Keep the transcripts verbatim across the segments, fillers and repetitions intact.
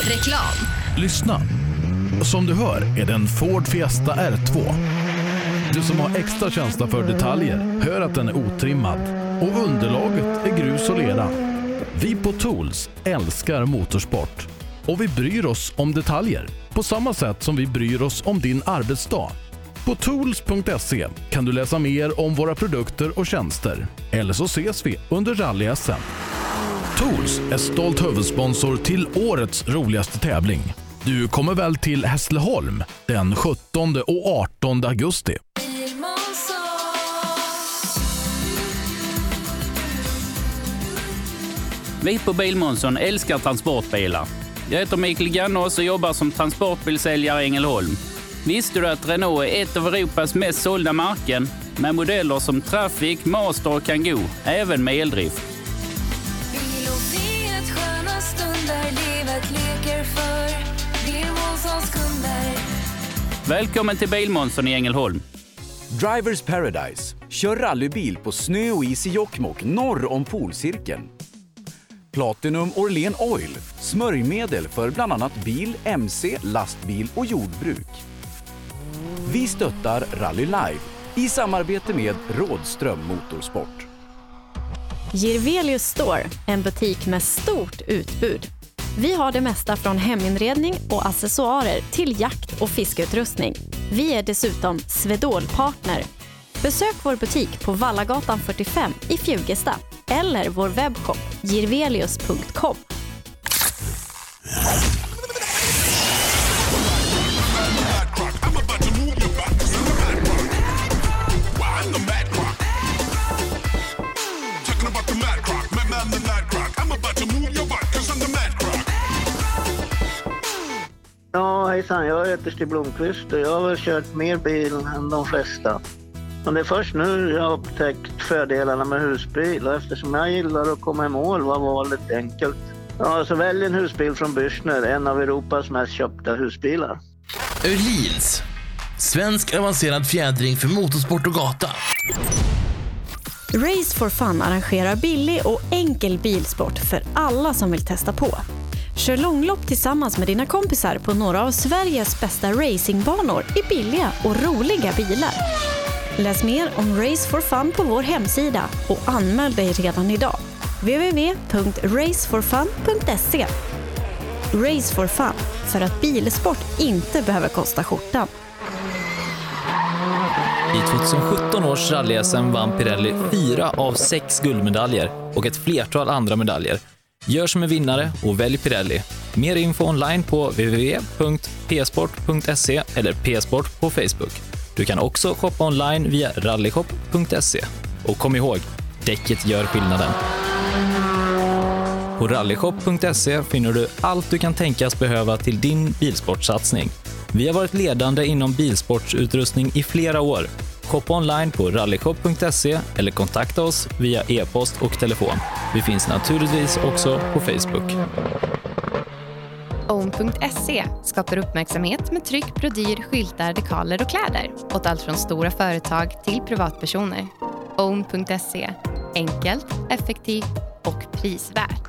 Reklam. Lyssna. Som du hör är det en Ford Fiesta R två. Du som har extra känsla för detaljer hör att den är otrimmad och underlaget är grus och lera. Vi på Tools älskar motorsport och vi bryr oss om detaljer på samma sätt som vi bryr oss om din arbetsdag. På tools punkt se kan du läsa mer om våra produkter och tjänster. Eller så ses vi under rally-S M. Tools är stolt huvudsponsor till årets roligaste tävling. Du kommer väl till Hässleholm den sjuttonde och artonde augusti. Vi på Bilmånsson älskar transportbilar. Jag heter Mikael Gannås och jobbar som transportbilsäljare i Ängelholm. Visste du att Renault är ett av Europas mest sålda märken med modeller som Traffic, Master och Kangoo, även med eldrift? Bil och frihet, sköna stunder, livet leker för Bilmånssons kunder. Välkommen till Bilmånsson i Ängelholm. Drivers Paradise. Kör rallybil på snö och is i Jokkmokk norr om polcirkeln. Platinum Orlen Oil. Smörjmedel för bland annat bil, mc, lastbil och jordbruk. Vi stöttar Rally Live i samarbete med Rådström Motorsport. Jirvelius Store, en butik med stort utbud. Vi har det mesta från heminredning och accessoarer till jakt- och fiskeutrustning. Vi är dessutom Swedol-partner. Besök vår butik på Vallagatan fyrtiofem i Fjugesta eller vår webbshop jirvelius punkt com. Ja, hejsan. Jag heter Stig Blomqvist och jag har väl kört mer bil än de flesta. Men det är först nu jag har upptäckt fördelarna med husbil och eftersom jag gillar att komma i mål var valet enkelt. Ja, så välj en husbil från Bürstner, en av Europas mest köpta husbilar. Öhlins. Svensk avancerad fjädring för motorsport och gata. Race for Fun arrangerar billig och enkel bilsport för alla som vill testa på. Kör långlopp tillsammans med dina kompisar på några av Sveriges bästa racingbanor i billiga och roliga bilar. Läs mer om Race for Fun på vår hemsida och anmäl dig redan idag. w w w punkt race for fun punkt se. Race for Fun, för att bilsport inte behöver kosta skjortan. I tjugosjutton års rally-S M vann Pirelli fyra av sex guldmedaljer och ett flertal andra medaljer. Gör som en vinnare och välj Pirelli. Mer info online på w w w punkt p sport punkt se eller p-sport på Facebook. Du kan också shoppa online via rallyshop punkt se. Och kom ihåg, däcket gör skillnaden. På rallyshop punkt se finner du allt du kan tänkas behöva till din bilsportsatsning. Vi har varit ledande inom bilsportsutrustning i flera år. Shoppa online på rallyshop punkt se eller kontakta oss via e-post och telefon. Vi finns naturligtvis också på Facebook. own punkt se skapar uppmärksamhet med tryck, brodyr, skyltar, dekaler och kläder åt allt från stora företag till privatpersoner. own punkt se. Enkelt, effektivt och prisvärt.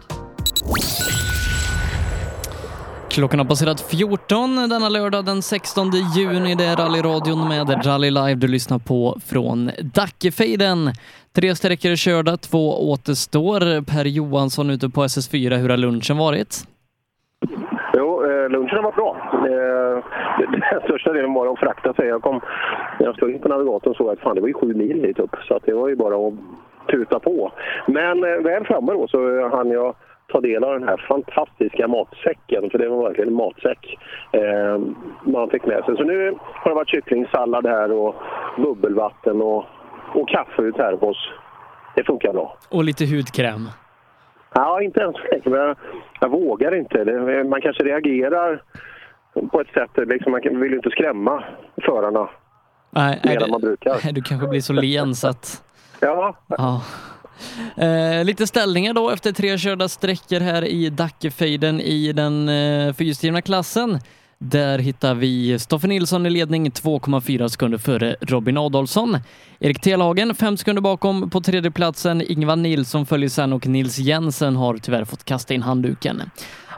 Klockan har passerat fjorton denna lördag den sextonde juni. Det är rallyradion med Rally Live du lyssnar på från Dackefejden. Tre sträckor är körda, två återstår. Per Johansson ute på S S fyra, hur har lunchen varit? Jo, eh, lunchen var bra. Eh, den största delen var att frakta sig. Jag, kom, jag stod in på navigatorn och såg att fan, det var ju sju mil hit upp. Så att det var ju bara att tuta på. Men eh, väl framme då så hann jag ta del av den här fantastiska matsäcken. För det var verkligen en matsäck eh, man fick med sig. Så nu har det varit kycklingsallad här och bubbelvatten och, och kaffe ut här hos. Det funkar bra. Och lite hudkräm. Ja, inte ens men jag, jag vågar inte. Det, man kanske reagerar på ett sätt. Liksom, man vill ju inte skrämma förarna Nej, mer det, än man brukar. Du kanske blir så len så att... Ja. ja. Eh, lite ställningar då efter tre körda sträckor här i Dackefejden i den eh, fyrhjulsdrivna klassen. Där hittar vi Stoffe Nilsson i ledning två komma fyra sekunder före Robin Adolfsson. Erik Telhagen fem sekunder bakom på tredje platsen. Ingvar Nilsson följer sen och Nils Jensen har tyvärr fått kasta in handduken.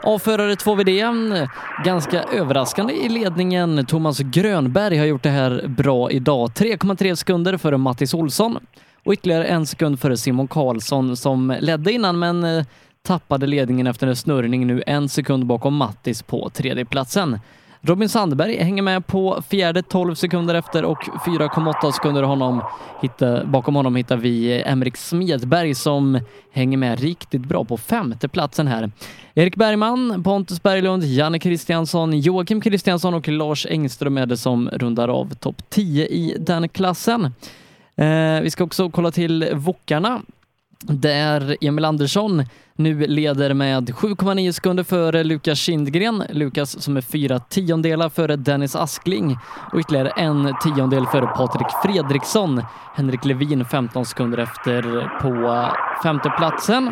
Avförare två V D, ganska överraskande i ledningen. Thomas Grönberg har gjort det här bra idag. tre komma tre sekunder före Mattis Olsson och ytterligare en sekund före Simon Karlsson som ledde innan men tappade ledningen efter en snurrning, nu en sekund bakom Mattis på tredje platsen. Robin Sandberg hänger med på fjärde, tolv sekunder efter och fyra komma åtta sekunder honom hitta, bakom honom hittar vi Emrik Smedberg som hänger med riktigt bra på femte platsen här. Erik Bergman, Pontus Berglund, Janne Kristiansson, Joakim Kristiansson och Lars Engström är det som rundar av topp tio i den klassen. Eh, vi ska också kolla till vokarna där Emil Andersson nu leder med sju komma nio sekunder före Lukas Kindgren. Lukas som är fyra tiondelar före Dennis Askling och ytterligare en tiondel före Patrik Fredriksson. Henrik Levin femton sekunder efter på femte platsen.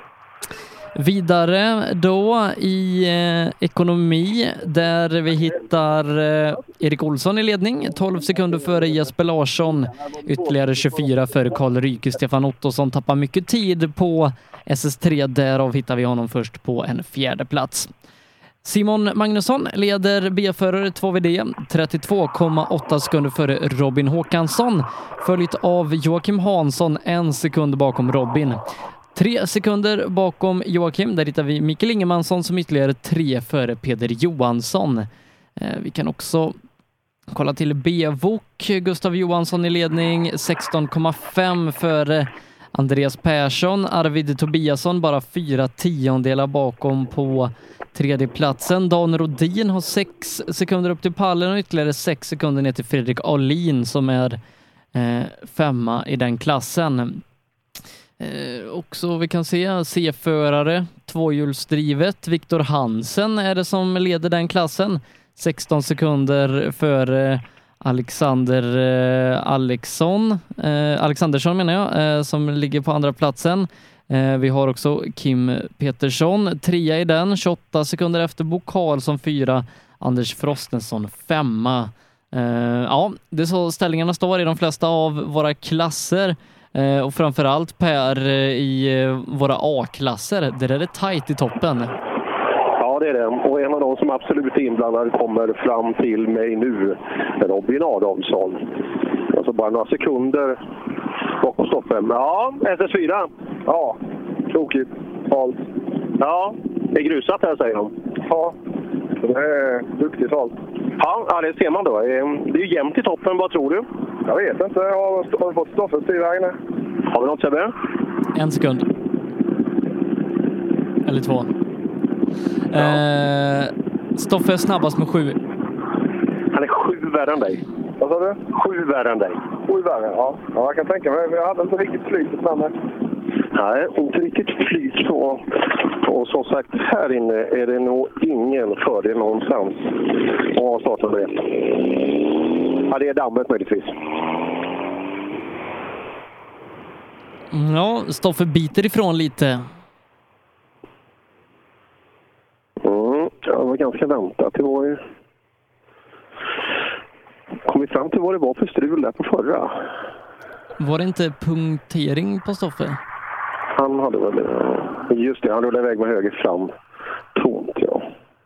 Vidare då i eh, ekonomi där vi hittar eh, Erik Olsson i ledning, tolv sekunder före Jesper Larsson, ytterligare tjugofyra före Karl Ryke. Stefan Ottosson tappar mycket tid på S S tre, därav hittar vi honom först på en fjärde plats. Simon Magnusson leder B-förare två V D, trettiotvå komma åtta sekunder före Robin Håkansson, följt av Joakim Hansson, en sekund bakom Robin. Tre sekunder bakom Joakim, där hittar vi Mikael Ingemansson som ytterligare tre före Peder Johansson. Eh, vi kan också kolla till B-vok. Gustav Johansson i ledning, sexton komma fem före Andreas Persson. Arvid Tobiasson bara fyra tiondelar bakom på tredje platsen. Dan Rodin har sex sekunder upp till pallen och ytterligare sex sekunder ner till Fredrik Ahlin som är eh, femma i den klassen. Eh, också vi kan se C-förare, tvåhjulsdrivet. Viktor Hansen är det som leder den klassen. sexton sekunder före Alexander eh, Alexson, eh, Alexandersson menar jag, eh, som ligger på andra platsen. Eh, vi har också Kim Petersson, trea i den, tjugoåtta sekunder efter Bo Karlsson, fyra. Anders Frostenson, femma. Eh, ja, det är så ställningarna står i de flesta av våra klasser. Eh, och framförallt Per i eh, våra A-klasser. Det är det tajt i toppen. Ja, det är det. Och en av de som absolut är inblandade kommer fram till mig nu. Robin Adolfsson. Alltså bara några sekunder bakom stoppen. Ja, S S fyra. Ja, krokigt. Halt. Ja, det är grusat här säger de. Ja, det är duktigt halt. Ja, det ser man då. Det är ju jämnt i toppen, vad tror du? Jag vet inte, jag har fått Stoffe styr vägen. Har vi något Sebbe? En sekund. Eller två. Ja. Eh, Stoffe är snabbast med sju. Han är sju värre än dig. Vad sa du? Sju värre än dig. Sju värre, ja. Ja, jag kan tänka mig. Jag hade inte riktigt flyt på namnet. Nej, inte riktigt flyt så. Och som sagt, här inne är det nog ingen fördel någonstans. Och starten med det. Ja, det är dammet möjligtvis. Ja, Stoffe biter ifrån lite. Mm, ja, det var ganska väntat. Det var ju... Kom vi fram till vad det var för strul där på förra? Var det inte punktering på Stoffe? Han hade väl... Just det, han rullade iväg med höger fram. Tomt, ja.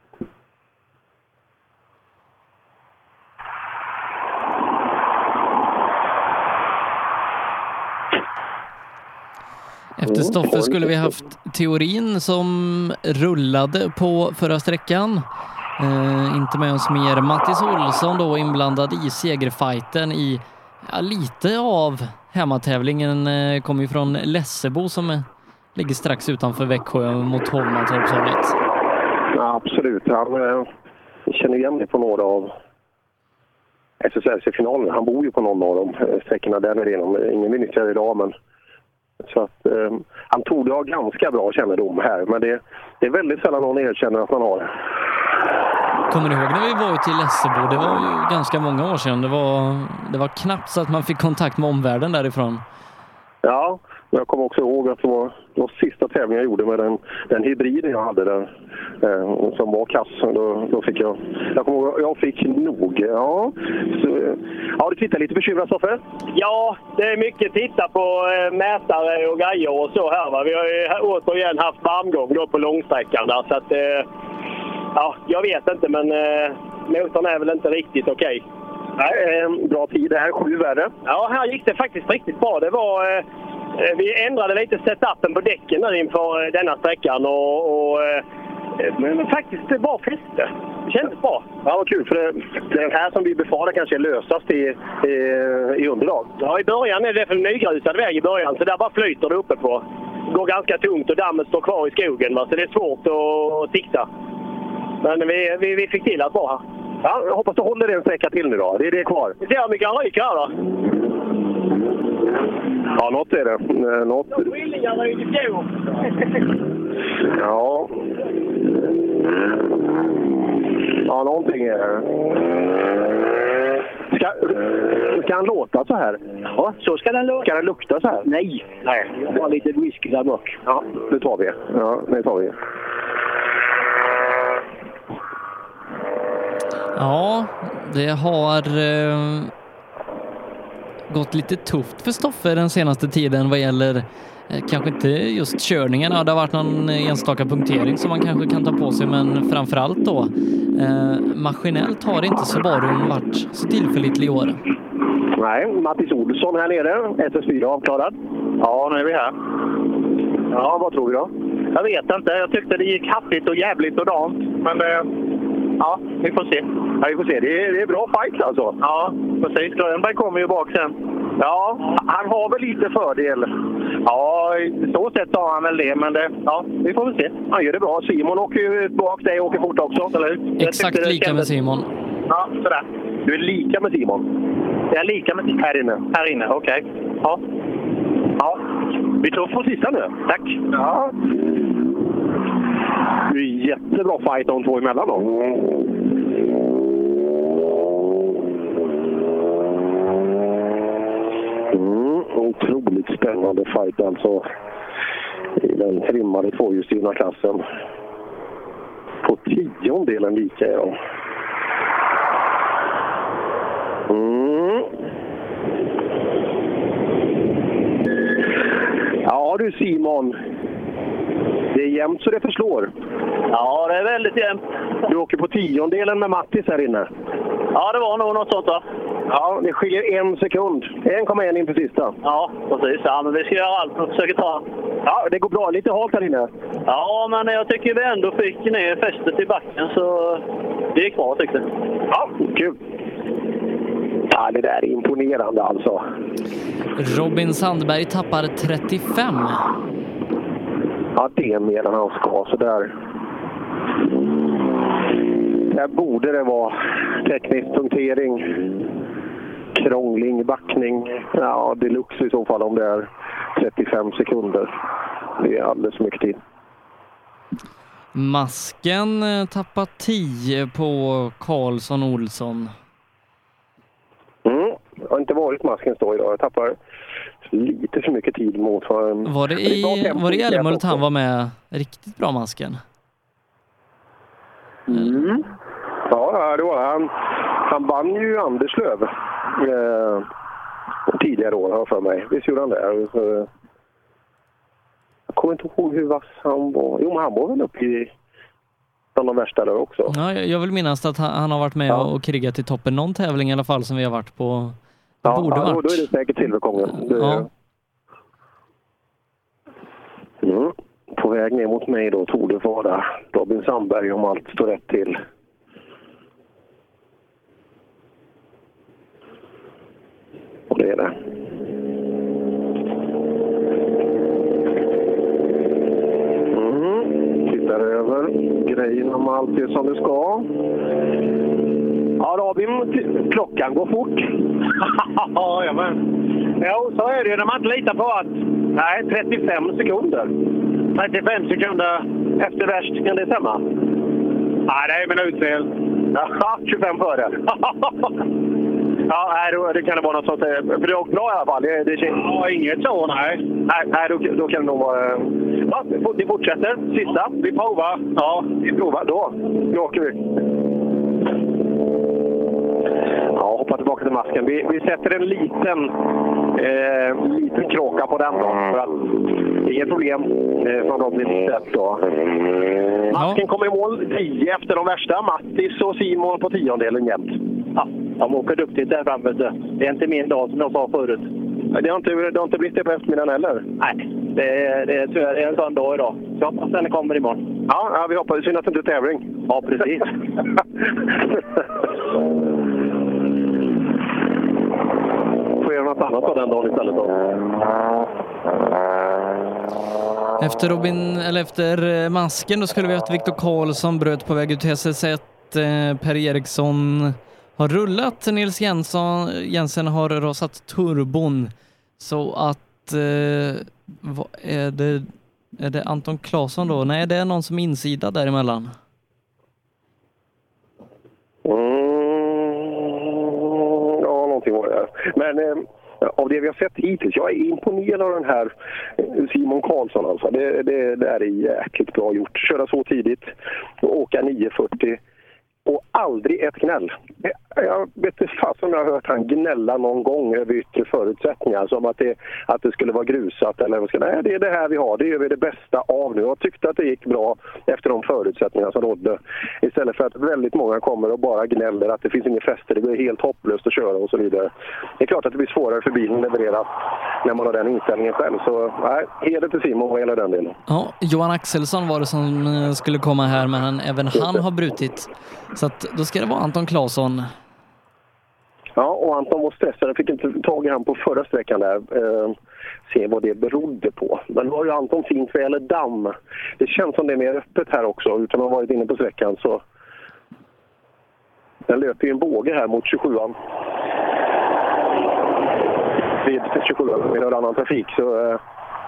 Efter Stoffe skulle vi haft teorin som rullade på förra sträckan. Eh, inte med oss mer. Mattis Olsson då inblandad i segerfighten i ja, lite av hemmatävlingen. Eh, kommer ju från Lessebo som eh, ligger strax utanför Växjö mot Hovmantorpshållet. Ja, absolut. Han eh, känner igen det på några av S S R C-finalerna. Han bor ju på någon av de eh, sträckorna där med igenom. Ingen vill nyttja idag, men så att eh, han tog det ha ganska bra kännedom här. Men det, det är väldigt sällan någon erkänner att man har det. Kommer du ihåg när vi var ute i Lessebo? Det var ju ganska många år sedan. Det var, det var knappt så att man fick kontakt med omvärlden därifrån. Ja, Jag kommer också ihåg att det var, det var sista tävlingen jag gjorde med den, den hybriden jag hade där, eh, som var kass. Då, då fick jag, jag kommer ihåg, jag fick nog. Ja, så, ja du tittar lite bekymrad, Stoffe? Ja, det är mycket titta på eh, mätare och grejer och så här. Va? Vi har ju återigen haft framgång då på långsträckan där, så att eh, ja, jag vet inte, men eh, motorn är väl inte riktigt okej. Okay. Nej, eh, bra tid det här, sju värre. Ja, här gick det faktiskt riktigt bra. Det var, eh, vi ändrade lite setupen på däcken nu inför denna sträckan och, och eh, men faktiskt det var fäste. Det kändes bra. Ja, vad kul, för det, det är den här som vi befarar kanske är lösast i, i, i underlag. Ja, i början är det för en nygrusad väg i början, så där bara flyter det uppe på. Det går ganska tungt och dammet står kvar i skogen, va? Så det är svårt att sikta. Men vi, vi, vi fick till att vara här. Ja, jag hoppas du håller en sträcka till nu då. Det är det kvar. Vi ser hur mycket han ryker här då. Ja, något är det. Något. Skillingar var ju i fjol. Ja. Ja, någonting är det. Ska, ska han låta så här? Ja, så ska den låta. Ska den lukta så här? Nej. Nej. Det var lite whisky där bak. Ja, det tar vi. Ja, det tar vi. Ja, det har eh, gått lite tufft för Stoffe den senaste tiden vad gäller eh, kanske inte just körningen. Ja, det har varit någon enstaka punktering som man kanske kan ta på sig, men framförallt då eh, maskinellt har inte Subarun varit så tillförlitlig i år. Nej, Mattis Olsson här nere, S S fyra avklarad. Ja, nu är vi här. Ja, vad tror du då? Jag vet inte, jag tyckte det gick haffigt och jävligt och dant, men eh, ja, vi får se. Ja, vi får se. Det är, det är bra fight alltså. Ja, precis. Grönberg kommer ju bak sen. Ja, han har väl lite fördel. Ja, i så sätt har han väl det, men det, ja, vi får väl se. Han gör det bra. Simon åker ju bak dig och åker fort också, eller hur? Exakt lika med Simon. Ja, sådär. Du är lika med Simon? Jag är lika med Simon. Här inne? Här inne, okej. Okay. Ja. Ja, vi tror på sista nu. Tack. Ja. Det är jättebra fight de två emellan då. Mm, otroligt spännande fight alltså i den trimmade tvåhjulsdrivna klassen. På tiondelen lika är de. Mm. Ja du Simon, det är jämnt så det förslår. Ja, det är väldigt jämnt. Du åker på tiondelen med Mattis här inne. Ja, det var nog något sånt va? Ja, det skiljer en sekund. en komma ett inför sista. Ja, precis. Ja, men vi ska göra allt och försöka ta. Ja, det går bra. Lite halt här inne. Ja, men jag tycker vi ändå fick ner fästet i backen, så det gick bra tyckte jag. Ja, kul. Ja, det där är imponerande alltså. Robin Sandberg tappar trettiofem. Ja, det är mer än han ska. Så där. Där borde det vara teknisk punktering, krångling, backning. Ja, deluxe i så fall om det är trettiofem sekunder. Det är alldeles för mycket tid. Masken tappar tio på Karlsson Olsson. Mm, jag har inte varit Maskens då idag. Jag tappar lite för mycket tid mot för en... Var det i, var det i Älmhult han var med riktigt bra, Masken? Mm. Ja, det var han. Han vann ju Anderslöv eh, tidigare år, har för mig. Visst gjorde han det? Så, jag kommer inte ihåg hur vass han var. Jo, men han var väl uppe i bland de värsta där också. Ja, jag vill minnas att han, han har varit med ja. och krigat i toppen någon tävling i alla fall som vi har varit på. Det ja, borde ja varit. Då är det säkert silverkongen. Det, ja. Mm. På väg ner mot mig då tog det vara Robin Sandberg om allt står rätt till. Och det är det. Mm. Tittar över grejen om allt är som det ska. Ja, Robin, klockan går fort. Ja, men. Jo, så är det när man inte litar på att... Nej, trettiofem sekunder. trettiofem sekunder efter värst, kan det stämma? Nej, det är minutfel. Ja, tjugofem före. Ja, nej, det kan det vara något sånt. För det är också bra i alla fall. Det, det känns... Ja, inget så, nej. Nej, nej då, då kan det nog vara... Ja, det fortsätter. Sista. Vi provar. Ja, vi provar. Då, då åker vi. Ja, hoppa tillbaka till masken. Vi, vi sätter en liten eh, liten kråka på den då. För att det är inget problem eh, från Robins sätt då. Masken kommer i mål tio efter de värsta. Mattis och Simon på tiondelen jämt. Ja, de åker duktigt där framme. Det är inte min dag som jag sa förut. Det har inte, det har inte blivit det på eftermiddagen heller. Nej, det är, det är tyvärr en sån dag idag. Så hoppas den kommer imorgon. Ja, ja vi hoppas. Synd att det inte är tävling. Ja, precis. Får göra något annat av den dagen istället då. Efter Robin, eller efter masken, då skulle vi ha att Viktor Karlsson bröt på väg ut till S S ett. Per Eriksson har rullat. Nils Jensen, Jensen har rasat turbon. Så att eh, vad är det, är det Anton Claesson då? Nej, det är någon som är insida däremellan. Mm, ja, någonting var det. Men eh, av det vi har sett hittills, jag är imponerad av den här Simon Karlsson alltså. Det, det, det är jäkligt bra gjort. Köra så tidigt och åka nio fyrtio. Och aldrig ett gnäll. Jag vet inte fast om jag har hört han gnälla någon gång över yttre förutsättningar. Som att det, att det skulle vara grusat. Eller vad ska, nej, det är det här vi har. Det gör vi det bästa av nu. Jag tyckte att det gick bra efter de förutsättningar som rådde. Istället för att väldigt många kommer och bara gnäller att det finns ingen fäste. Det blir helt hopplöst att köra och så vidare. Det är klart att det blir svårare för bilen att leverera när man har den inställningen själv. Så nej, heder till Simon och hela den delen. Ja, Johan Axelsson var det som skulle komma här, men även han har brutit. Så att då ska det vara Anton Claesson. Ja, och Anton var stressad. Jag fick inte tag i han på förra sträckan där. Eh, se vad det berodde på. Men nu har ju Anton fint väl damm. Det känns som det är mer öppet här också. Utan att ha varit inne på sträckan så... Den löper ju en båge här mot tjugosjuan. Vid tjugosjuan med en annan trafik så... Eh,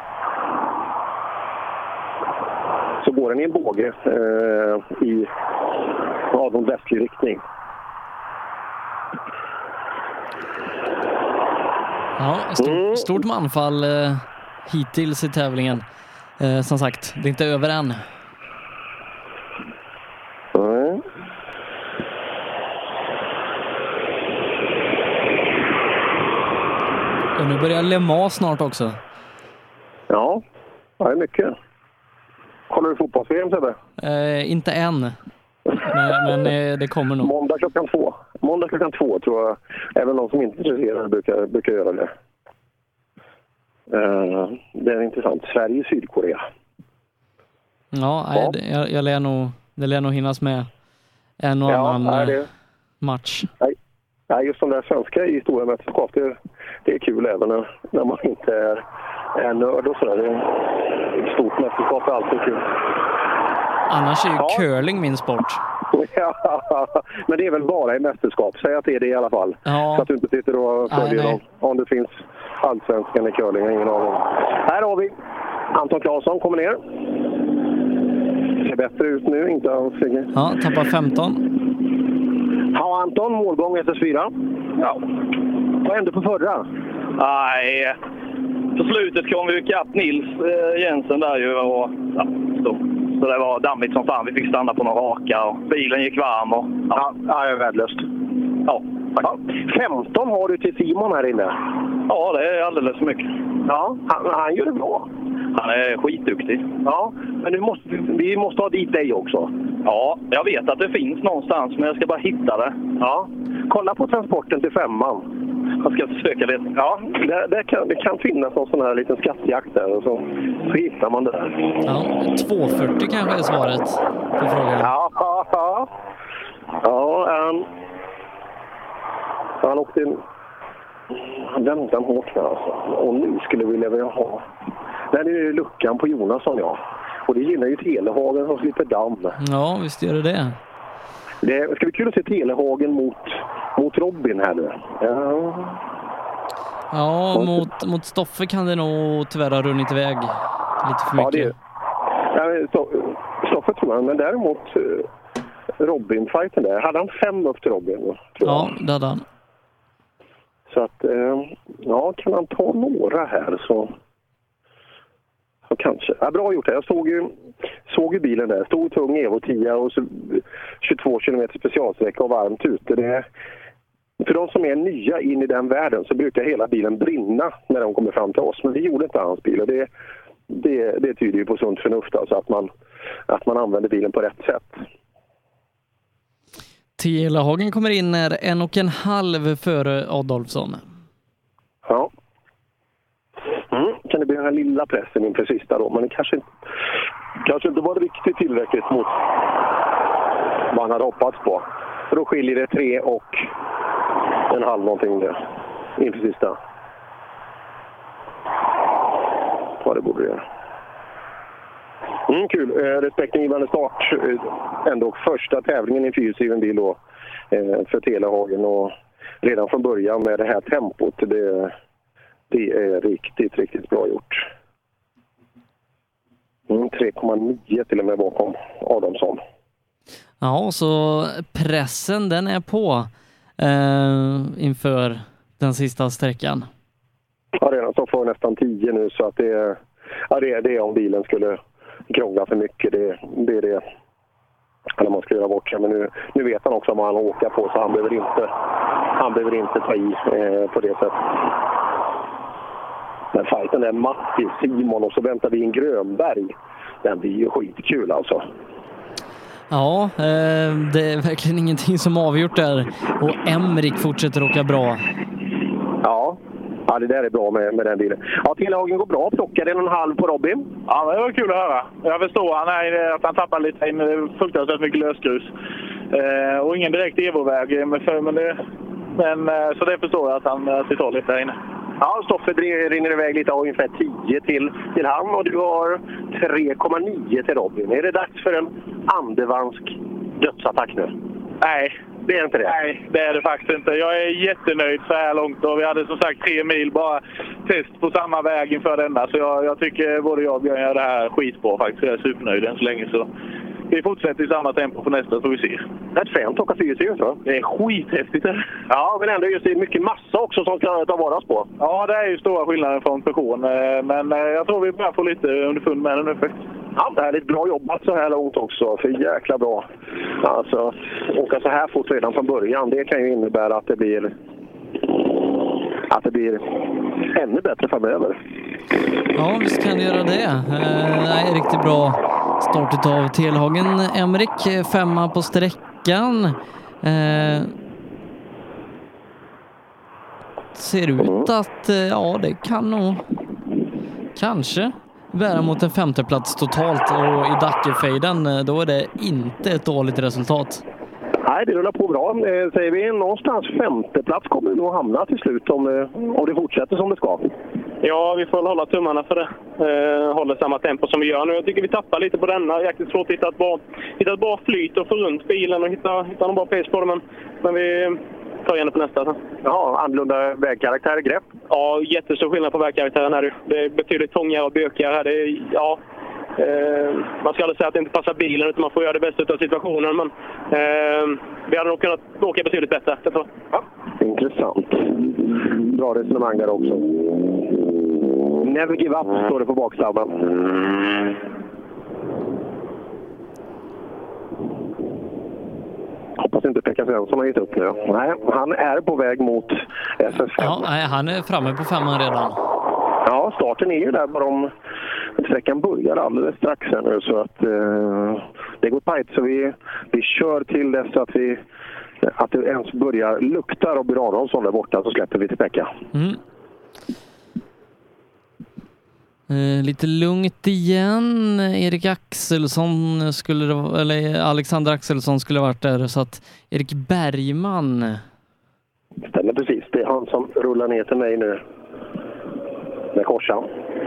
så går den i en båge eh, i nordvästlig riktning. Ja, stort, mm. stort manfall eh, hittills i tävlingen. Eh, som sagt, det är inte över än. Mm. Och nu börjar Le Mans snart också. Ja, det är mycket. Kollar du fotbolls-V M, Sebbe? Eh, inte än. Men, men eh, det kommer nog. Måndag klockan två. Måndag klockan två tror jag. Även de som inte är intresserade brukar, brukar göra det. Uh, det är intressant. Sverige, Sydkorea. Ja, ja. Det, jag, jag lär nog, det lär nog hinnas med en och ja, annan nej, det, match. Nej, nej, just de där svenska i stora mästerskap, det, det är kul även när, när man inte är, är nörd och sådär. Det är ett stort mästerskap är alltid kul. Annars är ju ja. curling min sport. Ja, men det är väl bara i mästerskap. Säg att det är det i alla fall. Ja. Så att du inte sitter och följer dem. Om det finns allsvenskan i curling, ingen aning. Här har vi Anton Claesson, kommer ner. Ser bättre ut nu, inte alls. Ja, tappar femton. Ja, Anton, målgång S S fyra. Ja. Vad hände på förra? Nej, på slutet kom vi ikapp Nils eh, Jensen där ju och ja, så. Så det var dammigt som fan. Vi fick stanna på några raka och bilen gick varm. Och, ja, ja, det är värdelöst. Ja, ja. femton har du till Simon här inne. Ja, det är alldeles för mycket. Ja, han, han gör det bra. Han är skitduktig. Ja, men nu måste, vi måste ha dit dig också. Ja, jag vet att det finns någonstans, men jag ska bara hitta det. Ja, kolla på transporten till femman. Jag ska försöka det. Ja, det, det, kan, det kan finnas någon sån här liten skattjakt där och så, så hittar man det där. Ja, tvåhundrafyrtio kanske är svaret på frågan. Ja, ja, ja. Ja, um, han åkte in. Han väntade hårt med alltså. Och nu skulle vi vilja ha. Nej, det är luckan på Jonasson, ja. Och det gillar ju Telehagen som slipper damm. Ja, visst gör det det. Det ska bli kul att se Telehagen mot, mot Robin här nu. Ja, ja mot, mot Stoffe kan det nog tyvärr ha runnit iväg lite för mycket. Ja, det, ja, Stoffe tror jag, men däremot Robin-fighten där. Hade han fem upp till Robin? Tror ja, jag. det hade han. Så att, ja, kan han ta några här så... Ja, kanske. Ja, bra gjort det. Jag såg ju, såg ju bilen där. Stor, tung Evo tio och så tjugotvå kilometer specialsträcka och varmt ute. Det, för de som är nya in i den världen så brukar hela bilen brinna när de kommer fram till oss. Men det gjorde inte hans bil. Och det, det, det tyder ju på sunt förnuft. Alltså att, man, att man använder bilen på rätt sätt. Telehagen kommer in när en och en halv före Adolfsson. Ja. Mm. Kan det bli den här lilla pressen inför sista då? Men det kanske, kanske inte var riktigt tillräckligt mot vad han hade hoppats på. För då skiljer det tre och en halv någonting där inför sista. Vad det borde göra. Mm, kul. Eh, respektingivande start. Eh, ändå första tävlingen i fyrhjulsdriven bil då, eh, för Telehagen. Och redan från början med det här tempot. Det, det är riktigt, riktigt bra gjort. Mm, tre komma nio till och med bakom Adamsson. Ja, så pressen den är på eh, inför den sista sträckan. Ja, redan så får nästan tio nu så att det är, ja, det är det om bilen skulle krångla för mycket. Det, det är det. Eller man ska göra bort sig. Men nu, nu vet han också vad han åker på så han behöver inte, han behöver inte ta i eh, på det sättet. Men fighten är Matti, Simon och så väntar vi in Grönberg. Den blir ju skitkul alltså. Ja, eh, det är verkligen ingenting som avgjort där. Och Emrik fortsätter åka bra. Ja, ja det där är bra med, med den bilen. Ja, Telehagen går bra. Plockade en och en halv på Robin. Ja, det var kul att höra. Jag förstår han är, att han tappar lite in, fruktansvärt mycket lösgrus. Eh, och ingen direkt Evo-väg. Men, men, det, men, så det förstår jag att han sitter lite där inne. Ja, Stoffet rinner iväg lite av ungefär tio till, till han och du har tre komma nio till Robin. Är det dags för en andevansk dödsattack nu? Nej. Det är inte det? Nej, det är det faktiskt inte. Jag är jättenöjd så här långt och vi hade som sagt tre mil bara test på samma väg inför denna. Så jag, jag tycker både jag och Björn gör det här skitbra faktiskt. Jag är supernöjd än så länge så vi fortsätter i samma tempo på nästa så vi ser. Det är ett fränt att åka fyrhjulsdrivet va? Det är skithäftigt. Ja, men ändå just det är mycket massa också som ska ta varas på. Ja, det är ju stora skillnader från person. Men jag tror vi börjar få lite underfund med det nu faktiskt. Ja, det är lite bra jobbat så här långt också. För jäkla bra. Alltså, åka så här fort redan från början, det kan ju innebära att det blir att det blir ännu bättre framöver. Ja, visst kan det göra det. Eh, nej, riktigt bra start av Telehagen. Emrik, femma på sträckan. Eh, ser ut att, ja, det kan nog kanske bära mot en femteplats totalt och i Dackefejden, då är det inte ett dåligt resultat. Nej, det rullar på bra. Eh, säger vi någonstans femteplats kommer vi nog hamna till slut om, eh, om det fortsätter som det ska. Ja, vi får hålla tummarna för det. Eh, håller samma tempo som vi gör nu. Jag tycker vi tappar lite på denna. Jäkligt svårt att hitta ett bra, hitta ett bra flyt och få runt bilen och hitta, hitta någon bra pace på det. Men, men vi tar igen det på nästa. Ja, annorlunda vägkaraktär, grepp? Ja, jättestor skillnad på vägkaraktären här. Det är betydligt tångigare och bökigare här. Det är, ja, eh, man ska aldrig säga att det inte passar bilen utan man får göra det bästa av situationen. Men eh, vi hade nog kunnat åka betydligt bättre. Ja. Intressant. Bra resonemang där också. Never give up står det på bakstabben. Hoppas inte Pekka Svensson har gett upp nu. Nej, han är på väg mot S S fem. Ja, nej, han är framme på femman redan. Ja, starten är ju där bara om sträckan börjar alldeles strax här nu så att eh, det går tajt så vi, vi kör till dess att vi att det ens börjar lukta Robin Aronsson där borta så släpper vi till Pekka. Mm. Eh, lite lugnt igen. Erik Axelsson skulle det, eller Alexander Axelsson skulle ha varit där så att Erik Bergman. Stämmer precis. Det är han som rullar ner till mig nu med korsan.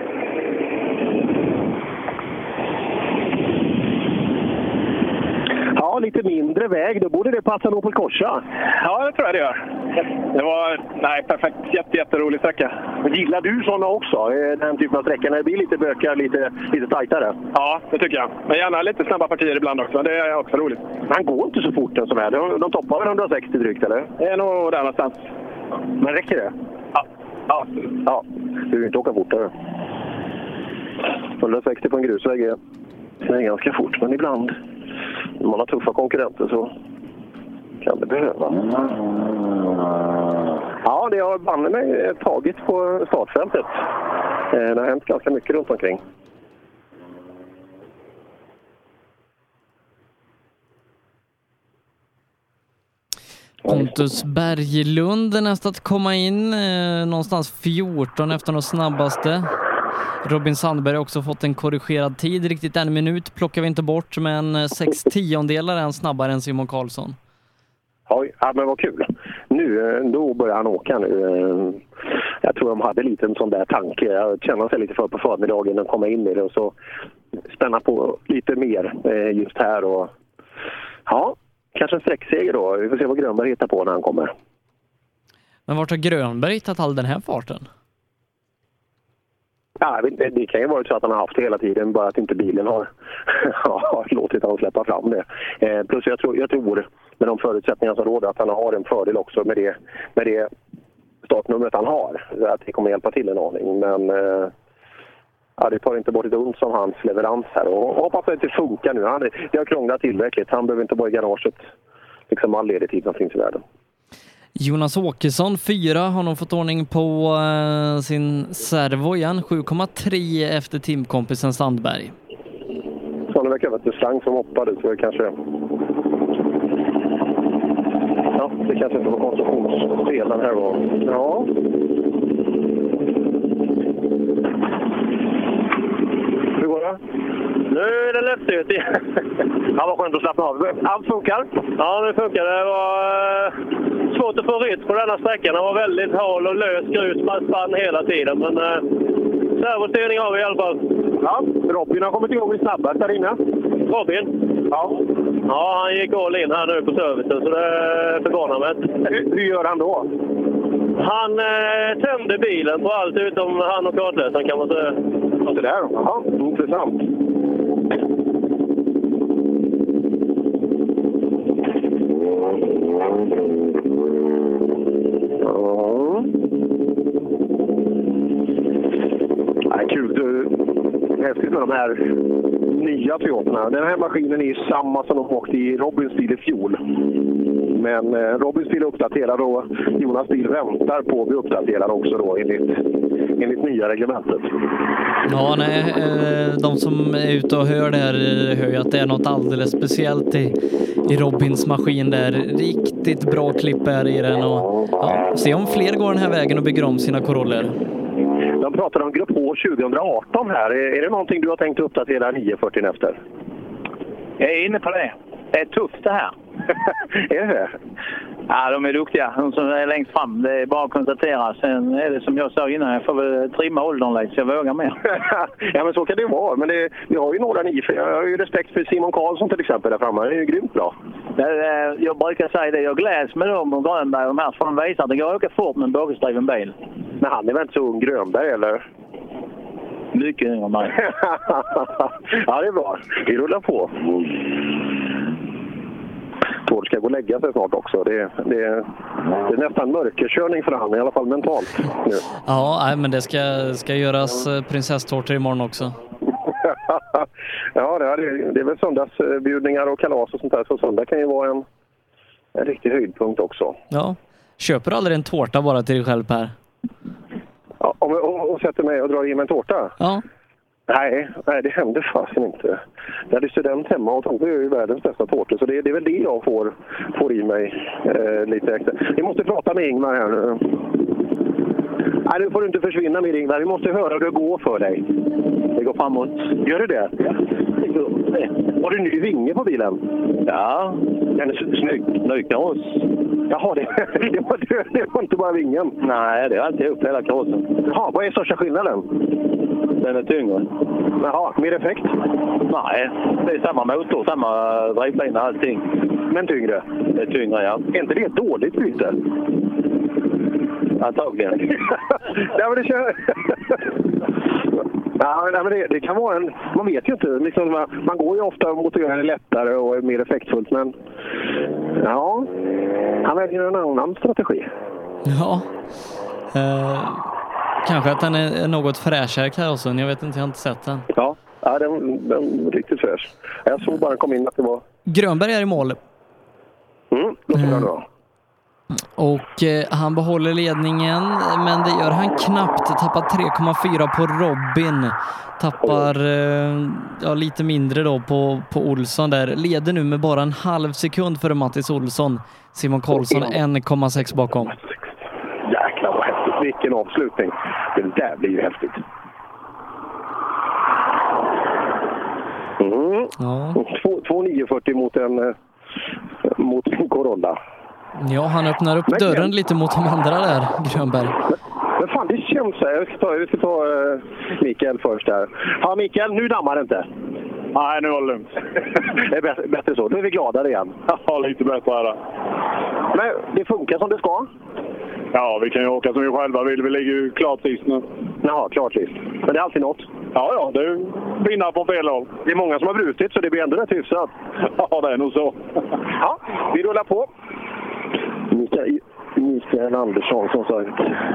Ja, lite mindre väg. Då borde det passa nog på korsa. Ja, det tror jag det gör. Det var, nej, perfekt. Jätte, jätterolig sträcka. Men gillar du sådana också? Den typen av sträcka när det blir lite bökar, lite, lite tajtare? Ja, det tycker jag. Men gärna lite snabba partier ibland också. Det är också roligt. Han går inte så fort en sån här. De, de toppar väl hundrasextio drygt, eller? Det är nog där någonstans. Men räcker det? Ja. Ja, ja. Du vill inte åka fortare? hundrasextio på en grusväg är, är ganska fort, men ibland när man har tuffa konkurrenter så kan det behövas. Ja, det har banne mig tagit på startfältet. Det har hänt ganska mycket runt omkring. Pontus Berglund är nästan att komma in eh, någonstans fjorton efter de snabbaste. Robin Sandberg har också fått en korrigerad tid. Riktigt en minut plockar vi inte bort, men sex tiondelar är han snabbare än Simon Karlsson. Oj, ja, men vad kul. Nu, då börjar han åka nu. Jag tror de hade lite en sån där tanke. Jag känner sig lite för på förmiddagen och komma in i det och så spänna på lite mer just här. Och ja, kanske en sträckseger då. Vi får se vad Grönberg hittar på när han kommer. Men vart har Grönberg hittat all den här farten? Ja, det kan ju vara så att han har haft det hela tiden, bara att inte bilen har, har låtit han släppa fram det. Eh, plus jag tror, jag tror med de förutsättningar som råder att han har en fördel också med det, med det startnumret han har. Att det kommer hjälpa till en aning. Men eh, ja, det tar inte bort ett ont som hans leverans här. Och, och hoppas att det funkar nu. Han, det har krånglat tillräckligt. Han behöver inte vara i garaget liksom all ledig tid som finns i världen. Jonas Åkesson, fyra, har nog fått ordning på uh, sin servo igen. sju komma tre efter teamkompisen Sandberg. Så det verkar vara ett slang som hoppade, så det kanske... Ja, det kanske inte var konstruktionsfel den här gången. Ja. Hur går det? Nu är det lättigt igen. Ja, vad skönt att slappna av. Allt funkar? Ja, det funkar. Det var uh, svårt att få rytm på denna sträckan. Det var väldigt hal och lös grus. Man spann hela tiden. Men uh, servostyrning har vi i alla fall. Ja, Robin har kommit igång snabbast där inne. Robin? Ja. Ja, han gick all in här nu på servicen, så det förvånar mig inte. Hur, hur gör han då? Han eh, tömde bilen på allt utom han och kartläsaren, kan man säga. Ja, det där. Jaha, intressant. Ja. Ja, kul. Du, häftigt med de här nya Toyotorna. Den här maskinen är ju samma som de åkte i Robins bil i fjol. Men eh, Robins bil är uppdaterad och Jonas bil väntar på att bli uppdaterad också då enligt, enligt nya reglementet. Ja, nej, de som är ute och hör det här hör ju att det är något alldeles speciellt i, i Robins maskin där. Riktigt bra klipp är i den och ja, se om fler går den här vägen och bygger om sina Coroller. De pratar om Grupp H tjugo arton här. Är, är det någonting du har tänkt uppdatera nio fyrtio efter? Jag är inne på det. Det är tufft det här. Är det? Ja, de är duktiga. De som är längst fram, det är bara att konstatera. Sen är det som jag sa innan, jag får väl trimma åldern lite så jag vågar mer. Ja, men så kan det vara. Men det, vi har ju några nio. Jag har ju respekt för Simon Karlsson till exempel där framme. Det är ju grymt bra. Jag brukar säga det. Jag gläds med dem och Grönberg och de här. För de visar att det går att åka fort med en bågestdriven bil. Men han är väl inte så ung, Grönberg, eller? Mycket yngre än mig. Ja, det är bra. Vi rullar på. Tord ska gå och lägga sig snart också. Det, det, det är nästan mörkerkörning för han, i alla fall mentalt nu. Ja, nej, men det ska, ska göras prinsesstårtor imorgon också. Ja, det är, det är väl söndagsbjudningar och kalas och sånt där. Så söndag kan ju vara en, en riktig höjdpunkt också. Ja, köper du aldrig en tårta bara till dig själv, Per? Ja, och, och, och sätter mig och drar i mig en tårta? Ja. Nej, nej, det händer fasen inte. Jag hade student hemma och tog ju världens bästa tårtor. Så det, det är väl det jag får, får i mig eh, lite extra. Vi måste prata med Ingvar här nu. Nej, nu får du inte försvinna med Ingvar. Vi måste höra hur det går för dig. Det går framåt. Gör det det? Ja. Har du ny vinge på bilen? Ja. Den är snygg. Ny kaross. Jaha, det, det, var, det var inte bara vingen. Nej, det är alltid upp hela karossen. Jaha, vad är största skillnaden? Den är tyngre. Jaha, mer effekt? Nej, det är samma motor, samma drivlina, allting. Men tyngre? Det är tyngre, ja. Är inte det ett dåligt byte? Antagligen. Ja, men det känns... Ja, men det, det kan vara en... Man vet ju inte. Liksom, man, man går ju ofta mot att göra det lättare och mer effektfullt, men... Ja, han väljer en annan strategi. Ja. Uh, Kanske att den är något fräschare karossen. Jag vet inte, jag har inte sett den. Ja, ja den, den är riktigt fräsch. Jag såg bara kom in att det var... Grönberg är i mål. Mm, då tror jag då. Och eh, han behåller ledningen, men det gör han knappt. Tappar tre komma fyra på Robin. Tappar eh, ja, lite mindre då på, på Olsson där. Leder nu med bara en halv sekund före Mattis Olsson. Simon Karlsson en komma sex bakom. Jäklar vad häftigt. Vilken avslutning. Det där blir ju häftigt. Mm. Ja. två nio fyrtio mot en, mot en Corolla. Ja, han öppnar upp men, dörren lite mot de andra där, Grönberg. Men, men fan, det känns så här. Jag ska ta, jag ska ta uh, Mikael först där. Ja, Mikael, nu dammar det inte. Nej, nu var det lugnt. Det är bättre, bättre så. Nu är vi glada igen. Ja, lite bättre här. Men det funkar som det ska? Ja, vi kan ju åka som vi själva vill. Vi ligger ju klart sist nu. Jaha, klart sist. Men det är alltid något? Ja, ja. Det är vinna på fel håll. Det är många som har brutit så det blir ändå rätt hyfsat. Ja, det är nog så. Ja, vi rullar på. Mikael, Mikael Andersson som sagt.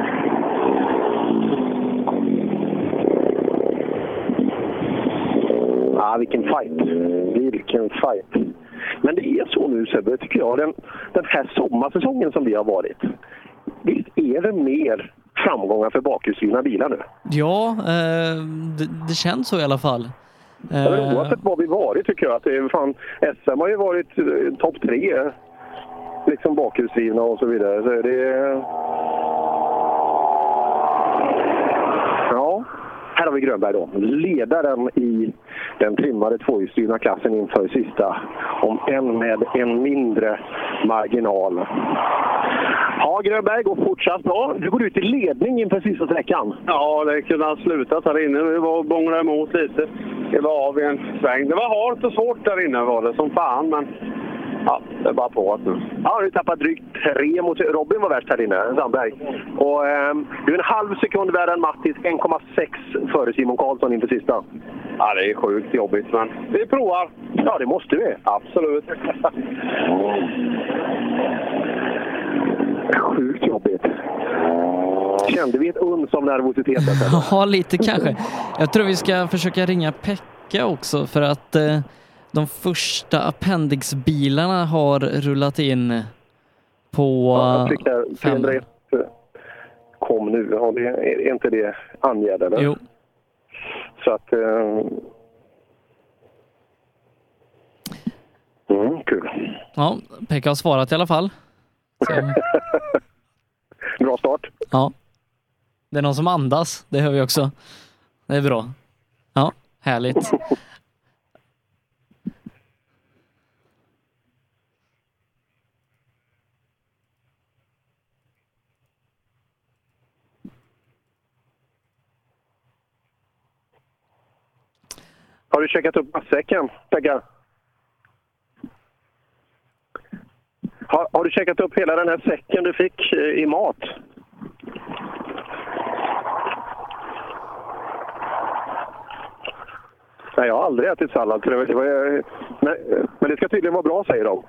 Ja, vilken fight. Vilken fight. Men det är så nu, Sebbe, tycker jag. Den, den här sommarsäsongen som vi har varit. Visst är det mer framgångar för bakhjulsdrivna bilar nu? Ja, eh, det, det känns så i alla fall. Eh, ja, oavsett vad vi varit tycker jag att det är fan, S M har ju varit eh, topp tre. Liksom bakhjulsdrivna och så vidare. Så det är... Ja, här har vi Grönberg då. Ledaren i den trimmade tvåhjulsdrivna klassen inför sista. Om en med en mindre marginal. Ja, Grönberg går fortsatt bra. Du går ut i ledning inför sista sträckan. Ja, det kunde ha slutat här inne. Vi var bånglade emot lite. Det var av en sväng. Det var hårt och svårt där inne var det som fan, men... Ja, det är bara på nu. Ja, du tappar drygt tre mot Robin var värst här inne, Sandberg. Och eh, du är en halv sekund värre än Mattis, en komma sex före Simon Karlsson inför sista. Ja, det är sjukt jobbigt, men vi provar. Ja, det måste vi. Absolut. Sjukt jobbigt. Kände vi ett uns av nervositet? Ja, lite kanske. Jag tror vi ska försöka ringa Pekka också för att... Eh... De första appendixbilarna har rullat in på ja, trehundraett kom nu. Ja, det är inte det Angerd, eller? Jo. Så att... Eh... Mm, kul. Ja, Pekka har svarat i alla fall. Bra start. Ja. Det är någon som andas, det hör vi också. Det är bra. Ja, härligt. Har du checkat upp matsäcken, Pekka? Har, har du checkat upp hela den här säcken du fick i mat? Nej, jag har aldrig ätit sallad. Det var, det var, men, men det ska tydligen vara bra, säger de.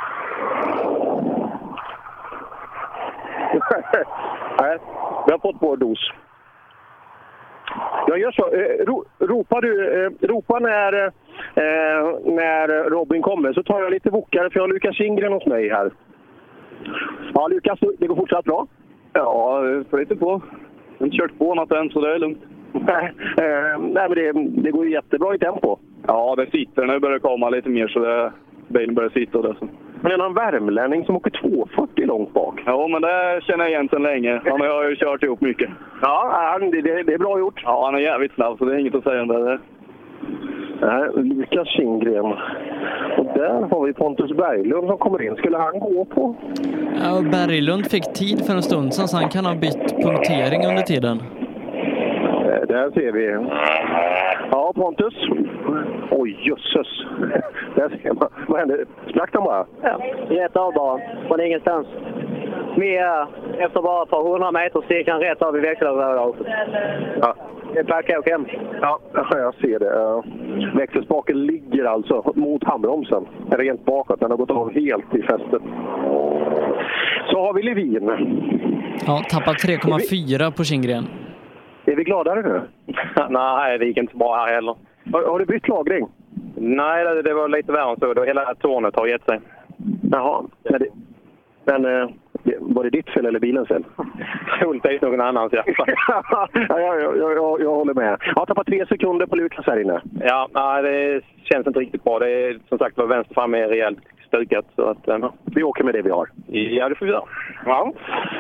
Nej, vi har fått vår dos. Jag gör så. Ro, ropar du, ropa när, eh, när Robin kommer, så tar jag lite vokare, för jag har Lukas Kindgren hos mig här. Ja, Lukas, det går fortsatt bra? Ja, det får lite på. Jag har inte kört på något än, så det är lugnt. Nej, eh, nej men det, det går ju jättebra i tempo. Ja, det sitter. Nu börjar det komma lite mer, så det, bilen börjar sitta och det. Så. Men det är någon värmlänning som åker två fyrtio långt bak. Ja, men det känner jag igen sedan länge. Han har ju kört ihop mycket. Ja, det, det, det är bra gjort. Ja, han är jävligt snabb, så det är inget att säga om det. Nej, Lukas Kindgren. Och där har vi Pontus Berglund som kommer in. Skulle han gå på? Ja, Berglund fick tid för en stund sedan, så han kan ha bytt punktering under tiden. Där ser vi. Ja, Pontus. Oj, jösses. Där ser man. Vad hände? Sprack de bara? Ja, rätt av bara. Från ingenstans. Med, efter bara ett par hundra meter så gick han rätt av i växelröret. Ja. Det är packa och hem. Ja, jag ser det. Växelspaken ligger alltså mot handbromsen. Rent bakåt. Den har gått av helt i fästet. Så har vi Levin. Ja, tappar tre komma fyra på Kindgren. Är vi gladare nu? Nej, det gick inte så bra här heller. Har, har du bytt lagring? Nej, det, det var lite värre än så. Då hela tornet har gett sig. Jaha. Men, det, men eh, var det ditt fel eller bilens fel? Troligtvis någon annans, ja. ja, jag, jag, jag, jag håller med. Jag har tappat tre sekunder på Lukas här inne. Ja, nej, det känns inte riktigt bra. Det är som sagt var vänster fram är rejält stukat. Så att, eh, vi åker med det vi har. Ja, det får vi göra. Ja.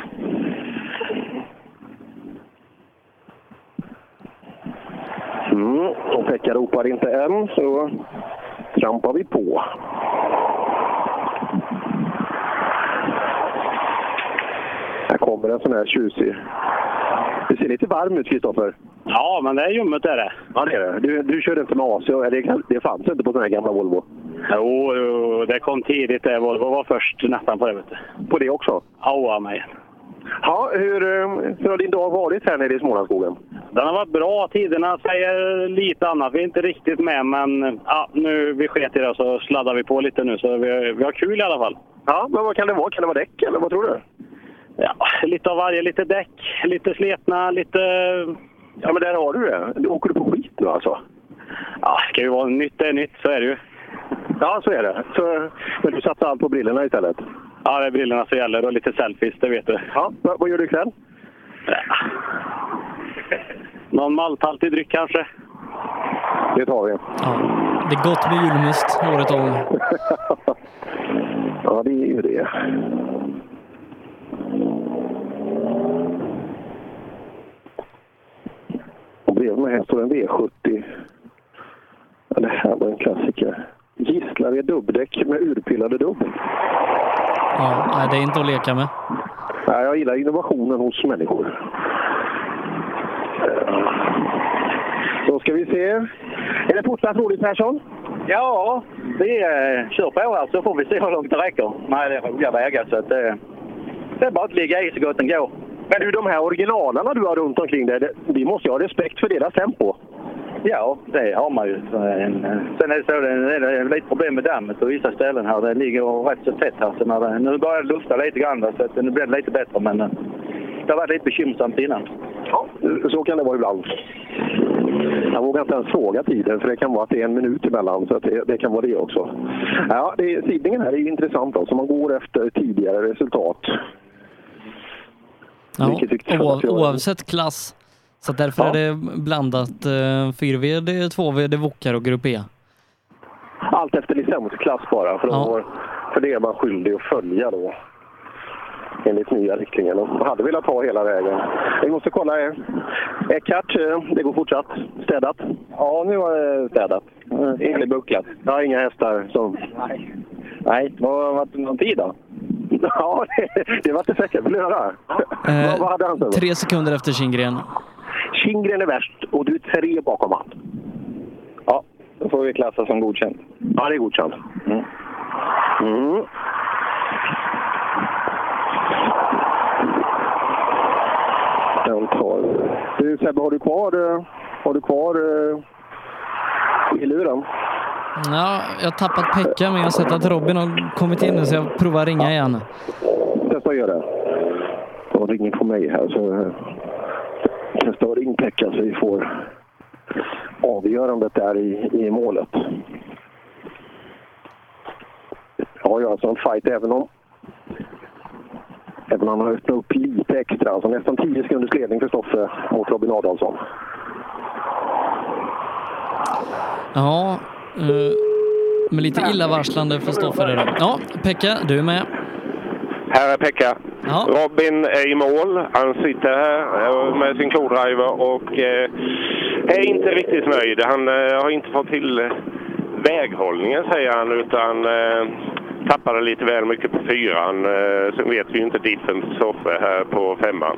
Mm, och Pekka ropar inte än, så trampar vi på. Här kommer en sån här tjusig. Det ser lite varm ut, Kristoffer. Ja, men det är ljummet är det. Ja, det är det. Du, du körde inte med A C, det, det fanns inte på sån här gamla Volvo. Jo, jo, det kom tidigt. Det. Volvo var först nästan på det, vet du. På det också? Ja, mig. Ja, hur, hur har din dag varit här nere i Smålandsskogen? Den har varit bra. Tiderna säger lite annat. Vi är inte riktigt med, men ja, nu vi sket i det så sladdar vi på lite nu. Så vi, vi har kul i alla fall. Ja, men vad kan det vara? Kan det vara däck eller vad tror du? Ja, lite av varje. Lite däck, lite sletna, lite... Ja, men där har du det. Du åker du på skit nu alltså? Ja, det ska ju vara nytt, det är nytt, så är det ju. Ja, så är det. Så, men du satsar allt på brillorna istället? Ja, det är brillorna som gäller och lite selfies, det vet du. Ja, vad, vad gör du ikväll? Ja. Någon malthaltig dryck kanske? Det tar vi. Ja, det är gott med julmust året om. Ja, det är ju det. Och bredvid mig här står en V sjuttio. Ja, det här var en klassiker. Gisslar är dubbdäck med urpillade dubb. Ja, nej, det är inte att leka med. Ja, jag gillar innovationen hos människor. Så ska vi se. Är det fortsatt roligt, Persson? Ja, vi eh, kör på här så får vi se hur långt det räcker. Nej, det är roliga vägar så att det, det är bara att ligga i så gott den går. Men du, de här originalerna du har runt omkring dig, det, vi måste ju ha respekt för deras tempo. Ja, det har man ju. Sen är det så, det är lite problem med dammet på vissa ställen här. Det ligger rätt så tätt här. Så när det, nu börjar det lufta lite grann så att nu blir det lite bättre. Men det har varit lite bekymmersamt innan. Ja, så kan det vara ibland. Jag vågar inte ens fråga tiden för det kan vara att det är en minut emellan. Så att det, det kan vara det också. Ja, det, sidningen här är intressant då. Så man går efter tidigare resultat. Ja, oav, oavsett klass. Så därför ja. är det blandat eh, fyra V D, två V D, Vokar och Grupp E. Allt efter licensklass bara. För, ja. var, för det är man skyldig att följa då. Enligt nya riktlinjer. De hade velat ta hela vägen. Vi måste kolla. Eckhart, det går fortsatt. Städat? Ja, nu har det städat. Inte bucklat. Ja, inga hästar som... Nej. Nej, vad har varit någon tid då? Ja, det, det var inte säkert. Vill du höra? Eh, vad, vad hade han så? Tre sekunder efter Kindgren. Kindgren är värst och du är tre bakom han. Ja, då får vi klassa som godkänt. Ja, det är godkänt. Mm. Mm. Den tar... Du Sebbe, har du kvar, har du kvar uh, i luren? Ja, jag har tappat Pekka men jag har sett att Robin har kommit in nu så jag provar ringa ja. igen. Testa att göra det. Då ringer på mig här så testa att ringa Pekka så vi får avgörandet där i, i målet. Ja, jag har sån fight även om även om han har öppnat upp lite extra. Alltså nästan tio sekunders ledning för Stoffe mot Robin Adolfsson. Ja, uh, men lite illavarslande för Stoffe det då. Ja, Pekka, du är med. Här är Pekka. Ja. Robin är i mål. Han sitter här med sin co-driver och eh, är inte riktigt nöjd. Han eh, har inte fått till väghållningen, säger han, utan eh, tappade lite väl mycket på fyran. Eh, sen vet vi ju inte diffen Stoffe här på femman.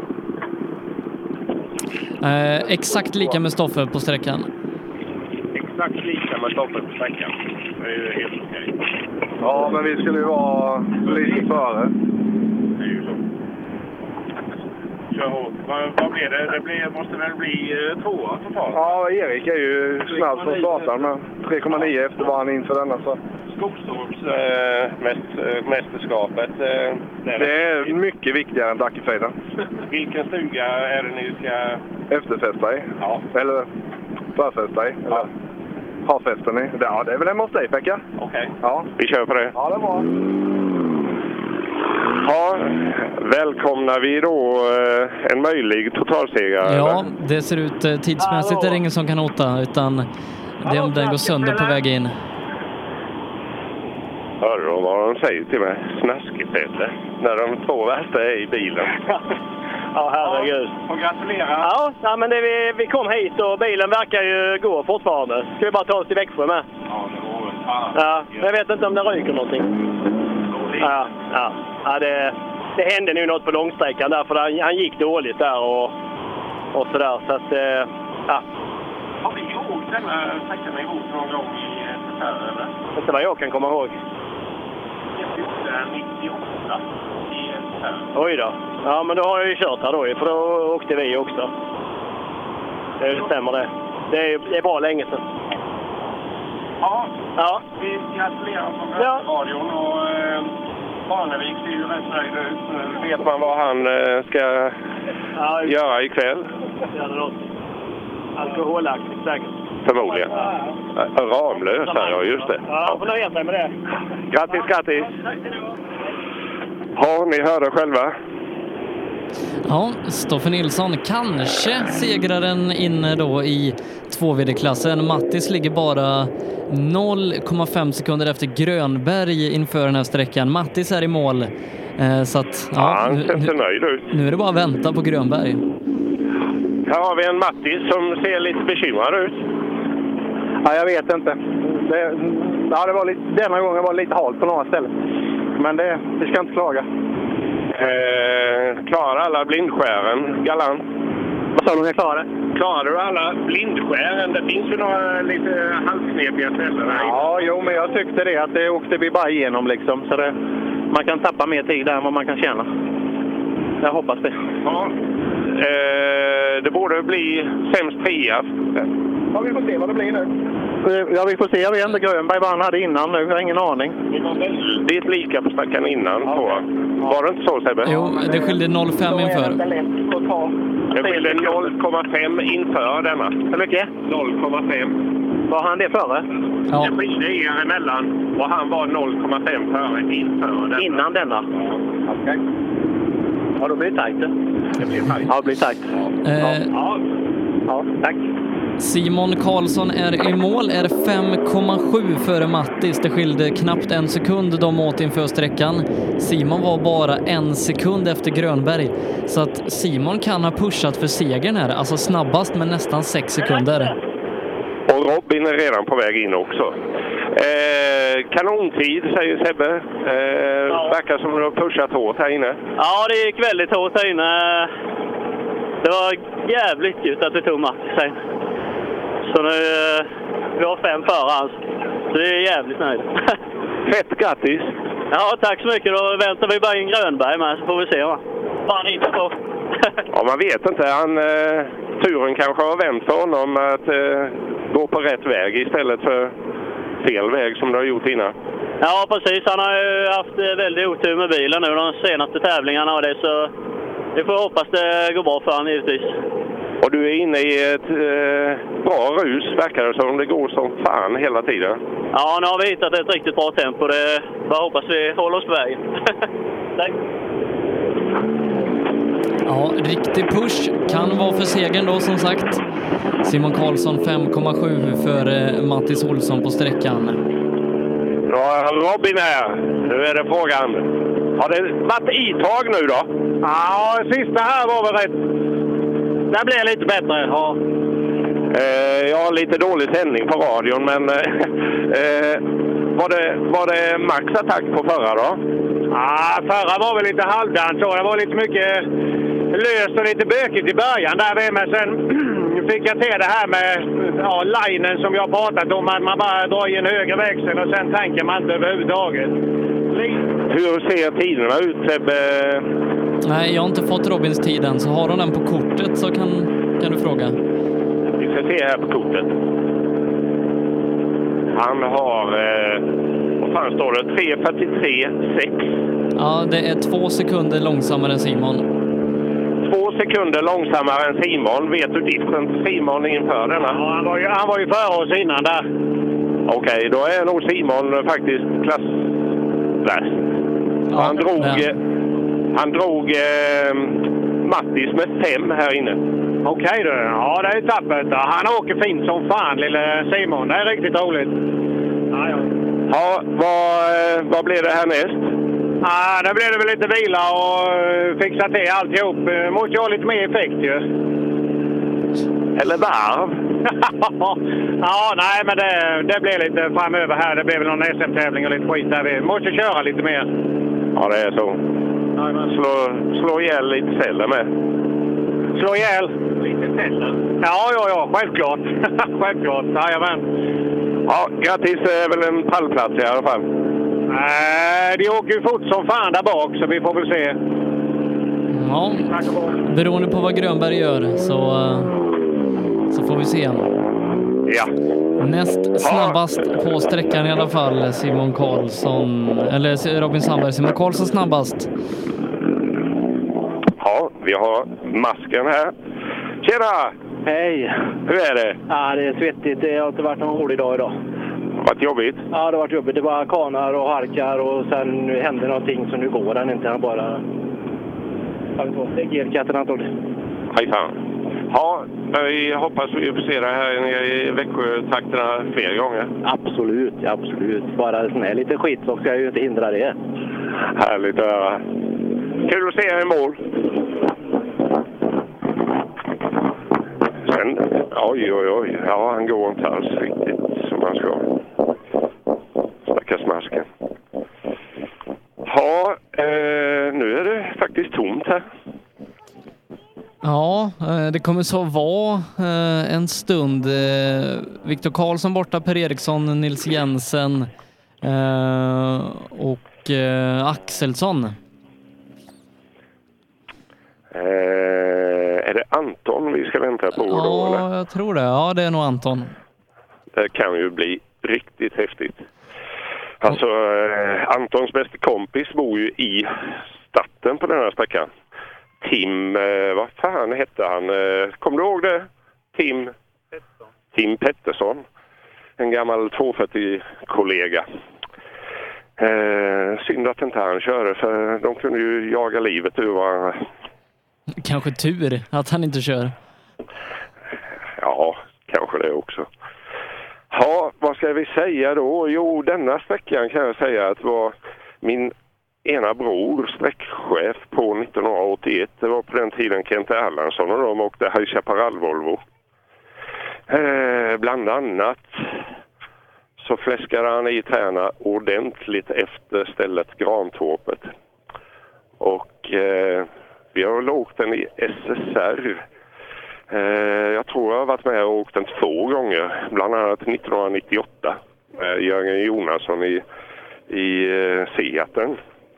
Eh, exakt lika med Stoffe på sträckan. Exakt lika med Stoffe på sträckan. Det är ju helt okej. Ja, men vi skulle ju vara lite före. Det är ju så. kör hårt. Vad, vad blir det? Det blir, måste väl bli eh, tvåa totalt? Ja, Erik är ju snabb som starten med tre komma nio efter bara han inför denna. Så. Skogstorps äh, mäst, äh, mästerskapet. Äh, det är mycket viktigare än Dackefejden. Vilken stuga är det ni ska... Efterfesta i? Ja. Eller förfesta i? Eller ha festen i? Ja, det är väl hemma hos dig, Pekka? Okej. Okay. Ja. Vi kör på det. Ja, det är bra. Ja, välkomnar vi då eh, en möjlig totalsegrare? Ja, det ser ut eh, tidsmässigt är det ingen som kan hota, utan det är om den går sönder på väg in. Hör du vad de säger till mig? Snaskigt eller? När de två värsta är i bilen. Ja, herregud. Och gratulera. Ja, ja men det, vi, vi kom hit och bilen verkar ju gå fortfarande. Ska vi bara ta oss till Växjö med? Ja, det var väl fan. Ja, jag vet inte om det ryker någonting. Ja, ja. ja det, det hände nu något på långsträckan där, för han, han gick dåligt där och, och sådär. Så att, ja. Har vi ihåg denna sträckan ihop någon gång i S S R eller? Inte vad jag kan komma ihåg. nittioåtta i S S R. Oj då. Ja, men då har jag ju kört här då, för då åkte vi också. Det stämmer det. Det är, det är bra länge sedan. Ja, ja. Vi gratulerar från ja. radion och eh, Barnevik ser ju rätt nöjd ut. Nu vet man vad han eh, ska ja, göra ikväll. Ja, det låter. Alkoholaktigt säkert. Förmodligen. Ja. Ramlös här, ja just det. Ja, får nöja sig med det. Grattis, grattis. Ja, ni hörde själva. Ja, Stoffe Nilsson kanske segraren inne då i två V D-klassen. Mattis ligger bara noll komma fem sekunder efter Grönberg inför den här sträckan. Mattis är i mål. Eh, så att, ja, ja, han ser inte nöjd ut. Nu är det bara att vänta på Grönberg. Här har vi en Mattis som ser lite bekymrad ut. Ja, jag vet inte. Det, ja, det var lite, denna gången var det lite halt på några ställen. Men det, vi ska inte klaga. Eh, klarar alla blindskären, galant? Vad sa du, jag klarar? Klarar du alla blindskären? Det finns ju några lite halvknepiga ställen här. Ja, jo, men jag tyckte det att det åkte vi bara igenom liksom. Så det, man kan tappa mer tid där än vad man kan tjäna. Jag hoppas det. Ja, eh, det borde bli sämst trea. Ja, vi får se vad det blir nu. Ja, vi får se. Jag vet inte Grönberg vad han hade innan nu. Jag har ingen aning. Det är lika på stackan innan. Ja. På. Var det inte så, Sebbe? Jo, det skilde noll komma fem inför. Det skilde noll komma fem inför denna. Hur mycket? noll komma fem. Var han det före? Ja. Det skilde er emellan och han var noll komma fem före inför denna. Innan denna? Ja. Okej. Okay. Ja, då blir det tajt. Det blir tajt. Ja, det blir tajt. Ja. Eh, ja. ja, tack. Simon Karlsson är i mål, är fem komma sju före Mattis. Det skilde knappt en sekund de åt inför sträckan. Simon var bara en sekund efter Grönberg. Så att Simon kan ha pushat för segern här. Alltså snabbast med nästan sex sekunder. Och Robin är redan på väg in också. Eh, kanontid, säger Sebbe. Eh, ja. Verkar som du har pushat hårt här inne. Ja, det gick väldigt hårt här inne. Det var jävligt just att vi tog Max sen. Så nu vi har fem före hans. Så det är jävligt nöjd. Fett grattis! Ja, tack så mycket. Då väntar vi bara in Grönberg med, så får vi se vad han hittar på. Ja, man vet inte. Han, eh, turen kanske har vänt för honom att eh, gå på rätt väg istället för fel väg som du har gjort innan. Ja, precis. Han har ju haft väldigt otur med bilen nu de senaste tävlingarna och det, så vi får hoppas det går bra för han givetvis. Och du är inne i ett eh, bra rus, verkar det som. Det går som fan hela tiden. Ja, nu har vi hittat ett riktigt bra tempo. Det bara hoppas vi håller oss på vägen. Tack. Ja, riktig push kan vara för segern då som sagt. Simon Karlsson fem komma sju för eh, Mattis Olsson på sträckan. Ja, Robin här. Nu är det frågan. Har det varit itag nu då? Ja, sista här var väl rätt. Det blir lite bättre, ja. Eh, jag har lite dålig sändning på radion, men eh, var, det, var det Max attack på förra då? Ja, förra var väl lite halvdant så. Det var lite mycket löst och lite bökigt i början där med, men sen fick jag till det här med ja, linen som jag pratat om, att man bara drar i en högre växel och sen tänker man inte överhuvudtaget. Hur ser tiderna ut, Sebbe? Nej, jag har inte fått Robins tid än, så har hon den på kortet så kan, kan du fråga. Vi ska se här på kortet. Han har, eh, vad fan står det? tre fyrtiotre sex. Ja, det är två sekunder långsammare än Simon. Två sekunder långsammare än Simon. Vet du different Simon inför denna? Ja, han var ju, han var ju före oss innan där. Okej, okay, då är nog Simon faktiskt klassvärst. Ja, han drog, ja. han drog eh, Mattis med fem här inne. Okej okay, då. Ja, det är tappert. Han åker fint som fan, lille Simon. Det är riktigt roligt. Ja, ja. Ja, vad, vad blir det här näst? Ja, det blir det väl lite vila och fixa till alltihop. Måste ju ha lite mer effekt ju. Eller varv? Ja, nej, men det, det blir lite framöver här. Det blir väl någon S M-tävling och lite skit där. Vi måste köra lite mer. Ja, det är så. Slå, slå ihjäl lite celler med. Slå ihjäl? Lite celler? Ja, ja, ja. Självklart. Självklart. Jajamän. Ja, grattis. Det är väl en pallplats i alla fall. Nej, de åker ju fort som fan där bak, så vi får väl se. Ja, beroende på vad Grönberg gör så, så får vi se. Ja. Näst snabbast på sträckan i alla fall, Simon Karlsson, eller Robin Sandberg. Simon Karlsson snabbast. Ja, vi har masken här. Tjena! Hej! Hur är det? Ja, det är svettigt. Det har inte varit någon rolig dag idag. Det har varit jobbigt? Ja, det har varit jobbigt. Det var kanar och harkar och sen hände någonting så nu går den inte. Han bara... Jag vet inte, det är gelkatten antagligen. Hej fan. Ja, jag hoppas vi får se det här nere i Växjö-trakterna fler gånger. Absolut, absolut. Bara sån här lite skit så ska jag ju inte hindra det. Härligt att höra. Kul att se er i mål. Sen, oj oj oj, ja han går inte alls riktigt som han ska. Stackars masken. Ja, eh, nu är det faktiskt tomt här. Ja, det kommer så vara en stund. Viktor Karlsson borta, Per Eriksson, Nils Jensen och Axelsson. Eh, är det Anton vi ska vänta på ja, då? Eller? Jag tror det. Ja, det är nog Anton. Det kan ju bli riktigt häftigt. Alltså, eh, Antons bästa kompis bor ju i staden på den här sträckan. Tim, eh, vad fan hette han? Eh, kommer du ihåg det? Tim Pettersson. Tim Pettersson. En gammal tvåhundrafyrtio-kollega. Eh, synd att inte han körde, för de kunde ju jaga livet ur varandra. Kanske tur att han inte kör. Ja, kanske det också. Ja, vad ska vi säga då? Jo, denna sträckan kan jag säga att var min ena bror sträckchef på nittonhundraåttioett. Det var på den tiden Kent Erlandsson och de åkte High Chaparral Volvo. Eh, bland annat så fläskade han i tärna ordentligt efter stället Grantorpet. Och eh, vi har åkt den i S S R. Eh, jag tror jag har varit med och åkt den två gånger. Bland annat nittonhundranittioåtta. Eh, Jörgen Jonasson i, i eh, Seaten.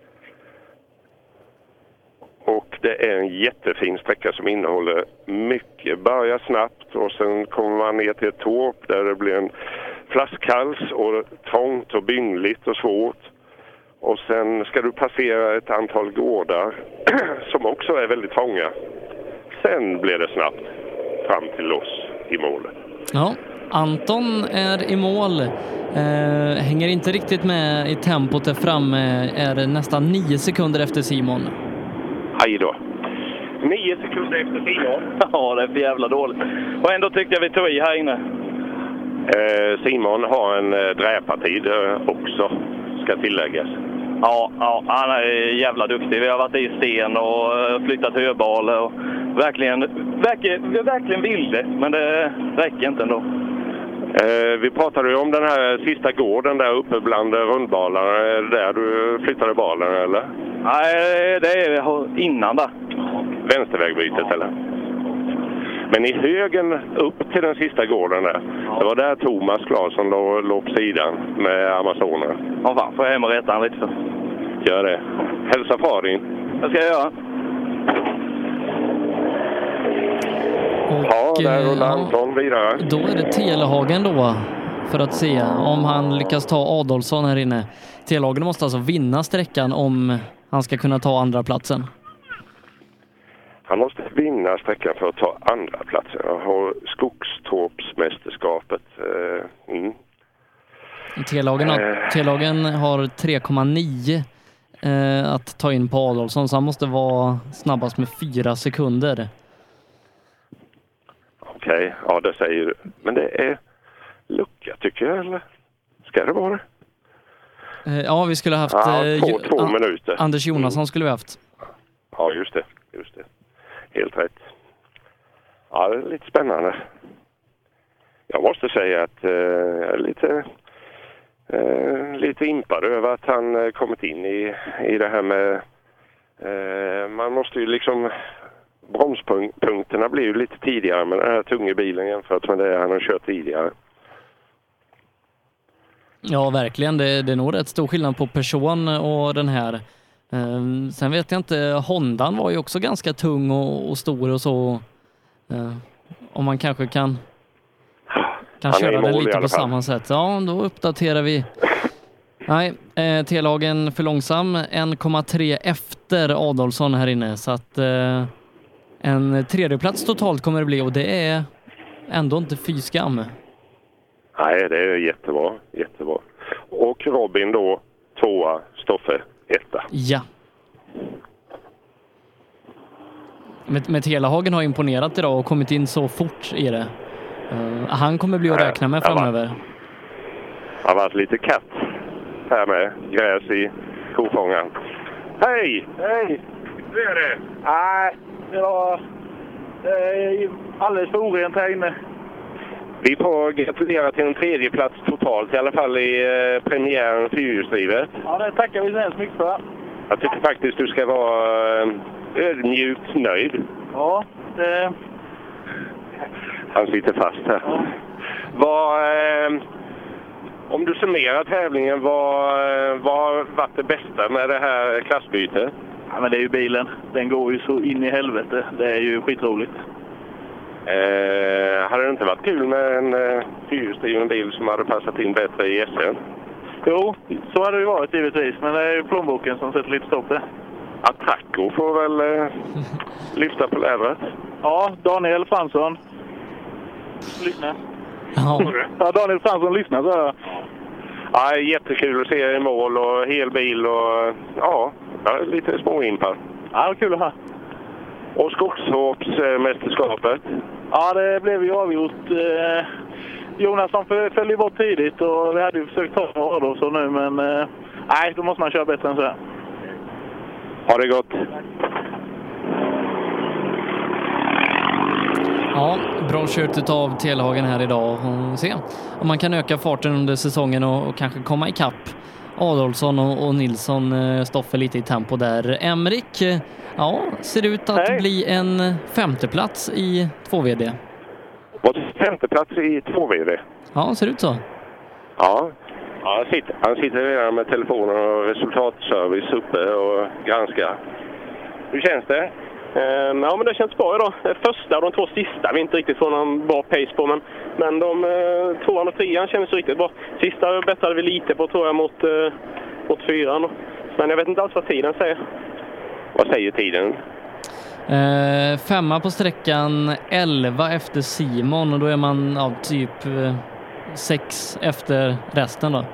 Och det är en jättefin sträcka som innehåller mycket. Börjar snabbt och sen kommer man ner till ett torp där det blir en flaskhals och trångt och byngligt och svårt. Och sen ska du passera ett antal gårdar som också är väldigt trånga. Sen blir det snabbt fram till oss i målet. Ja, Anton är i mål. Eh, hänger inte riktigt med i tempot där framme. Är nästan nio sekunder efter Simon. Hej då. Nio sekunder efter Simon. Ja, det är för jävla dåligt. Och ändå tyckte jag vi tog i här inne. Eh, Simon har en eh, dräpartid eh, också, ska tilläggas. Ja, ja, han är jävla duktig. Vi har varit i sten och flyttat höbal och verkligen, verkligen, vi verkligen vill det, men det räcker inte ändå. Eh, vi pratade ju om den här sista gården där uppe bland rundbalarna. Är det där du flyttade balen, eller? Nej, det är innan där. Vänstervägbytet, eller? Men i högen upp till den sista gården där, det var där Thomas Claesson låg, låg på sidan med Amazonen. Ja, fan, får jag hem och rätta han lite för. Gör det. Hälsa Farin. Det ska jag göra. Och, ja, där rullar Anton vidare. Då är det Telehagen då, för att se om han lyckas ta Adolfsson här inne. Telehagen måste alltså vinna sträckan om han ska kunna ta andra platsen. Han måste vinna sträckan för att ta andra platsen. Han har Skogstorpsmästerskapet. Mm. Telehagen har, Telehagen har tre komma nio eh, att ta in på Adolfsson, så han måste vara snabbast med fyra sekunder. Okej, okay. Ja det säger du. Men det är lucka tycker jag, eller? Ska det vara det? Eh, ja, vi skulle ha haft... Ja, eh, två, två An- minuter. Anders Jonasson mm. skulle vi haft. Ja, just det. Just det. Helt rätt. Ja, det är lite spännande. Jag måste säga att eh, jag är lite, eh, lite impad över att han eh, kommit in i, i det här med... Eh, man måste ju liksom... Bromspunkterna blir ju lite tidigare med den här tunga bilen jämfört med det han har kört tidigare. Ja, verkligen. Det, det är nog rätt stor skillnad på person och den här. Um, sen vet jag inte, Hondan var ju också ganska tung och, och stor och så. Uh, om man kanske kan, kan köra den lite på samma sätt. Ja, då uppdaterar vi. Nej, eh, Telehagen för långsam. en komma tre efter Adolfsson här inne. Så att eh, en tredjeplats totalt kommer det bli, och det är ändå inte fy skam. Nej, det är jättebra. Jättebra. Och Robin då, tvåa, Stoffe, etta. Ja. Men, men Telehagen har imponerat idag och kommit in så fort i det. Uh, han kommer bli att räkna med framöver. Det har varit lite katt här med gräs i kofångaren. Hej! Hej! Hur är det? Nej, det var eh, alldeles för orent här inne. Vi får gratulera till en tredje plats totalt, i alla fall i eh, premiären fyrhjulsdrivet. Ja, det tackar vi så hemskt mycket för. Jag tycker faktiskt du ska vara eh, ödmjukt nöjd. Ja, det... Han sitter fast här. Ja. Vad, eh, om du summerar tävlingen, vad, vad har varit det bästa med det här klassbytet? Ja, men det är ju bilen. Den går ju så in i helvete. Det är ju skitroligt. Eh, hade det inte varit kul med en eh, fyrhjulsdriven bil som hade passat in bättre i S M? Jo, så hade det ju varit givetvis. Men det är ju plånboken som sätter lite stopp där. Attacco får väl eh, lyfta på lädret. Ja, Daniel Fransson. Lyssna. Ja. Ja, Daniel Fransson lyssnar så här. Ja, jättekul att se i mål och hel bil och ja, lite småimpar. Ja, det var kul att ha. Och Skogstorpsmästerskapet? Ja, det blev ju avgjort. Eh, Jonasson föll ju bort tidigt och vi hade ju försökt ta några då så nu, men eh, nej, då måste man köra bättre än så här. Ha det gott. Ja, bra kört av Telehagen här idag och se om man kan öka farten under säsongen och, och kanske komma ikapp Adolfsson och, och Nilsson eh, Stoffe lite i tempo där. Emrik, eh, ja, ser ut att Hej. bli en femteplats i två V D. Vad femteplats i två V D? Ja, ser ut så. Ja, ja han, sitter, han sitter redan med telefonen och resultatservice uppe och granskar. Hur känns det? Um, ja, men det känns bra idag. Första och de två sista vi inte riktigt får någon bra pace på, men, men de uh, tvåan och trean känns riktigt bra. Sista bättrade vi lite på, tror jag, mot, uh, mot fyran. Men jag vet inte alls vad tiden säger. Vad säger tiden? Uh, femma på sträckan, elva efter Simon, och då är man ja, typ uh, sex efter resten då.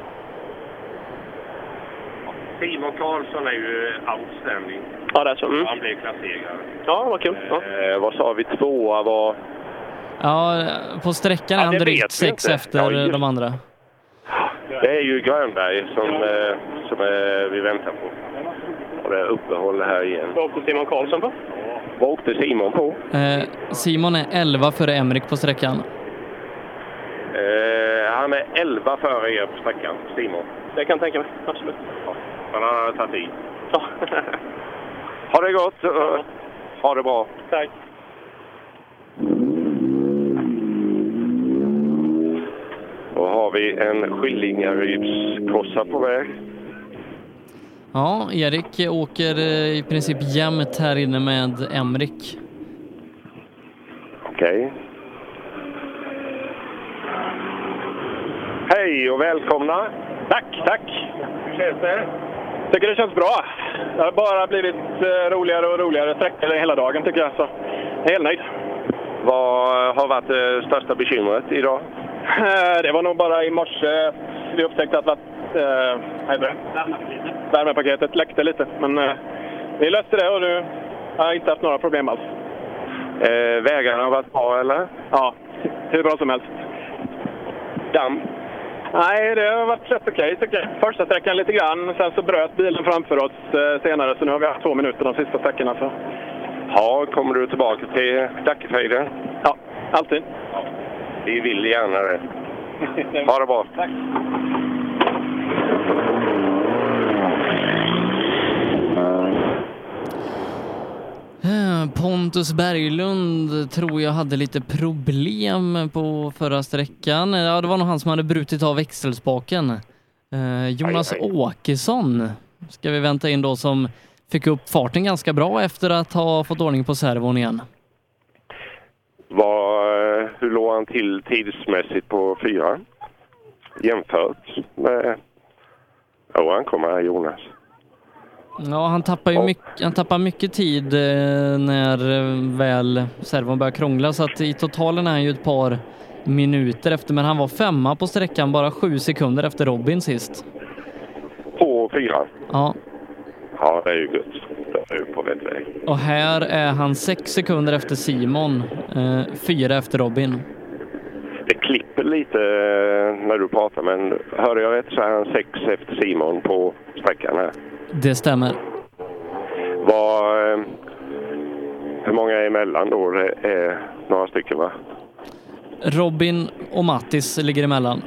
Simon Karlsson är ju outstanding. Ja, det är så. Mm. Han blev klassegrare. Ja, vad kul. Ja. Eh, vad sa vi? Tvåa var... Ja, på sträckan är ja, han drygt sex inte. efter ja, de andra. Det är ju Grönberg som, eh, som eh, vi väntar på. Och det är uppehåll här igen. Vad åkte Simon Karlsson på? Vad åkte Simon på? Eh, Simon är elva före Emrik på sträckan. Eh, han är elva före er på sträckan, Simon. Det kan jag tänka mig, absolut. Ja. Men han har tagit i. Ja. Ha det gott. Ja. Ha det bra. Tack. Då har vi en Skillingaryds-kossa på väg. Ja, Erik åker eh, i princip jämnt här inne med Emrik. Okej. Okay. Hej och välkomna. Tack, tack. Hur känns det? Jag tycker det känns bra. Det har bara blivit eh, roligare och roligare sträckor hela dagen tycker jag. Så jag är helt nöjd. Vad har varit det största bekymret idag? Det var nog bara i morse vi upptäckte att eh, värmepaketet läckte lite. Men eh, vi löste det och nu har jag inte haft några problem alls. Eh, vägarna har varit bra eller? Ja, hur bra som helst. Damm? Nej, det har varit rätt okej tycker jag. Första sträckan lite grann, sen så bröt bilen framför oss eh, senare. Så nu har vi haft två minuter de sista sträckorna. Så. Ja, kommer du tillbaka till Dackefejden? Ja, alltid. Vi vill gärna det. Ha det bra. Tack. Pontus Berglund tror jag hade lite problem på förra sträckan. Ja, det var nog han som hade brutit av växelspaken. Eh, Jonas aj, aj. Åkesson ska vi vänta in då, som fick upp farten ganska bra efter att ha fått ordning på servon igen. Var, hur låg han till tidsmässigt på fyra? Jämfört med... Ja, han kommer här, Jonas. Ja, han tappar ju ja. mycket, han tappar mycket tid eh, när eh, väl servon börjar krångla. Så att i totalen är han ju ett par minuter efter. Men han var femma på sträckan, bara sju sekunder efter Robin sist. På fyra? Ja. Ja, det är ju gott. Det är ju på rätt väg. Och här är han sex sekunder efter Simon, eh, fyra efter Robin. Det klipper lite när du pratar, men hörde jag rätt så är han sex efter Simon på sträckan här. Det stämmer. Vad, eh, hur många är emellan då? Det är några stycken, va? Robin och Mattis ligger emellan.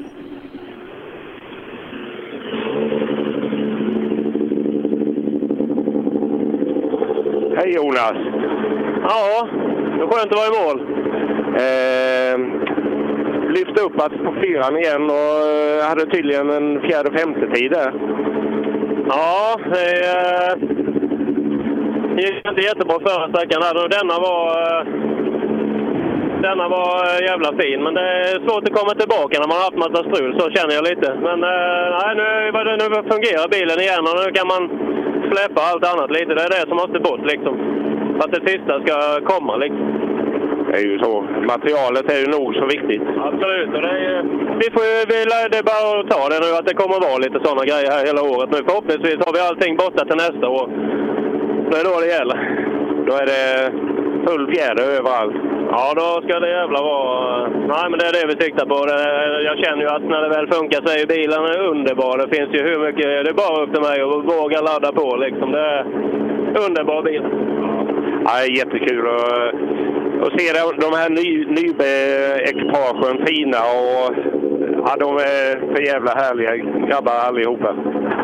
Hej Jonas! Ja, det är skönt att vara i mål. Eh, lyfte upp att på fyran igen och hade tydligen en fjärde och femte tid där. Ja, det eh, gick inte jättebra förra sträckan här. Denna var, eh, denna var jävla fin, men det är svårt att komma tillbaka när man har haft massa strul, så känner jag lite. Men eh, nej, nu, nu fungerar bilen igen och nu kan man släppa allt annat lite. Det är det som måste bort liksom. För att det sista ska komma liksom. Det är ju så. Materialet är ju nog så viktigt. Absolut. Och det, är, vi får ju, vi, det är bara att ta det nu att det kommer att vara lite sådana grejer här hela året. Nu förhoppningsvis har vi allting borta till nästa år. Det är då det gäller. Då är det full fjäder överallt. Ja, då ska det jävla vara... Nej, men det är det vi siktar på. Det, jag känner ju att när det väl funkar så är ju bilen underbar. Det finns ju hur mycket... Det är bara upp till mig att våga ladda på liksom. Det är underbar bil. Ja, det är jättekul att, att se de här ny, nybe-ekipagen fina och ja, de är för jävla härliga grabbar allihopa.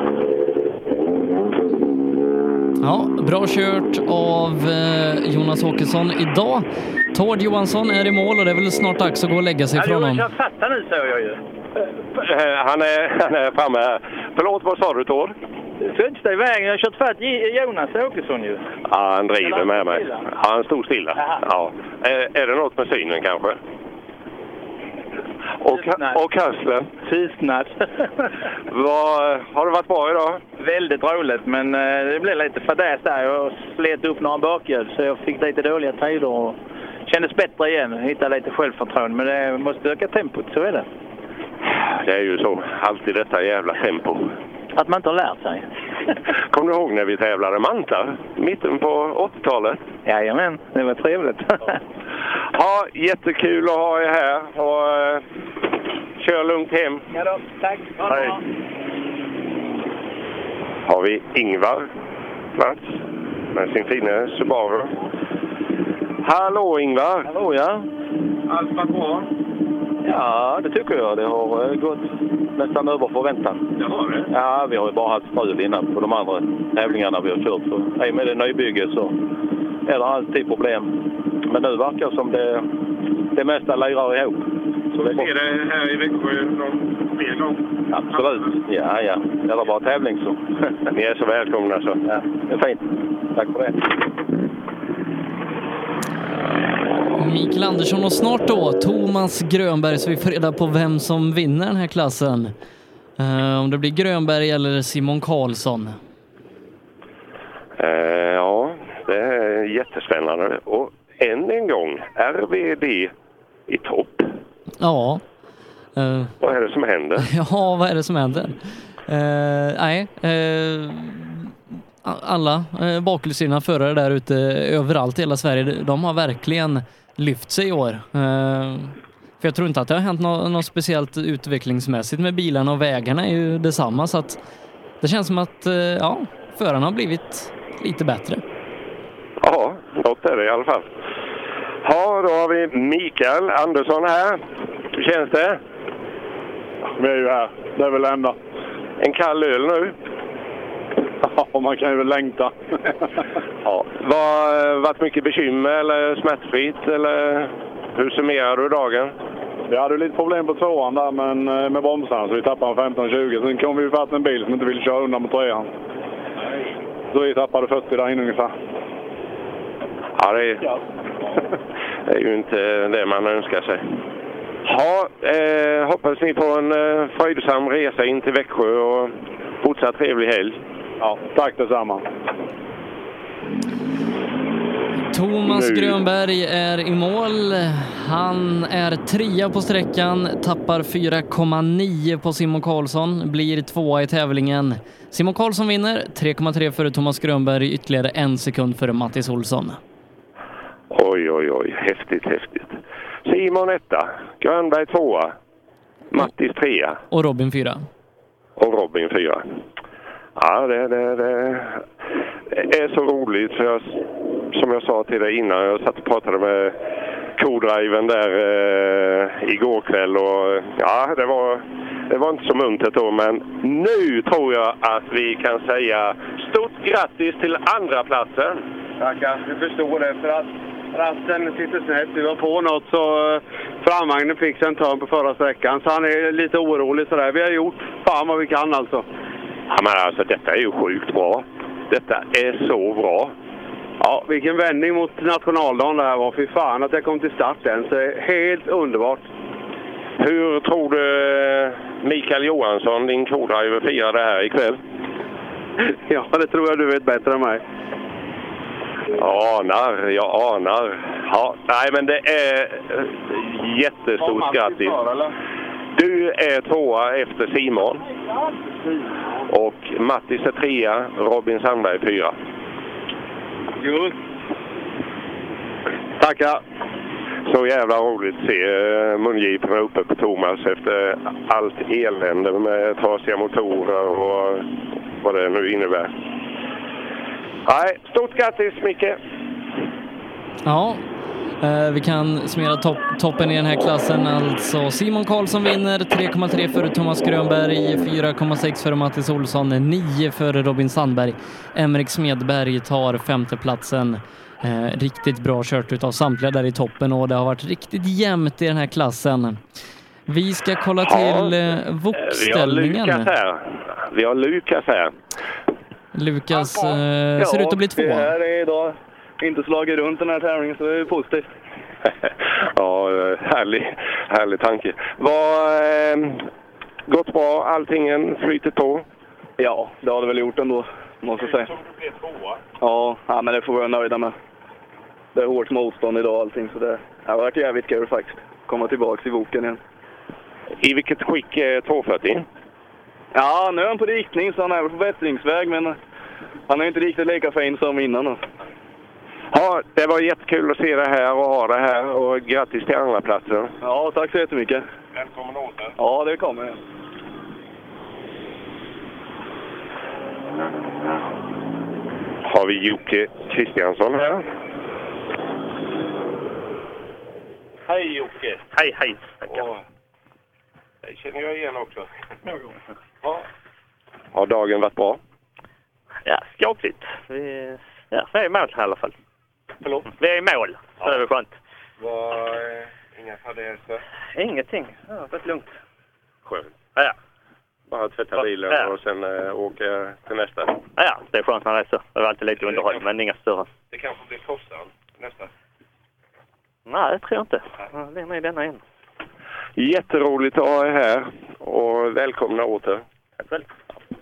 Ja, bra kört av eh, Jonas Åkesson idag. Tord Johansson är i mål och det är väl snart dags att gå och lägga sig från honom. Jag fattar nu, säger jag ju. Han är, han är framme här. Förlåt, vad sa du, Tord? Fönster i vägen. Jag har kört fatt Jonas Åkesson ju. Ja, han driver med mig. Ja, han stod stilla. Ja. Är, är det något med synen kanske? Och, och hörslen? Tystnad. Vad, har det varit bra idag? Väldigt roligt, men det blev lite fadäs där. Jag slet upp några bakhjul så jag fick lite dåliga tider och kändes bättre igen. Hittade lite självförtroende, men det måste öka tempot, så är det. Det är ju så. Alltid detta jävla tempo. Att man inte har lärt sig. Kommer du ihåg när vi tävlade Manta? Mitten på åttiotalet? Jajamän, det var trevligt. Ja, jättekul att ha er här. Och uh, kör lugnt hem. Ja då, tack. Hej. Har vi Ingvar plats med sin fina Subaru. Hallå Ingvar! Hallå ja. Allt var bra? Ja, det tycker jag. Det har gått nästan över förväntan. Det har det? Ja, vi har ju bara haft strul innan på de andra tävlingarna vi har kört. Så i med det nybygge så är det alltid problem. Men nu verkar som det, det mesta lirar ihop. Får vi se det här i Växjö någon fler gång? Absolut. Ja, ja. Det var bara tävling så. Ni är så välkomna så. Ja, det är fint. Tack för det. Mikael Andersson och snart då Thomas Grönberg, så vi får reda på vem som vinner den här klassen. Uh, om det blir Grönberg eller Simon Karlsson. Uh, ja, det är jättespännande. Och än en gång, R V D i topp. Ja. Uh, vad är det som händer? Ja, vad är det som händer? Uh, nej, uh, alla uh, bakhjulsdrivna förare där ute överallt i hela Sverige, de har verkligen lyft sig i år. Uh, för jag tror inte att det har hänt något, något speciellt utvecklingsmässigt med bilarna, och vägarna är ju detsamma, så att det känns som att uh, ja, förarna har blivit lite bättre. Ja, något är det i alla fall. Ja, då har vi Mikael Andersson här. Hur känns det? Vi är ju här. Det är väl ända. En kall öl nu? Ja, man kan ju väl längta. Ja. Var varit mycket bekymmer eller smärtfritt? Eller hur summerar du dagen? Vi hade lite problem på tvåan där men med bromsarna, så vi tappade femton tjugo. Sen kom vi ju fast en bil som inte ville köra undan på trean. Så vi tappade fyrtio där inne ungefär. Ja, det är, ja. Det är ju inte det man önskar sig. Ja, eh, hoppas ni får en eh, fröjdsam resa in till Växjö och fortsatt trevlig helg. Ja, tack detsamma. Thomas Nu. Grönberg är i mål. Han är trea på sträckan, tappar fyra komma nio på Simon Karlsson, blir tvåa i tävlingen. Simon Karlsson vinner, tre komma tre före Thomas Grönberg, ytterligare en sekund före Mattis Olsson. Oj, oj, oj. Häftigt, häftigt. Simon etta, Grönberg tvåa, Mattis trea. Och Robin fyra. Och Robin fyra. Ja, det, det, det är så roligt. För jag, som jag sa till dig innan, jag satt och pratade med co-driven där eh, igår kväll. Och ja, det var, det var inte så muntert då. Men nu tror jag att vi kan säga stort grattis till andra platsen. Tackar, vi förstår det. För att rasten sitter snett. Vi var på något så uh, framvagnen fick en törn på förra sträckan. Så han är lite orolig sådär. Vi har gjort fan vad vi kan alltså. Ja, men alltså detta är ju sjukt bra. Detta är så bra. Ja, vilken vändning mot nationaldagen det här var. Fy fan att jag kom till start än. Så det är helt underbart. Hur tror du Mikael Johansson, din co-driver, firar det här ikväll? Ja, det tror jag du vet bättre än mig. Jag anar, jag anar. Ja, nej, men det är jättestort grattis. Du är tvåa efter Simon. Och Mattis är trea, Robin Sandberg fyra. Jo. Tackar. Så jävla roligt att se mungiporna uppe på Thomas efter allt elände med trasiga motorer och vad det nu innebär. Nej, stort grattis Micke! Ja, eh, vi kan summera topp, toppen i den här klassen. Alltså Simon Karlsson vinner, tre komma tre före Thomas Grönberg, fyra komma sex före Mattis Olsson, nio före Robin Sandberg. Emrik Smedberg tar femteplatsen. Eh, riktigt bra kört utav samtliga där i toppen, och det har varit riktigt jämnt i den här klassen. Vi ska kolla till eh, vokställningen. Vi har Lukas här. Vi har Lukas här. Lukas eh, ser ut att bli två. Det här är idag inte slagit runt den här tävlingen, så det är positivt. Ja, härlig, härlig tanke. Vad eh, gått bra? Alltingen flyter på? Ja, det har det väl gjort ändå, måste jag säga. Ja, ja, men det får vi vara nöjda med. Det är hårt motstånd idag och allting, så det har varit jävligt kul faktiskt. Komma tillbaka i boken igen. I vilket skick är tvåhundrafyrtio? Ja, nu är han på riktning, så han är på bättringsväg, men han är inte riktigt lika fin som innan då. Ja, det var jättekul att se det här och ha det här, och grattis till andra platsen. Ja, tack så jättemycket. Välkommen åter. Ja, det kommer jag. Har vi Jocke Kristiansson här? Hej Jocke! Hej, hej! Åh, det känner jag igen också. Ja. Har dagen varit bra? Ja, skapligt. Vi, ja, vi är i mål i alla fall. Förlåt? Vi är i mål, så ja. det är skönt. Vad, Inga fadäser? Ingenting. Ja, det är lugnt. Skönt. Ja, ja. Bara tvätta bilen Ja. och sen äh, åka till nästa. Ja, ja, det är skönt när man reser. Det är alltid lite underhåll, men inga större. Det kanske blir kostsamt nästa. Nej, det tror jag inte. Det är med denna igen. Jätteroligt att ha er här och välkomna åter. Tack väl.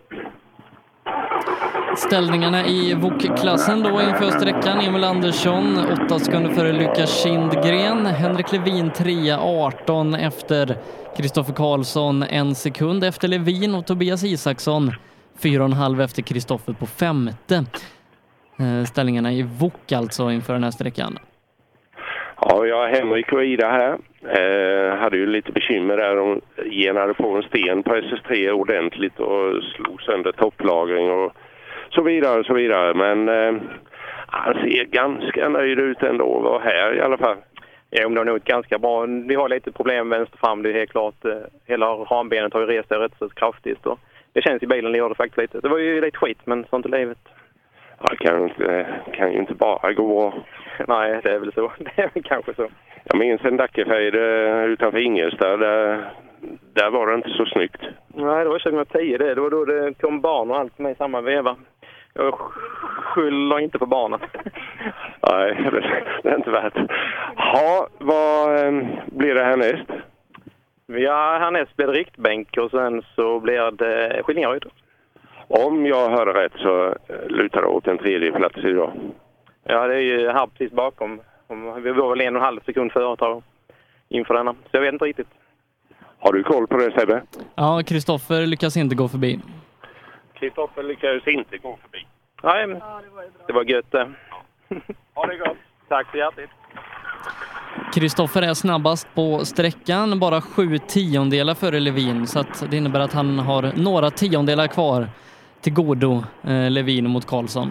Ställningarna i V O K-klassen då inför sträckan. Emil Andersson åtta sekunder före Lukas Kindgren. Henrik Levin trea arton efter Kristoffer Karlsson en sekund efter Levin och Tobias Isaksson fyra och en halv efter Kristoffer på femte. Ställningarna i V O K alltså inför den här sträckan. Ja, jag har Henrik och Ida här. Eh, hade ju lite bekymmer där. De genade på en sten på S S tre ordentligt och slog sönder topplagring och så vidare och så vidare. Men eh, han ser ganska nöjd ut ändå att vara här i alla fall. Ja, men det är nog ganska bra. Vi har lite problem med vänster fram, det är helt klart. Hela rambenet har ju rest sig rätt så kraftigt. Och det känns i bilen, det gör det faktiskt lite. Det var ju lite skit, men sånt är livet. Ja, det kan, inte, kan ju inte bara gå bra. Nej, det är väl så. Det är väl kanske så. Jag minns en Dackefejd utanför Ingelstad. Där, där var det inte så snyggt. Nej, det var tjugohundratio det. Det var då det kom barn och allt med i samma veva. Jag skyller inte på barnen. Nej, det är inte värt. Ja, vad eh, blir det härnäst? Ja, härnäst blir det riktbänk och sen så blir det Skillingaryd. Om jag hörde rätt så lutar det åt en tredje plats idag. Ja, det är ju här precis bakom. Vi var väl en och en halv sekund företag inför denna. Så jag vet inte riktigt. Har du koll på det, Sebbe? Ja, Kristoffer lyckas inte gå förbi. Kristoffer lyckades inte gå förbi. Nej, men det var gött. Ja. Ha det gott. Tack så hjärtligt. Kristoffer är snabbast på sträckan, bara sju tiondelar före Levin, så att det innebär att han har några tiondelar kvar till godo, eh, Levin mot Karlsson.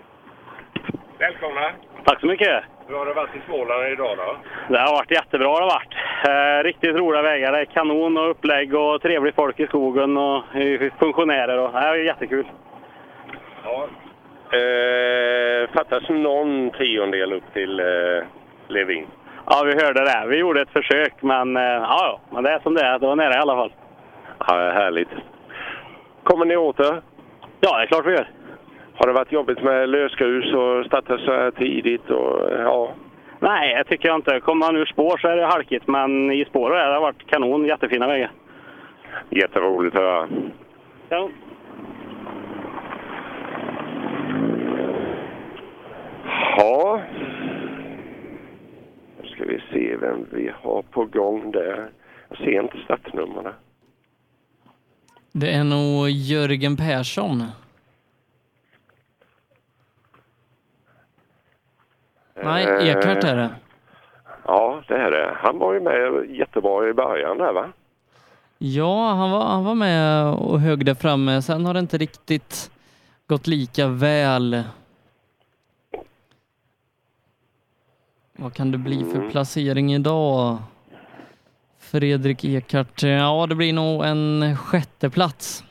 Välkomna. Tack så mycket. Hur har det varit i Småland idag då? Det har varit jättebra, det har varit. Eh, riktigt roliga vägar, det är kanon och upplägg och trevligt folk i skogen och eh, funktionärer och det är jättekul. Ja. Eh, fattas någon tiondel upp till eh, Levin? Ja, vi hörde det. Vi gjorde ett försök, men eh, ja, men det är som det är. Det var nära i alla fall. Ja, härligt. Kommer ni åter? Ja, det är klart vi gör. Har det varit jobbigt med lösgrus och starta så här tidigt? Och, ja. Nej, jag tycker jag inte. Kommer man ur spår så är det halkigt, men i spår har det varit kanon. Jättefina vägar. Jätteroligt att höra. Ja. Ja. Nu ska vi se vem vi har på gång där. Jag ser inte startnummerna. Det är nog Jörgen Persson. Nej, Ekart är det. Ja, det är det. Han var ju med jättebra i början där, va? Ja, han var, han var med och högg där framme. Sen har det inte riktigt gått lika väl. Vad kan det bli för placering idag? Fredrik Ekart. Ja, det blir nog en sjätte plats.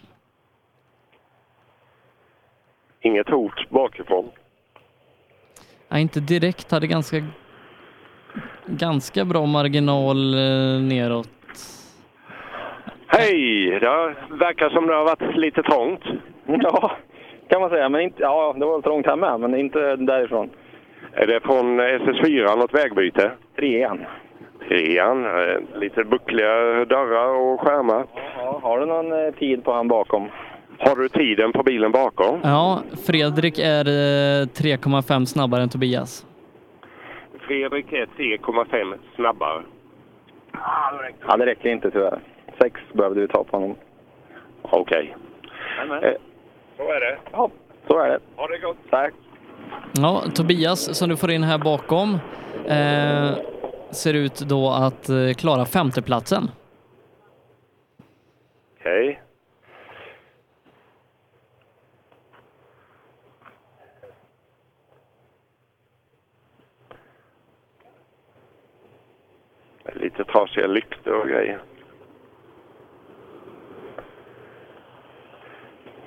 Inget hot bakifrån. Ja, inte direkt. Hade ganska ganska bra marginal eh, neråt. Hej! Det verkar som det har varit lite trångt. Ja, kan man säga. Men inte, ja, det var trångt här med, men inte därifrån. Är det från S S fyra något vägbyte? Trean. Trean. Lite buckliga dörrar och skärmar. Ja, har du någon eh, tid på han bakom? Har du tiden på bilen bakom? Ja, Fredrik är eh, tre komma fem snabbare än Tobias. Fredrik är tre komma fem snabbare. Ja, det räcker inte tyvärr. Sex behövde vi ta på honom. Okej. Okay. Eh. Så är det. Ja, så är det. Ha det gott. Tack. Ja, Tobias som du får in här bakom eh, ser ut då att eh, klara femteplatsen. Okej. Okay. Lite trasiga lyktor och grejer.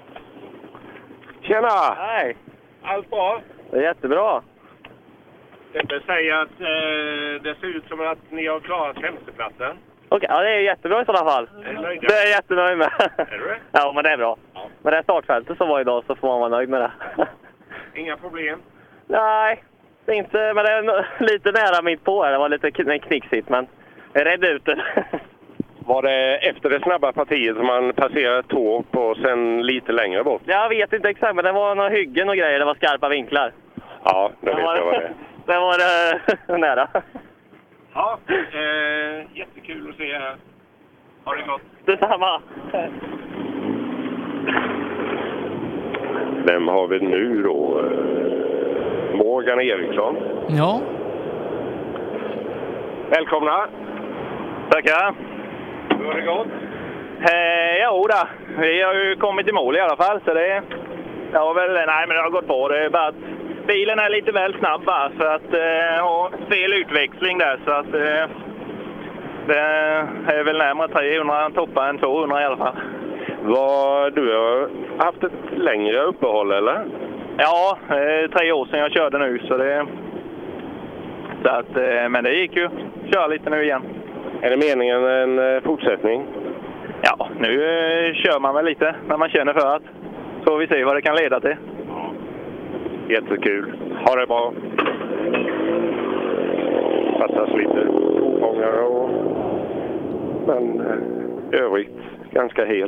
Tjena! Hej! Allt bra? Det är jättebra. Sebbe säger att eh, det ser ut som att ni har klarat femteplatsen. Okej, ja, det är jättebra i sådana fall. Är du nöjd? Det är jag jättenöjd med. Är du det? Ja, men det är bra. Ja. Men det är startfältet som var idag så får man vara nöjd med det. Inga problem? Nej, det är inte, men det är lite nära mitt på här. Det var lite knixigt, men jag räddade ut det. Var det efter det snabba partiet som man passerade Torp och sen lite längre bort? Jag vet inte exakt, men det var några hyggen och grejer. Det var skarpa vinklar. Ja, det vet var, jag vad det är. Det var det nära. Ja, eh, jättekul att se här. Ha det gott. Detsamma. Vem har vi nu då? Morgan Eriksson. Ja. Välkomna. Tackar. Hur har det gått? Eh, jo då. Vi har ju kommit i mål i alla fall. Så det, ja, väl, nej, men det har gått bra. Det är bara att bilen är lite väl snabb bara, för att eh, ha fel utväxling där. Så att eh, det är väl närmare trehundra toppar än tvåhundra i alla fall. Vad, du har haft ett längre uppehåll eller? Ja, eh, tre år sedan jag körde nu. Så det, så att, eh, men det gick ju. Kör lite nu igen. Är det meningen en eh, fortsättning? Ja, nu eh, kör man väl lite när man känner för att. Så får vi se vad det kan leda till. Jättekul. Ha det bra. Fattas lite pågångare och... Men eh, övrigt ganska hel.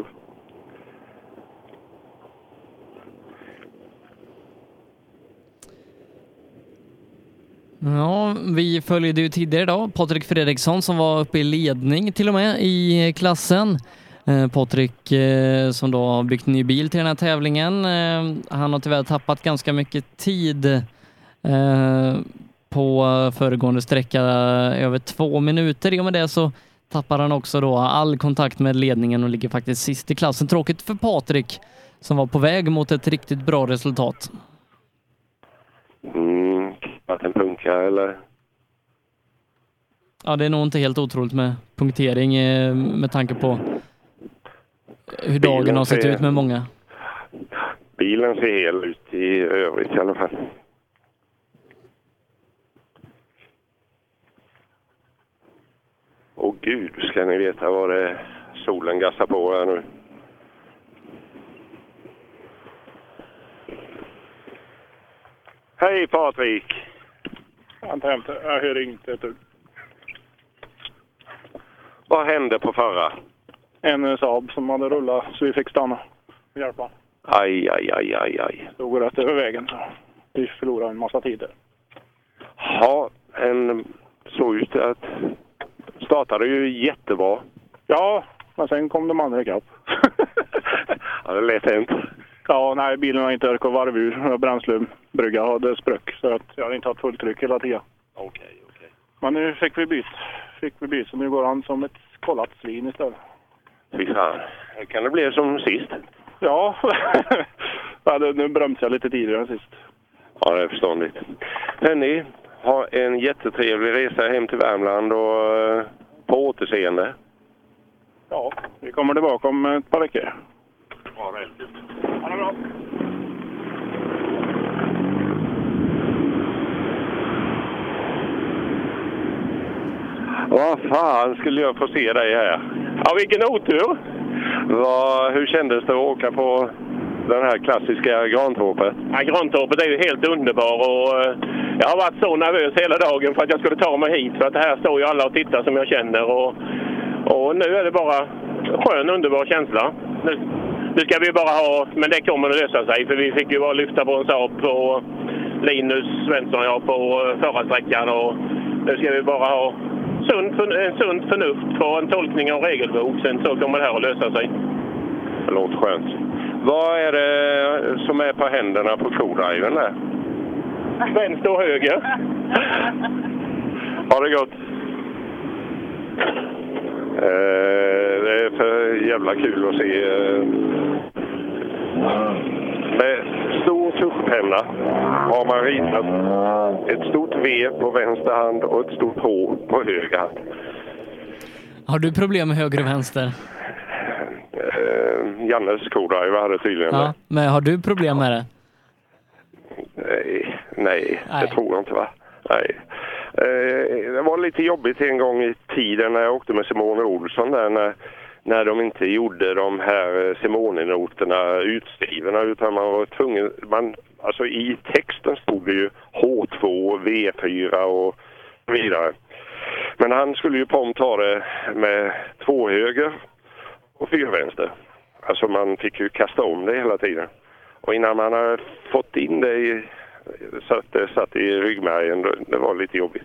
Ja, vi följde ju tidigare idag Patrik Fredriksson som var uppe i ledning till och med i klassen. Eh, Patrik eh, som då har byggt ny bil till den här tävlingen. Eh, han har tyvärr tappat ganska mycket tid eh, på föregående sträcka, över två minuter. I och med det så tappar han också då all kontakt med ledningen och ligger faktiskt sist i klassen. Tråkigt för Patrik som var på väg mot ett riktigt bra resultat. Mm, att en punka eller? Ja, det är nog inte helt otroligt med punktering eh, med tanke på hur dagen bilen har sett ser, ut med många. Bilen ser hel ut i övrigt i alla fall. Åh gud, ska ni veta vad det solen gassar på här nu. Hej Patrik! Jag hör inte ett ord. Vad hände på förra? En Saab som hade rullat så vi fick stanna och hjälpa. Aj, aj, aj, aj, aj. Stod rätt över vägen så vi förlorade en massa tid. Ja, en såg ut att startade ju jättebra. Ja, men sen kom de andra ikapp. Ja, det lät hänt. Ja, nej, bilen har inte orkat varv ur. Bränslebrygga hade spräck så att jag hade inte haft fullt tryck hela tiden. Okej, okay, okej. Okay. Men nu fick vi byt. Fick vi byt så nu går han som ett kollat svin istället. Fy fan. Kan det bli som sist? Ja, nu bromsade jag lite tidigare än sist. Ja, det är förståndigt. Hörrni, ha en jättetrevlig resa hem till Värmland och på återseende. Ja, vi kommer tillbaka om ett par veckor. Ja, väldigt kul. Ha det bra. Vad fan skulle jag få se dig här? Ja, vilken otur! Vad, hur kändes det att åka på den här klassiska Grantorpet? Ja, Grantorpet är ju helt underbar och uh, jag har varit så nervös hela dagen för att jag skulle ta mig hit. För att det här står ju alla och tittar som jag känner och, och nu är det bara skön, underbar känsla. Nu, nu ska vi bara ha, men det kommer att lösa sig för vi fick ju bara lyfta på en Saab på Linus Svensson och jag på förra sträckan och nu ska vi bara ha sund, för, sund förnuft på en tolkning av regelbok, sen så kommer det här att lösa sig. Det låter skönt. Vad är det som är på händerna på co-driven där? Vänster och höger. Ha det gott. Eh, det är för jävla kul att se. Eh, med stor tuschpenna har man ritat ett stort V på vänster hand och ett stort H på höger hand. Har du problem med höger och vänster? Eh, Jannes co-driver hade tydligen ja, det. Men har du problem med det? Nej, nej, nej, det tror jag inte va. Nej. Eh, det var lite jobbigt en gång i tiden när jag åkte med Simone Olsson där när, när de inte gjorde de här Simone-noterna utskrivna utan man var tvungen, man, alltså i texten stod det ju H två, V fyra och så vidare. Men han skulle ju prompt ta det med två höger och fyra vänster. Alltså man fick ju kasta om det hela tiden. Och innan man har fått in det i, så att det satt i ryggmärgen, det var lite jobbigt.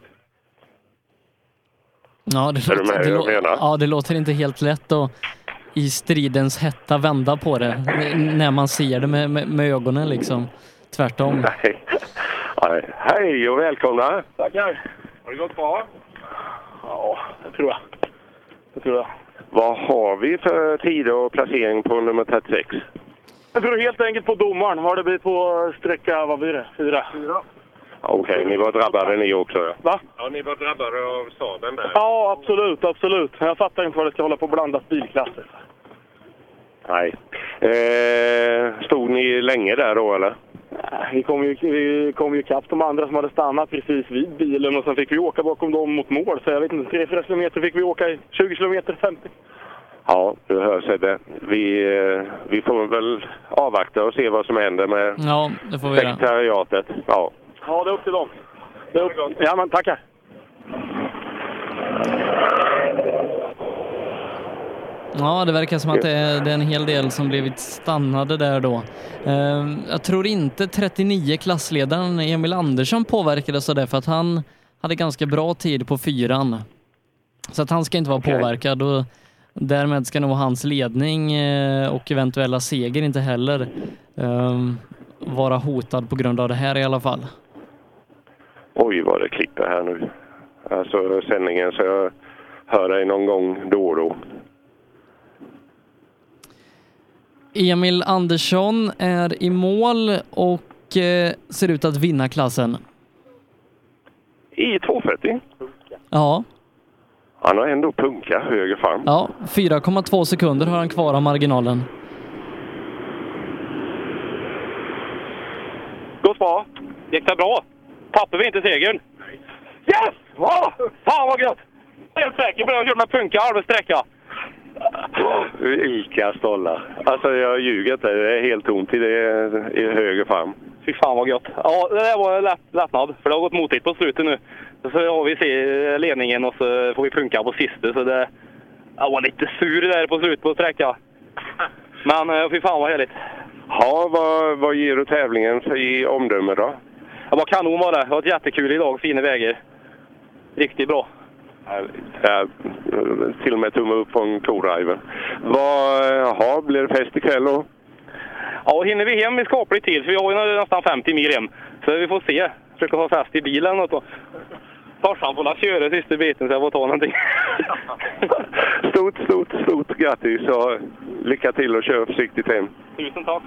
Ja, det, låter, det, lå- ja, det låter inte helt lätt att i stridens hetta vända på det n- när man ser det med, med, med ögonen liksom. Tvärtom. Nej. Nej. Hej och välkomna. Tackar. Har det gått bra? Ja, det tror jag. Det tror jag. Vad har vi för tid och placering på nummer trettiosex? Jag tror helt enkelt på domaren. Har det blivit på sträcka, vad blir det? Fyra. Fyra. Okej, okay, ni var drabbade ni också. Ja. Va? Ja, ni var drabbade av Saaben där. Ja, absolut, absolut. Jag fattar inte vad det ska hålla på blandat bilklasser. Nej. Eh, stod ni länge där då, eller? Nej, vi kom ju, vi kom ju kapp de andra som hade stannat precis vid bilen och sen fick vi åka bakom dem mot mål. Så jag vet inte, tre fyra kilometer fick vi åka i tjugo kilometer, femtio. Ja, du hör sig det. Vi, vi får väl avvakta och se vad som händer med ja, det får vi sekretariatet. Ja. Ja, det är upp till dem. Det är upp... Ja, men tackar. Ja, det verkar som att det är, det är en hel del som blivit stannade där då. Uh, jag tror inte trettionio klassledaren Emil Andersson påverkades av det för att han hade ganska bra tid på fyran. Så att han ska inte vara okay. påverkad och därmed ska nog hans ledning uh, och eventuella seger inte heller uh, vara hotad på grund av det här i alla fall. Oj, vad det klipper här nu. Alltså sändningen, så jag hör dig någon gång då och då. Emil Andersson är i mål och eh, ser ut att vinna klassen. I två fyrtio? Ja. Han har ändå punka höger fram. Ja, fyra komma två sekunder har han kvar av marginalen. Gått bra. Gick det bra? Tappar vi inte segern? Nej. Yes! Oh, fan vad gött! Helt säker på att jag gjorde med punka arbetssträcka. Vilka stollar. Alltså jag ljuger inte, det är helt tomt i, det, i höger fram. Fy fan vad gött. Ja, det där var lätt, lättnad. För det har gått motigt på slutet nu. Så har vi se ledningen och så får vi punka på sista. Så det jag var lite sur där på slutet på sträcka. Men fy fan vad härligt. Ja, vad, vad ger du tävlingen i omdöme då? Ja, vad kanon var det. Det var jättekul idag, fina vägar. Riktigt bra. Ja, till och med tumme upp på en co-driver. Vad jaha, blir det fest ikväll då? Ja, hinner vi hem i skaplig tid, för vi har ju nästan femtio mil hem. Så vi får se. Försöka ha fest i bilen och så. Farsan får köra sista biten så jag får ta någonting. Stort, stort, stort grattis och lycka till och kör försiktigt hem. Tusen tack.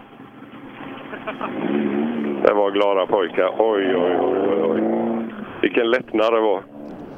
Det var glada pojkar. Oj, oj, oj, oj. Vilken lättnad det var.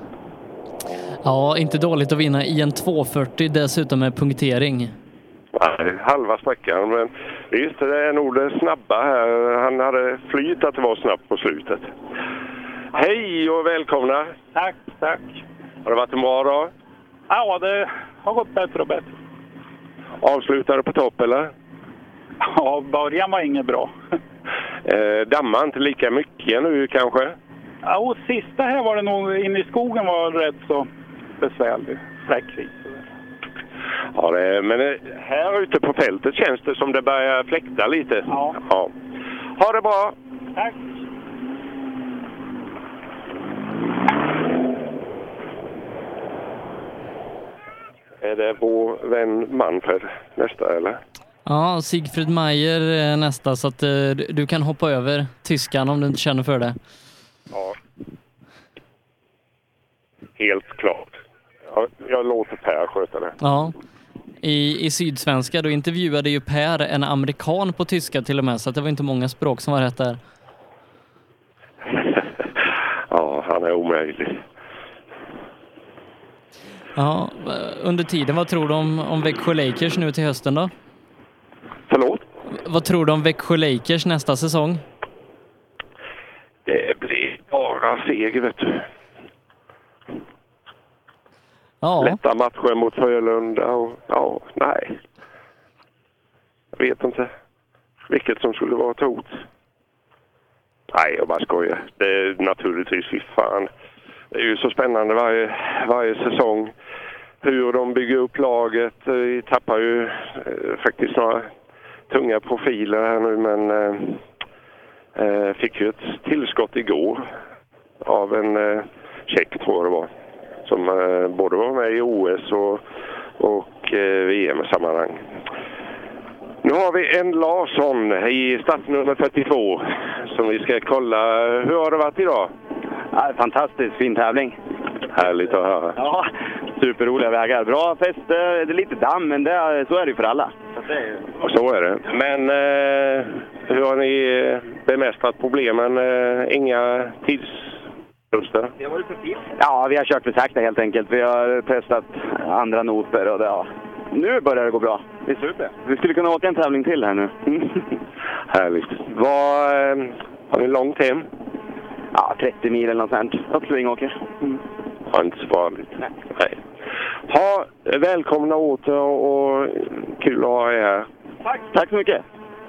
Ja, inte dåligt att vinna i en två fyrtio dessutom med punktering. Nej, halva sträckan, men visst, det är nog det snabba här. Han hade flyt att det var snabbt på slutet. Hej och välkomna. Tack, tack. Har det varit en bra dag? Ja, det har gått bättre och bättre. Avslutade på topp, eller? Ja, början var inget bra. eh, dammar inte lika mycket nu kanske? Ja, och sista här var det nog, inne i skogen var rätt så besvärlig. Fläckvis. Ja, det, men här ute på fältet känns det som det börjar fläkta lite. Ja. Ja. Ha det bra! Tack! Är det vår vän Manfred nästa, eller? Ja, Sigfrid Meier nästa, så att uh, du kan hoppa över tyskan om du inte känner för det. Ja. Helt klart. Jag, jag låter Per sköta det. Ja. I, I Sydsvenska då intervjuade ju Per en amerikan på tyska till och med, så att det var inte många språk som var rätt där. Ja, han är omöjlig. Ja, under tiden, vad tror du om, om Växjö Lakers nu till hösten då? Förlåt? Vad tror du om Växjö Lakers nästa säsong? Det det blir bara seger, vet du. Ja. Lätta matcher mot Frölunda och ja, nej. Jag vet inte vilket som skulle vara ett hot. Nej, jag bara skojar. Det är naturligtvis fy fan. Det är ju så spännande varje, varje säsong. Hur de bygger upp laget. Vi tappar ju eh, faktiskt några tunga profiler här nu, men eh, fick ju ett tillskott igår av en eh, tjeck, tror jag det var. Som eh, både var med i O S och, och eh, V M-sammanhang. Nu har vi en Larsson i startnummer fyrtiotvå som vi ska kolla. Hur har det varit idag? Ja, fantastiskt fin tävling. Härligt att höra. Ja, superroliga vägar. Bra fäste, det är lite damm, men det är, så är det ju för alla. Så, det är... Och så är det. Men eh, hur har ni bemästrat problemen? Eh, inga tidsförluster? Ja, vi har kört för sakta helt enkelt. Vi har testat andra noter och det, ja. Nu börjar det gå bra. Det är super. Vi skulle kunna åka en tävling till här nu. Härligt. Vad, eh, har ni långt hem? Ja, trettio mil eller något sånt. Upp till Vingåker. Mm. Ja, inte så farligt. Nej. Nej. Ha, välkomna åter och, och kul att ha er här. Tack. Tack så mycket.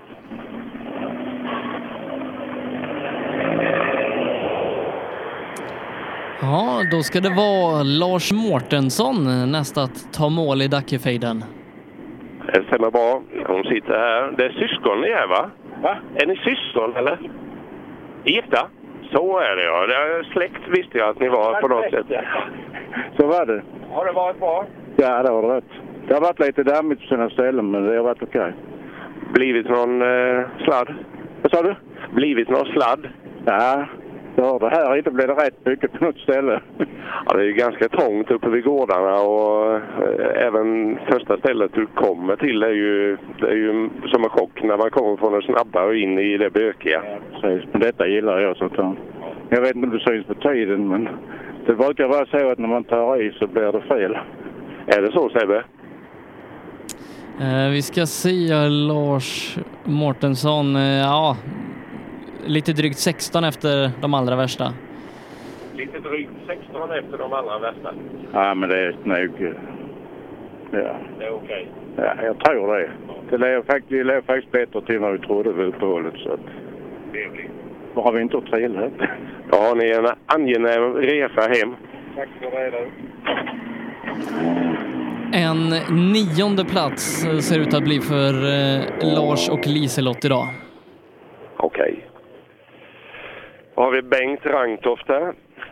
Ja, då ska det vara Lars Mårtensson nästa att ta mål i Dackefejden. Det stämmer bra. Hon sitter här. Det är syskon ni är, va? Va? Är ni syskon, eller? Gifta? Så är det, ja. Det är släkt, visste jag att ni var på något sätt. Så var det. Har det varit bra? Ja, det har det rätt. Det har varit lite dammigt på sina ställen, men det har varit okej. Blivit någon eh, sladd? Vad sa du? Blivit någon sladd? Ja, det har det. Här inte blev det rätt mycket på något ställe. Ja, det är ju ganska trångt uppe vid gårdarna och eh, även första stället du kommer till är ju, det är ju som en chock när man kommer från en snabbare in i det bökiga. Ja, precis. Men detta gillar jag så att jag vet inte om det syns på tiden, men det brukar vara så att när man tar i så blir det fel. Är det så, Sebbe? Eh, vi ska se Lars Mårtensson, eh, ja, lite drygt sexton efter de allra värsta. Lite drygt sexton efter de allra värsta. Ja, men det är nog... Ja. Det är okej. Okay. Ja, jag tror det. Det lever faktiskt, det lever faktiskt bättre till vad vi trodde vid uppehållet, så att... Trevligt. Vad har vi inte att trilla? Ja, har ni en angenäm resa hem. Tack för det. En nionde plats ser ut att bli för eh, Lars och Liselott idag. Okej. Okay. Då har vi Bengt Rangtoft här.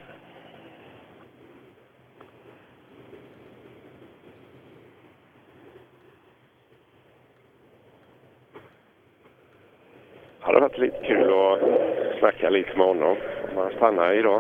Det hade varit lite kul att snacka lite med honom om han stannar idag.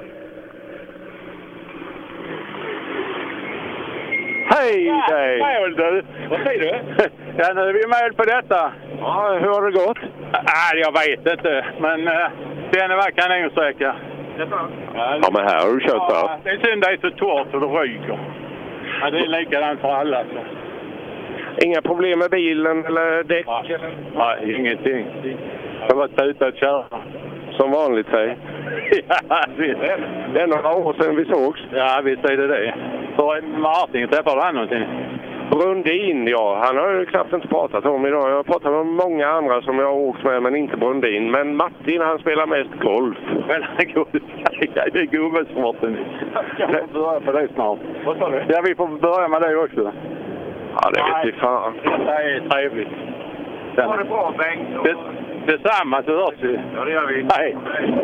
Hej dig! Mål du! Vad säger du? Ja, nu är vi mål på detta. Ja, hur har det gått? Nej, jag vet inte. Men uh, den var kanonsäker. Ja, men här har du kört ja, upp. det är synd det är så torrt och det ryker. Ja, det är likadant för alla. Så. Inga problem med bilen eller däck? Ja. Eller? Nej, ingenting. Jag var ute att köra. Som vanligt, säg. Ja, visst. Det är några år sedan vi sågs. Ja, visst är det det. För Martin, träffade han någonting? Brundin, ja. Han har ju knappt inte pratat om idag. Jag har pratat med många andra som jag har åkt med, men inte Brundin. Men Martin, han spelar mest golf. Men golf? Det är gubbessporten. Jag får börja på det snart. Vad sa du? Ja, vi får börja med det också. Ja, det vet vi fan. Det är trevligt. Ha det bra, Bengt. Det, detsamma till oss. Ja, det gör vi. Hej.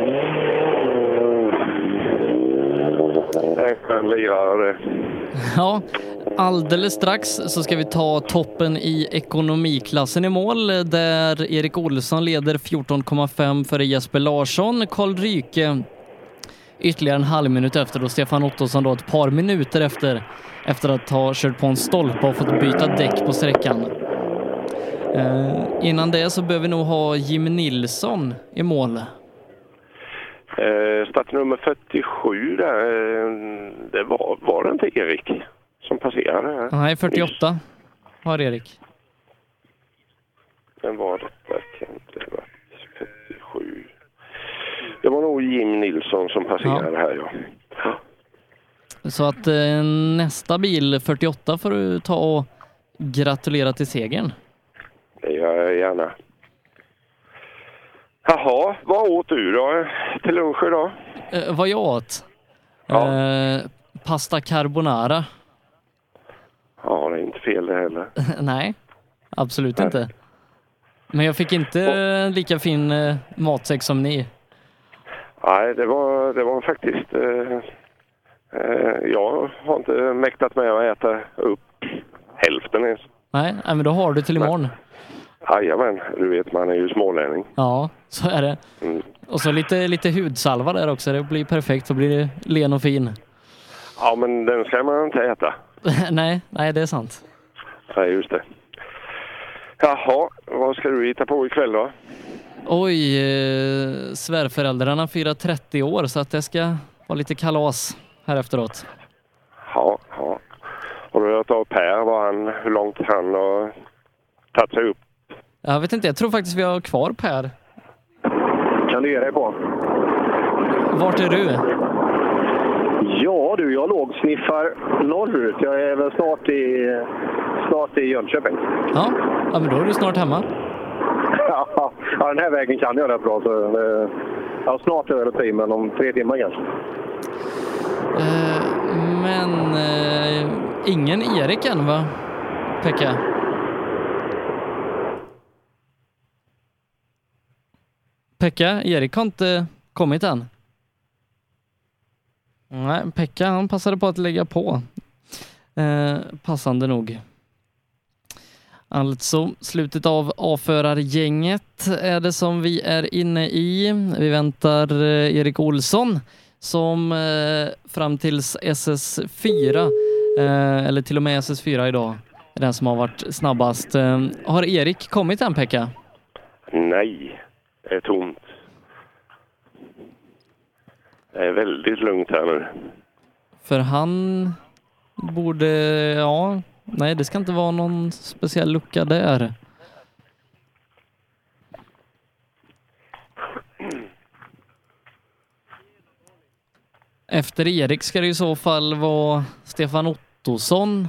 Det är en lirare. Ja, alldeles strax så ska vi ta toppen i ekonomiklassen i mål där Erik Olsson leder fjorton komma fem före Jesper Larsson. Karl Ryke ytterligare en halv minut efter och Stefan Ottosson då ett par minuter efter efter att ha kört på en stolpe och fått byta däck på sträckan. Eh, innan det så behöver vi nog ha Jim Nilsson i mål. Eh, startnummer fyrtiosju där, eh, det var, var det inte Erik som passerade här? Nej, fyrtioåtta har Erik. Den var detta, kan det vara fyrtiosju. Det var nog Jim Nilsson som passerade Ja. här, ja. Så att eh, nästa bil, fyrtioåtta, får du ta och gratulera till segern. Det gör jag gärna. Jaha, vad åt du då till lunch idag? Eh, vad jag åt? Ja. Eh, pasta carbonara. Ja, det är inte fel det heller. Nej, absolut Nej. inte. Men jag fick inte och, lika fin eh, matsäck som ni. Nej, det var, det var faktiskt... Eh, eh, jag har inte mäktat med att äta upp hälften ens. Nej, men då har du till imorgon. Jajamän, du vet, man är ju smålänning. Ja, så är det. Mm. Och så lite, lite hudsalva där också. Det blir perfekt, så blir det len och fin. Ja, men den ska man inte äta. nej, nej, det är sant. Nej, just det. Jaha, vad ska du hitta på ikväll då? Oj, eh, svärföräldrarna firar trettio år, så att det ska vara lite kalas här efteråt. Ja, ja. Och du har tagit Per, var han, hur långt han har tagit sig upp? Jag vet inte, jag tror faktiskt vi har kvar Per. Kan du ge dig på? Vart är du? Ja du, jag låg sniffar norrut. Jag är väl snart i, snart i Jönköping. Ja, ja, men då är du snart hemma. ja, den här vägen kan jag rätt bra. Så, ja, snart över tid, men om tre timmar kanske. Uh, men uh, ingen Erik än, va? Pekka? Pekka, Erik har inte kommit än. Nej, Pekka, han passade på att lägga på. Eh, passande nog. Alltså, slutet av avförargänget är det som vi är inne i. Vi väntar eh, Erik Olsson som eh, fram tills S S fyra, eh, eller till och med S S fyra idag, är den som har varit snabbast. Eh, har Erik kommit än, Pekka? Nej, det är tomt. Det är väldigt lugnt här nu. För han borde, ja, nej, det ska inte vara någon speciell lucka där. Efter Erik ska det i så fall vara Stefan Ottosson.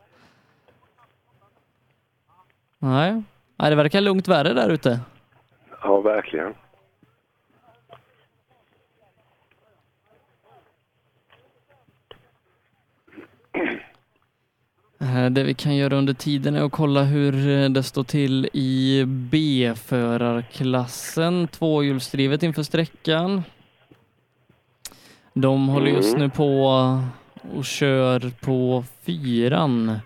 Nej, nej, det verkar lugnt värre där ute. Ja, verkligen. Det vi kan göra under tiden är att kolla hur det står till i B-förarklassen. Tvåhjulsdrivet inför sträckan. De håller just nu på och kör på fyran.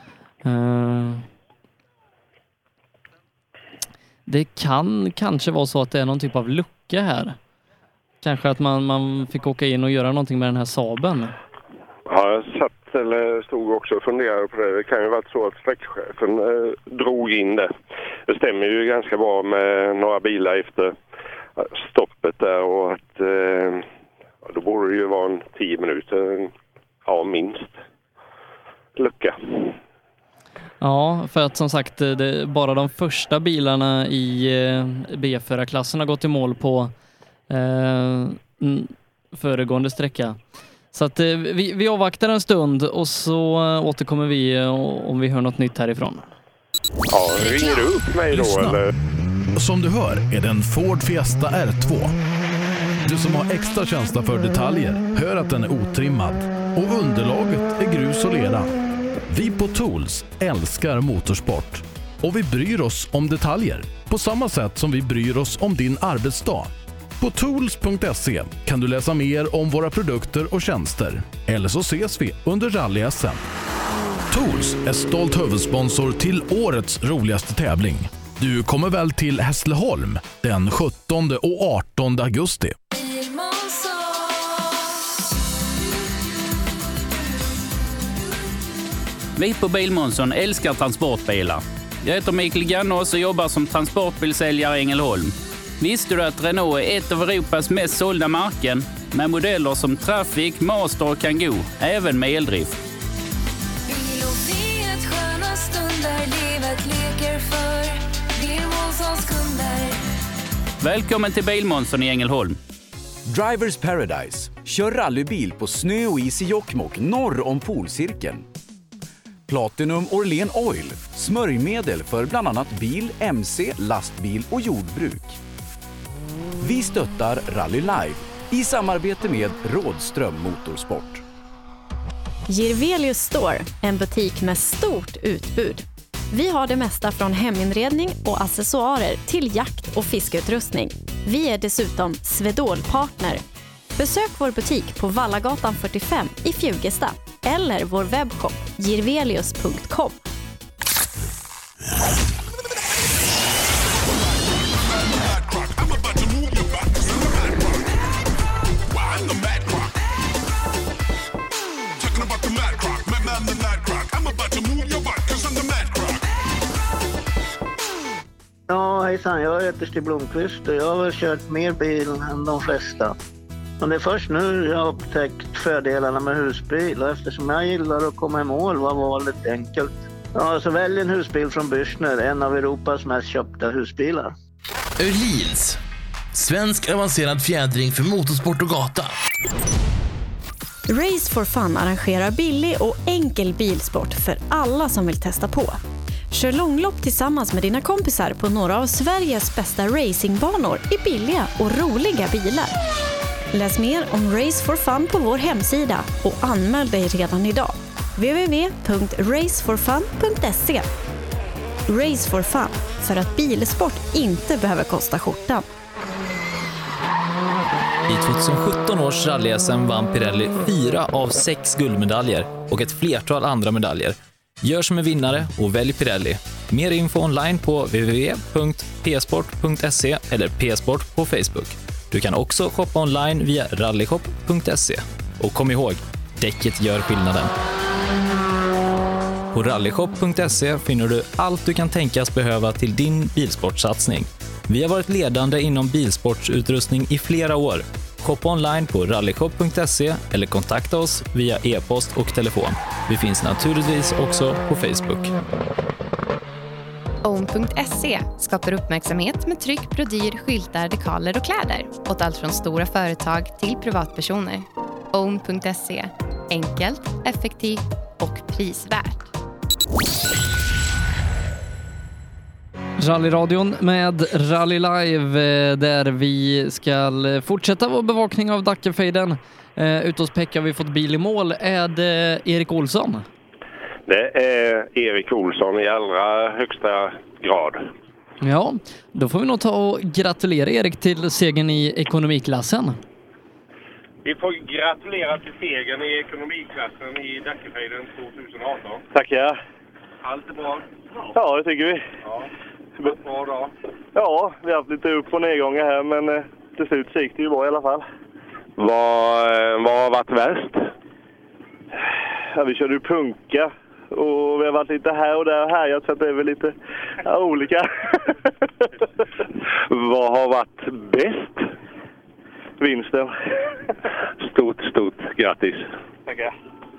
Det kan kanske vara så att det är någon typ av lucka här. Kanske att man, man fick åka in och göra någonting med den här Saben. Ja, jag satt eller stod också och funderade på det. Det kan ju vara så att sträckchefen eh, drog in det. Det stämmer ju ganska bra med några bilar efter stoppet där, och att eh, då borde det ju vara en tio minuter, ja minst, lucka. Ja, för att som sagt, det, bara de första bilarna i eh, B-förarklassen har gått i mål på eh, föregående sträcka. Så att eh, vi, vi avvaktar en stund och så eh, återkommer vi eh, om vi hör något nytt härifrån. Ja, ringer du upp mig då eller? Som du hör är det en Ford Fiesta R två. Du som har extra känsla för detaljer hör att den är otrimmad och underlaget är grus och lera. Vi på Tools älskar motorsport och vi bryr oss om detaljer på samma sätt som vi bryr oss om din arbetsdag. På tools punkt se kan du läsa mer om våra produkter och tjänster. Eller så ses vi under rally-S M. Tools är stolt huvudsponsor till årets roligaste tävling. Du kommer väl till Hässleholm den sjuttonde och artonde augusti. Vi på Bilmånsson älskar transportbilar. Jag heter Mikael Gannås och jobbar som transportbilsäljare i Ängelholm. Visste du att Renault är ett av Europas mest sålda märken med modeller som Traffic, Master och Kangoo, även med eldrift? Bil och frihet, sköna stunder, livet leker för Bilmånssons kunder. Välkommen till Bilmånsson i Ängelholm. Drivers Paradise. Kör rallybil på snö och is i Jokkmokk norr om polcirkeln. Platinum Orlen Oil. Smörjmedel för bland annat bil, mc, lastbil och jordbruk. Vi stöttar Rally Live i samarbete med Rådström Motorsport. Jirvelius Store, en butik med stort utbud. Vi har det mesta från heminredning och accessoarer till jakt- och fiskeutrustning. Vi är dessutom Swedol-partner. Besök vår butik på Vallagatan fyrtiofem i Fjugesta eller vår webbshop jirvelius punkt com. Ja, hejsan. Jag heter Stig Blomqvist och jag har väl kört mer bil än de flesta. Och det är först nu jag har upptäckt fördelarna med husbil, och eftersom jag gillar att komma i mål var valet enkelt. Ja, så välj en husbil från Bürstner, en av Europas mest köpta husbilar. Öhlins. Svensk avancerad fjädring för motorsport och gata. Race for Fun arrangerar billig och enkel bilsport för alla som vill testa på. Kör långlopp tillsammans med dina kompisar på några av Sveriges bästa racingbanor i billiga och roliga bilar. Läs mer om Race for Fun på vår hemsida och anmäl dig redan idag. w w w punkt race for fun punkt se. Race for Fun, för att bilsport inte behöver kosta skjortan. I tjugosjutton års rally-S M vann Pirelli fyra av sex guldmedaljer och ett flertal andra medaljer. Gör som en vinnare och välj Pirelli. Mer info online på w w w punkt p sport punkt se eller p-sport på Facebook. Du kan också shoppa online via rallyshop punkt se. Och kom ihåg, däcket gör skillnaden. På rallyshop punkt se finner du allt du kan tänkas behöva till din bilsportsatsning. Vi har varit ledande inom bilsportsutrustning i flera år. Shoppa online på rallyshop punkt se eller kontakta oss via e-post och telefon. Vi finns naturligtvis också på Facebook. own punkt se skapar uppmärksamhet med tryck, brodyr, skyltar, dekaler och kläder åt allt från stora företag till privatpersoner. own punkt se. Enkelt, effektivt och prisvärt. Rallyradion med Rally Live där vi ska fortsätta vår bevakning av Dackefejden. Eh, ute hos Pekka har vi fått bil i mål. Är det Erik Olsson? Det är Erik Olsson i allra högsta grad. Ja, då får vi nog ta och gratulera Erik till segern i ekonomiklassen. Vi får gratulera till segern i ekonomiklassen i Dackefejden tjugoarton. Tackar. Allt är bra? Ja, det tycker vi. Ja, bra dag. Ja, vi har haft lite upp- och nedgångar här, men eh, till slut så gick det ju bra i alla fall. Vad, vad har varit värst? Ja, vi körde ju punka och vi har varit lite här och där och här, så att det är väl lite ja, olika. Vad har varit bäst? Vinsten. Stort, stort grattis. Tackar.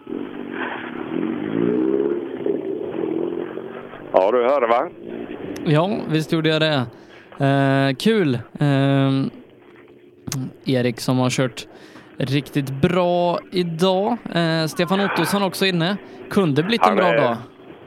Ja, du hörde va? Ja, visst gjorde jag det. Eh, kul. Eh, Erik som har kört riktigt bra idag. Eh, Stefan Ottosson också inne. Kunde blivit en bra är... dag.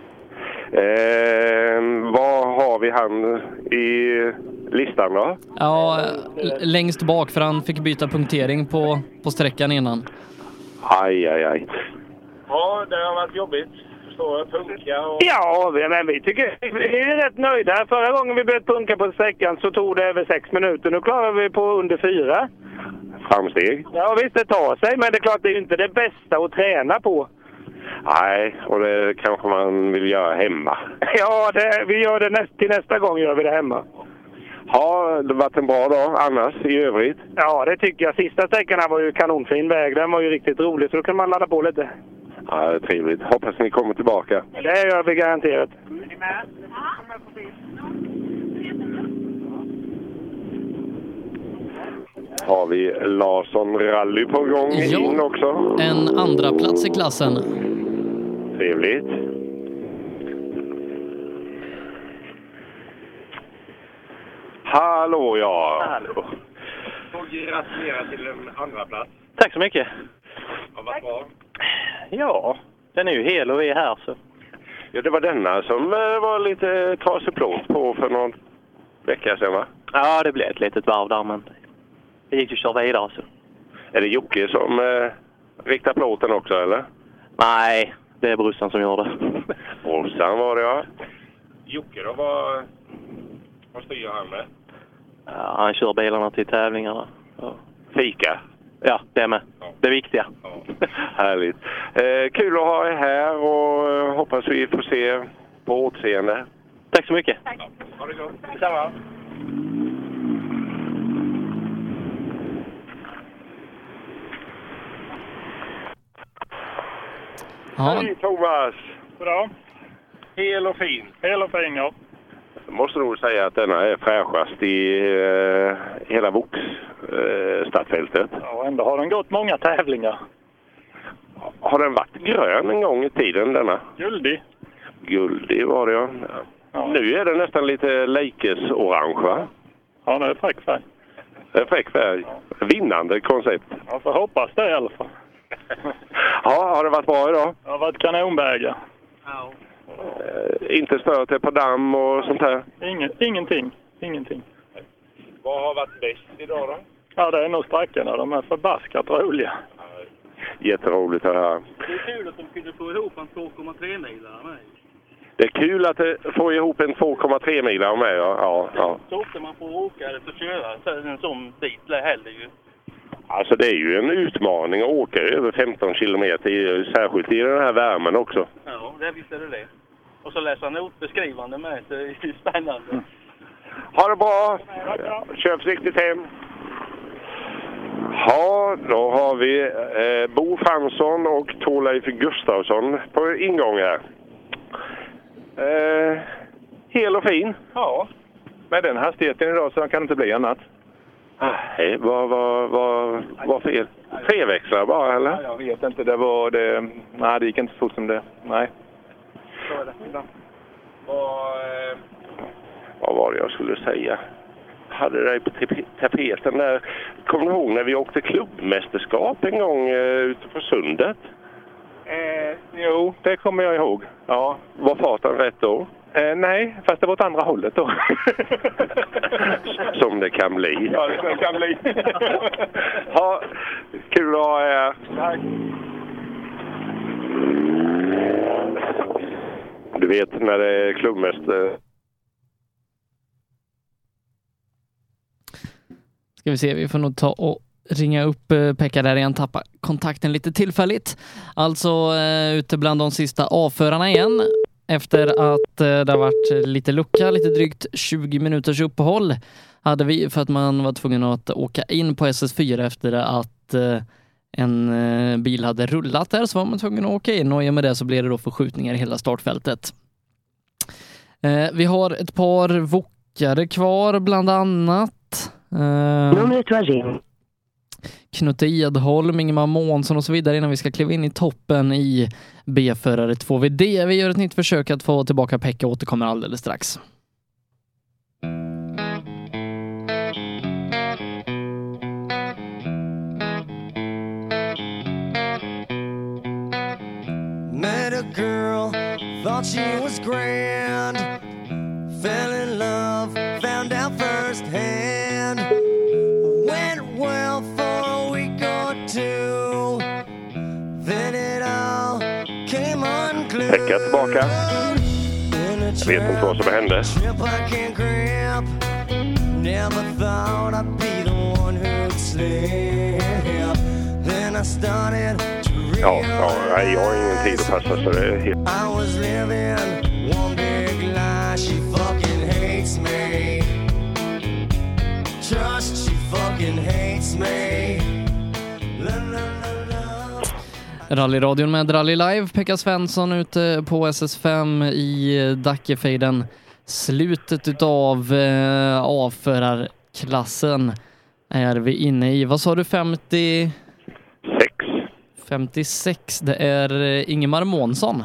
Eh, vad har vi han i listan då? Ja, l- längst bak för han fick byta punktering på, på sträckan innan. Aj, aj, aj. Ja, det har varit jobbigt. Så punka och... Ja, men vi tycker vi är rätt nöjda. Förra gången vi började punka på sträckan så tog det över sex minuter. Nu klarar vi på under fyra. Framsteg. Ja, visst det tar sig, men det är klart det är inte det bästa att träna på. Nej, och det kanske man vill göra hemma. Ja, det, vi gör det näst, till nästa gång gör vi det hemma. Har det varit en bra dag annars i övrigt? Ja, det tycker jag. Sista sträckan var ju kanonfin väg. Den var ju riktigt rolig, så då kan man ladda på lite. Ja, det är trevligt. Hoppas ni kommer tillbaka. Det gör vi garanterat. Har vi Larsson Rally på gång ja, in också? En andra plats i klassen. Trevligt. Hallå, ja. Hallå. gratulerar till en andra plats. Tack så mycket. Ja, vad bra. Ja, den är ju hel och vi är här så. Ja, det var denna som var lite trasig plåt på för någon vecka sedan, va? Ja, det blev ett litet varv där, men det gick ju att köra vidare så. Är det Jocke som eh, riktar plåten också, eller? Nej, det är brorsan som gör det. Brorsan var det, ja. Jocke då, vad, vad styr han med? Ja, han kör bilarna till tävlingarna. Ja. Fika? Ja, det är med. Ja. Det är viktiga. Ja. Härligt. Eh, kul att ha er här och eh, hoppas vi får se på återseende. Tack så mycket. Tack. Ja. Ha det gott. Detsamma. Ja. Hej Thomas! Bra. Hel och fin. Hel och fin, ja. Jag måste nog säga att denna är fräschast i eh, hela Vox-startfältet. Eh, ja, ändå har den gått många tävlingar. Har den varit grön en gång i tiden, denna? Guldig. Guldig var det, ja. Ja. Nu är den nästan lite Leikes-orange, va? Ja, det är fräck färg. Det är fräck färg. Ja. Vinnande koncept. Jag får hoppas det i alla fall. Ja, har det varit bra idag? Det har varit kanonbägar. Ja. Eh, inte stört det på damm och sånt här? Ingen, ingenting. Ingenting. Vad har varit bäst idag då? Ja, det är nog sträckorna. De är förbaskat roliga. Jätteroligt att höra. Det är kul att de kunde få ihop en två komma tre milare med. Det är kul att få ihop en två komma tre milare med, ja. Ja, ja. Så ofta man får åka eller får köra så en sån bit heller ju. Alltså det är ju en utmaning att åka över femton kilometer, särskilt i den här värmen också. Ja, det visst är det det. Och så läsa notbeskrivande med, det är ju spännande. Mm. Ha det bra! Kör försiktigt hem! Ja, då har vi eh, Bo Fransson och Torleif Gustafsson på ingång här. Eh, hel och fin. Ja, med den hastigheten idag så kan det inte bli annat. Nej, vad var vad, vad fel? Treväxlar bara, eller? Ja, jag vet inte, det var det... Nej, det gick inte så fort som det. Nej. Så är det. Vad, eh, vad var det jag skulle säga? Hade det på tapeten där. Kommer du ihåg när vi åkte klubbmästerskap en gång eh, ute på sundet? Eh, jo, det kommer jag ihåg. Ja. Var farten rätt då? Eh, nej, fast det var åt andra hållet då. Som det kan bli. Ja, det kan bli. Ja, kul att ha er. Tack. Du vet när det är klubbmäster. Ska vi se, vi får nog ta och ringa upp Pekka där igen, tappa kontakten lite tillfälligt. Alltså uh, ute bland de sista avförarna igen. Efter att uh, det har varit lite lucka, lite drygt tjugo minuters uppehåll hade vi för att man var tvungen att åka in på S S fyra efter att uh, en uh, bil hade rullat där, så var man tvungen att åka in och i och med det så blev det då förskjutningar i hela startfältet. Uh, vi har ett par vokare kvar bland annat. Uh, Numret var ring. Knutte Edholm, Ingemar Månsson och så vidare innan vi ska kliva in i toppen i B-förare två V D. Vi gör ett nytt försök att få tillbaka Pekka och återkommer alldeles strax. Met a girl, thought she was grand. Fell in love, found out firsthand. Went well for a week or two. Then it all came unglued. Pekka tillbaka. Jag vet inte vad som hände. Never thought I'd be the one who'd slip. Then I started to Ja, ja, nej, jag har ingen tid att passa så det är helt... I was living one big lie. She fucking hates me. Trust, she fucking hates me. Rallyradion med Rally Live. Pekka Svensson ute på S S fem i Dackefejden. Slutet utav eh, avförarklassen är vi inne i. Vad sa du? femtio... femtiosex. Det är eh, Ingemar Månsson.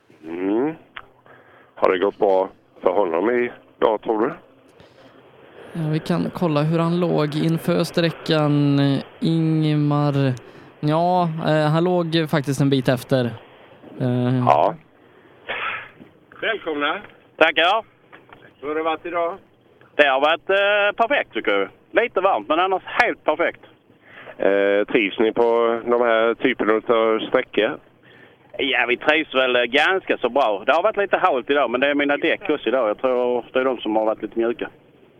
Mm. Har det gått bra för honom i dag, tror du? Ja, vi kan kolla hur han låg inför sträckan. Ingmar, ja, eh, han låg faktiskt en bit efter. Eh. Ja. Välkomna. Tackar. Hur har det varit idag? Det har varit eh, perfekt tycker jag. Lite varmt men annars helt perfekt. Eh, trivs ni på de här typerna av sträckor? Ja, vi trivs väl ganska så bra. Det har varit lite halt idag men det är mina däck också idag. Jag tror det är de som har varit lite mjuka.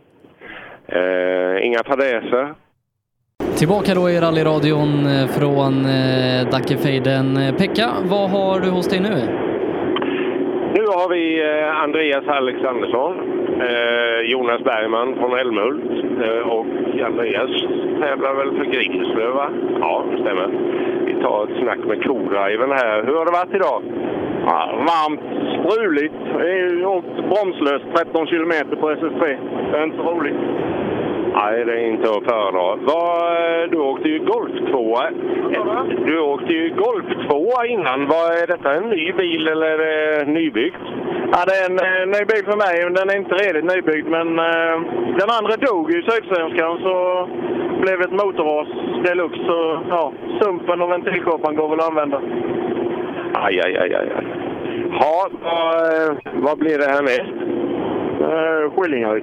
Eh, inga fadäser? Tillbaka då i rallyradion från eh, Dackefejden. Pekka, vad har du hos dig nu? Nu har vi eh, Andreas Alexandersson, eh, Jonas Bergman från Älmhult eh, och Andreas tävlar väl för Grimslöv, va? Ja, det stämmer. Vi tar ett snack med co-driven här. Hur har det varit idag? Ja, varmt, struligt. Det är ju åkt bromslöst tretton kilometer på S S tre. Det är inte så roligt. Nej, det är inte att föredra. Vad, du åkte ju Golf två. Du åkte ju Golf två innan. Vad är detta? En ny bil eller eh, nybyggt? Ja, det är en eh, ny bil för mig. Den är inte redigt nybyggd, men eh, den andra dog i Sydsvenskan så blev det ett motorras deluxe. Så ja, sumpen och ventilkåpan går väl att använda. Aj, aj, aj, aj. Ja, vad, vad blir det här näst? Eh, Skillingaryd.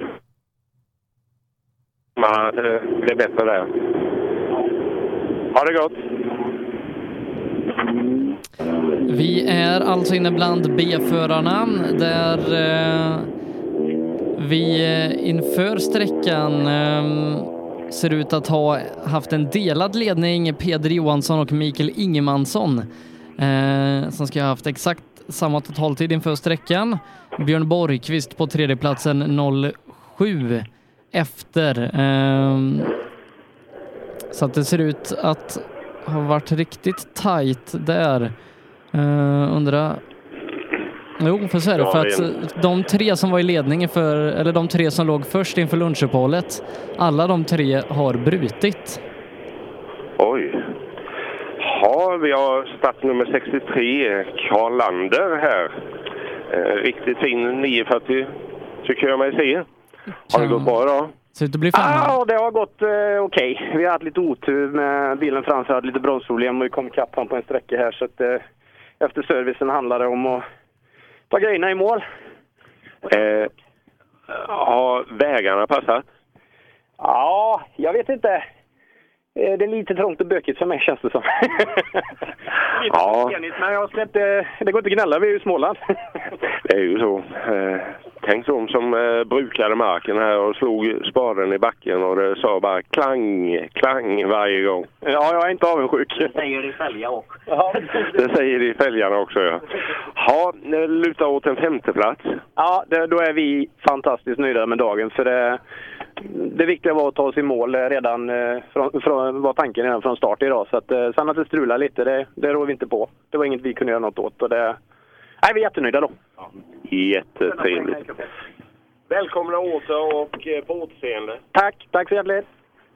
Ja, det är bättre där. Ha det gott! Vi är alltså inne bland B-förarna där eh, vi eh, inför sträckan eh, ser ut att ha haft en delad ledning. Peder Johansson och Mikael Ingemansson eh, som ska ha haft exakt samma totaltid inför sträckan. Björn Borgqvist på tredjeplatsen noll sju efter. Eh, så att det ser ut att ha varit riktigt tajt där. Eh, undrar... Jo, för så är det. För att de tre som var i ledningen för, eller de tre som låg först inför lunchuppehållet, alla de tre har brutit. Oj. Ja, vi har startnummer sextiotre, Karl Lander här. Eh, riktigt fin nio fyrtio tycker jag mig se. Har det gått bra idag? Ser ut att bli fan. Ja, det har gått eh, okej. Okay. Vi har haft lite otur med bilen framför, hade lite bromsproblem och vi kom kapp på en sträcka här. Så att, eh, efter servicen handlar det om att ta grejerna i mål. Eh, har vägarna passat? Ja, jag vet inte. Det är lite trångt och bökigt för mig, känns det som. Lite ja. Enigt, men jag ska inte, det går inte gnälla, vi är ju Småland. Det är ju så. Eh, tänk de som eh, brukade marken här och slog spaden i backen och det sa bara klang, klang varje gång. Ja, jag är inte avundsjuk. Det säger det i fälgar också. Ja. Det säger det i fälgarna också, ja. Ja, luta åt en femte plats. Ja, det, då är vi fantastiskt nöjda med dagen, för det... Det viktiga var att ta oss i mål redan från, från var tanken redan från start idag. Så att, sen att det strular lite, det, det rår vi inte på. Det var inget vi kunde göra något åt. Och det, nej, vi är jättenöjda då. Ja. Jättetrevligt. Välkomna åter och på återseende. Tack, tack så hjärtligt.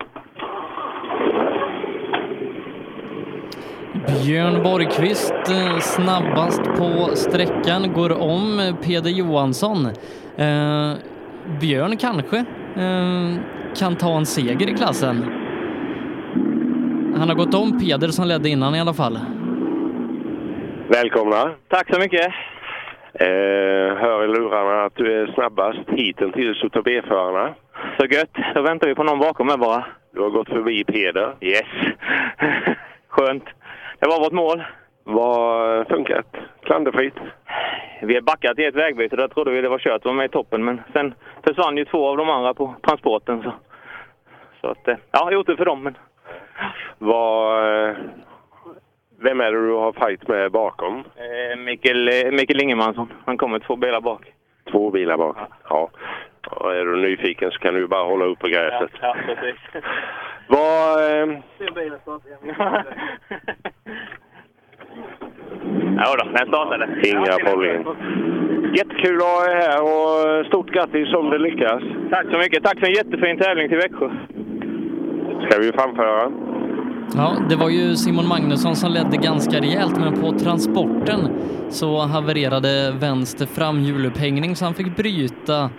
Björn Borgqvist snabbast på sträckan går om Peder Johansson. Eh, Björn kanske eh, kan ta en seger i klassen. Han har gått om Peder som ledde innan i alla fall. Välkomna. Tack så mycket. Eh, hör i lurarna att du är snabbast hittills utav B-förarna. Så gött. Då väntar vi på någon bakom mig bara. Du har gått förbi Peder. Yes. Skönt. Det var vårt mål. Vad funkat? Klanderfritt? Vi är backat i ett vägbyte. Där trodde vi det var kört. Vi var med i toppen. Men sen försvann ju två av de andra på transporten. Så, så att, ja, otur för dem. Men... Vad... Vem är det du har fight med bakom? Eh, Mikael, Mikael Ingemansson. Han kommer två bilar bak. Två bilar bak? Ja. ja. Är du nyfiken så kan du bara hålla upp på gräset. Ja, ja precis. Vad... Eh... Ja då, den startade. Inga problem. Jättekul att ha er här och stort grattis om det lyckas. Tack så mycket. Tack för en jättefin tävling till Växjö. Ska vi framföra? Ja, det var ju Simon Magnusson som ledde ganska rejält, men på transporten så havererade vänster framhjulupphängning så han fick bryta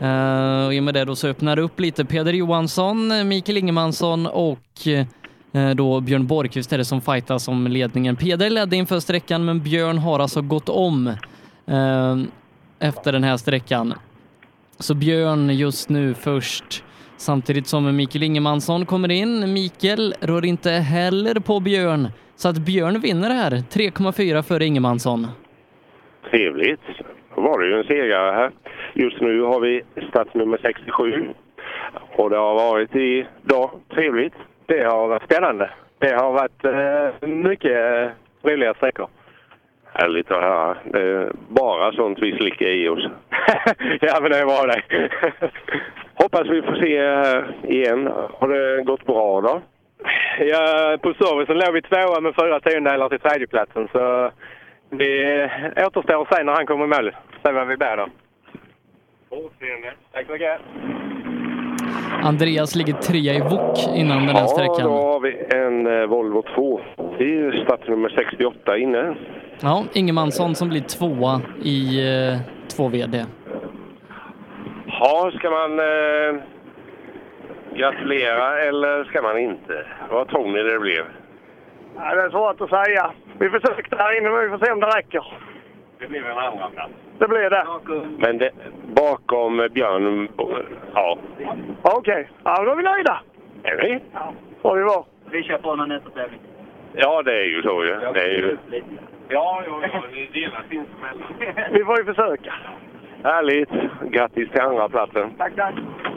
Uh, och i och med det då så öppnar det upp lite Peder Johansson, Mikael Ingemansson och uh, då Björn Borgqvist är det som fightas om ledningen. Peder ledde inför sträckan, men Björn har alltså gått om uh, efter den här sträckan. Så Björn just nu först, samtidigt som Mikael Ingemansson kommer in. Mikael rör inte heller på Björn, så att Björn vinner här, tre komma fyra före Ingemansson. Trevligt. Då var det ju en segrare här. Just nu har vi startnummer sextiosju. Och det har varit idag trevligt. Det har varit spännande. Det har varit eh, mycket eh, roliga sträckor. Härligt att höra. Det är bara sånt vi slickar i oss. Ja, men det var det. Hoppas vi får se här igen. Har det gått bra då? Ja, på servicen låg vi tvåa med fyra tiondelar till tredjeplatsen. Så det återstår att se när han kommer med. Se vad vi bär då. Tack så mycket. Andreas ligger trea i vok innan den här sträckan. Ja, då har vi en eh, Volvo två. Det är startnummer sextioåtta inne. Ja, Ingemansson som blir tvåa i eh, två V D. Ja, ska man eh, gratulera eller ska man inte? Vad tror ni det blev? Ja, det är svårt att säga. Vi försökte här inne, men vi får se om det räcker. Det blev en andra plats. Det blir det. Men det, bakom Björn, ja. Okej, okay. Ja, då är vi nöjda. Är vi? Ja, får vi vara. Vi kör på någon nästa tävling. Ja, det är ju så ju. Det är ju... Ja, ja, ja. Ni delar sinsemellan. Vi får ju försöka. Härligt. Grattis till andra platsen. Tack, tack.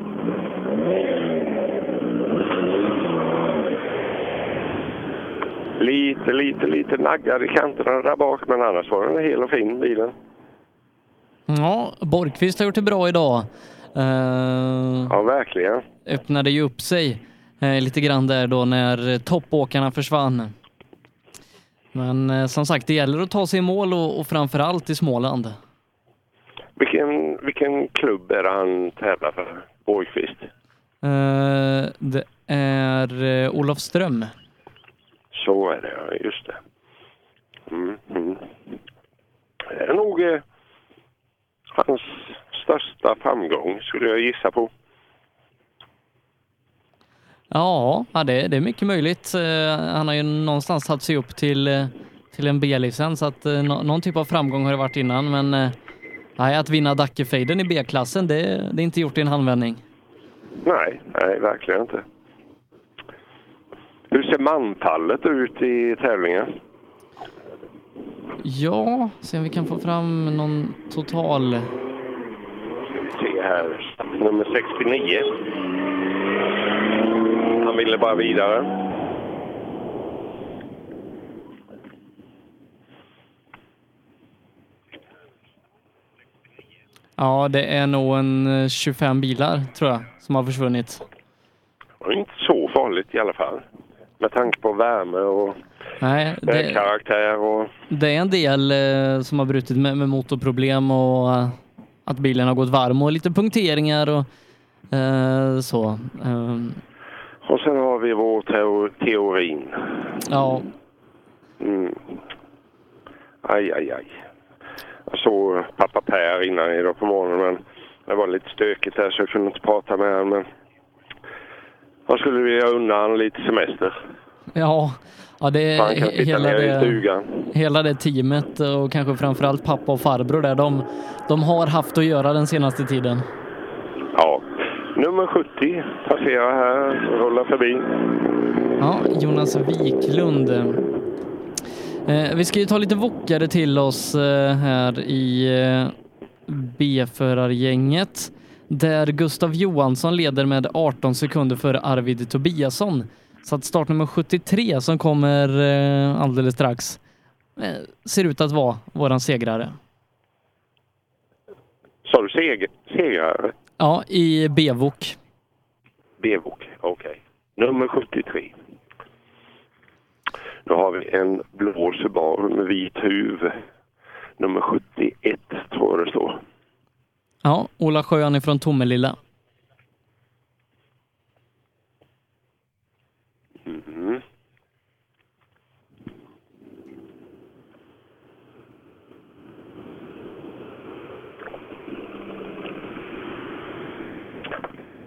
Lite, lite, lite naggad i kanterna där bak, men annars var den hel och fin, bilen. Ja, Borgqvist har gjort det bra idag. Uh, ja, verkligen. Öppnade ju upp sig uh, lite grann där då när toppåkarna försvann. Men uh, som sagt, det gäller att ta sig i mål och, och framförallt i Småland. Vilken, vilken klubb är det han tävlar för, Borgqvist? Uh, det är uh, Olofström. Så är det, ja, just det. Mm, mm. Det är nog eh, hans största framgång, skulle jag gissa på. Ja, ja det, det är mycket möjligt. Uh, han har ju någonstans tagit sig upp till, uh, till en B-licens, så att uh, no- någon typ av framgång har det varit innan. Men uh, nej, att vinna Dackefejden i B-klassen, det, det är inte gjort i en handvändning. Nej, nej, verkligen inte. Hur ser mantallet ut i tävlingen? Ja, se om vi kan få fram någon total... Se här, nummer sextionio. Han ville bara vidare. Ja, det är nog en tjugofem bilar, tror jag, som har försvunnit. Det är inte så farligt i alla fall. Med tanke på värme och Nej, det, karaktär. Och... det är en del eh, som har brutit med, med motorproblem och eh, att bilen har gått varm och lite punkteringar och eh, så. Um. Och sen har vi vår teo- teorin. Ja. Mm. Aj, aj, aj. Jag såg pappa Per innan idag på morgonen, men det var lite stökigt där så jag kunde inte prata med honom. Men jag skulle vilja unna honom lite semester. Ja, ja det är hela det, hela det teamet och kanske framförallt pappa och farbror där. De, de har haft att göra den senaste tiden. Ja, nummer sjuttio passerar här och rullar förbi. Ja, Jonas Wiklund. Eh, vi ska ju ta lite vokare till oss eh, här i eh, B-förargänget. Där Gustav Johansson leder med arton sekunder för Arvid Tobiasson. Så att startnummer sjuttiotre som kommer eh, alldeles strax eh, ser ut att vara våran segrare. Sa du seg- segrare? Ja, i B-vok. B-vok, okej. Okay. Nummer sjuttiotre. Då har vi en blå Subaru med vit huvud. Nummer sjuttioett tror jag det står. Ja, Ola Sjöan ifrån Tomelilla. Mm.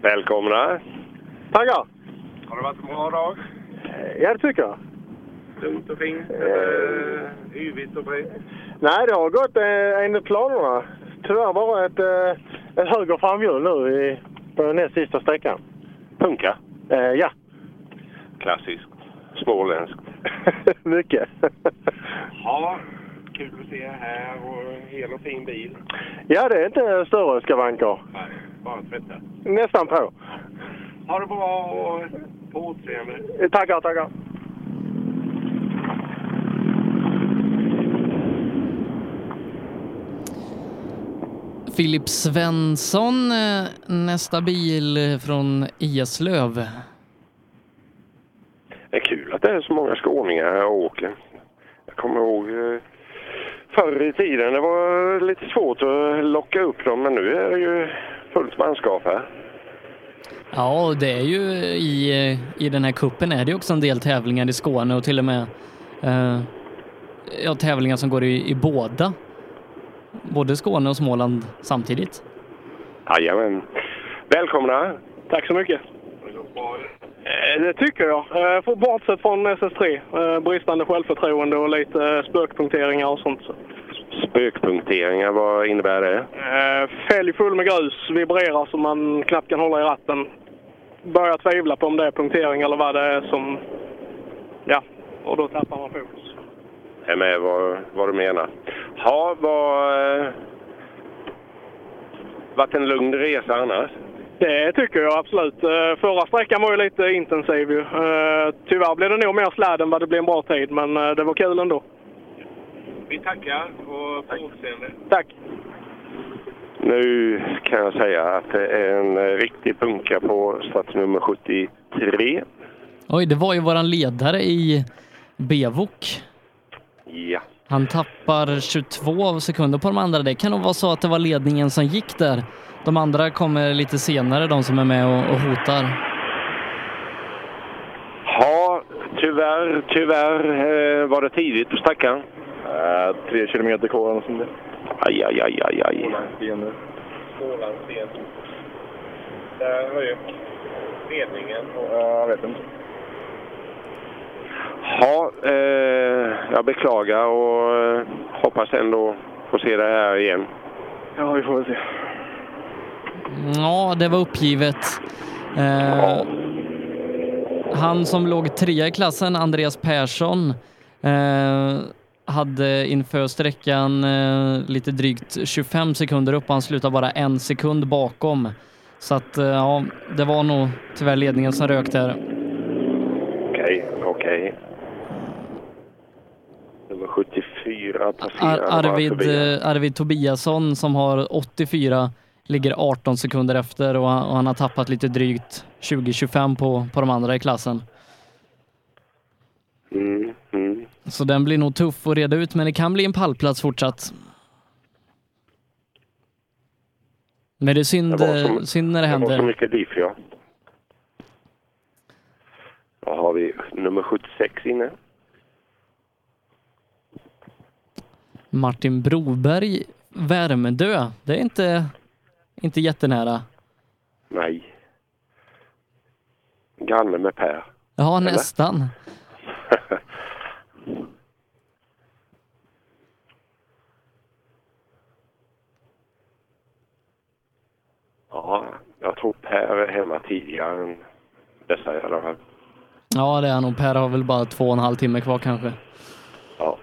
Välkomna. Tackar. Har det varit en bra dag? Ja, det tycker jag. Lugnt och fint? Eller yvigt och brett? Nej, det har gått eh, enligt planerna. Tyvärr bara ett, eh, ett höger framhjul nu i, på näst sista sträckan. Punka? Eh, ja. Klassiskt. Småländskt. Mycket. Ja, kul att se här och hel och fin bil. Ja, det är inte större skavanker. Nej, bara tvätta. Nästan på. Ha det bra och på återseende. Eh, tackar, tackar. Filip Svensson, eh, nästa bil från Eslöv. Det är kul att det är så många skåningar här och åker. Jag kommer ihåg eh, förr i tiden, det var lite svårt att locka upp dem, men nu är det ju fullt manskap här. Ja, det är ju i, i den här kuppen är det också en del tävlingar i Skåne och till och med eh, ja, tävlingar som går i, i båda. Både Skåne och Småland samtidigt. Jajamän. Välkomna. Tack så mycket. Det tycker jag. För bortsett från S S tre. Bristande självförtroende och lite spökpunkteringar och sånt. Spökpunkteringar, vad innebär det? Fälg full med grus, vibrerar så man knappt kan hålla i ratten. Börjar tvivla på om det är punktering eller vad det är som... Ja, och då tappar man fokus. Jag är med vad, vad du menar. Ja, vad... Eh, varit en lugn resa annars? Det tycker jag absolut. Förra sträckan var ju lite intensiv ju. Tyvärr blev det nog mer sladd än vad det blev en bra tid, men det var kul ändå. Vi tackar och på återseende. Tack. Nu kan jag säga att det är en riktig punka på startnummer sjuttiotre. Oj, det var ju våran ledare i Bevok. Ja. Han tappar tjugotvå sekunder på de andra. Det kan nog vara så att det var ledningen som gick där. De andra kommer lite senare, de som är med och, och hotar. Ja, tyvärr, tyvärr eh, var det tidigt på stackan. Äh, tre kilometer kvar som det. Aj, aj, aj, aj, aj. Smålandssten. Smålandssten. Där rök ledningen. Och... Ja, jag vet inte. Ja, eh, jag beklagar och eh, hoppas ändå få se det här igen. Ja, vi får väl se. Ja, det var uppgivet. Eh, ja. Han som låg trea i klassen, Andreas Persson, eh, hade inför sträckan eh, lite drygt tjugofem sekunder upp. Han slutade bara en sekund bakom. Så att, eh, ja, det var nog tyvärr ledningen som rök där. Okej, okay, okej. Okay. Nummer sjuttiofyra passerade Ar- Arvid, eh, Arvid Tobiasson som har åttiofyra ligger arton sekunder efter och han, och han har tappat lite drygt tjugo till tjugofem på, på de andra i klassen. Mm, mm. Så den blir nog tuff att reda ut, men det kan bli en pallplats fortsatt. Men det är synd, det som, synd när det, det händer. Det var så mycket liv, ja. Då har vi nummer sjuttiosex inne. Martin Broberg, Värmdö. Det är inte, inte jättenära. Nej. Granne med Per. Ja, eller? Nästan. Ja, jag tror Per är hemma tidigare än dessa i alla fall. Ja, det är nog. Per har väl bara två och en halv timme kvar kanske. Ja.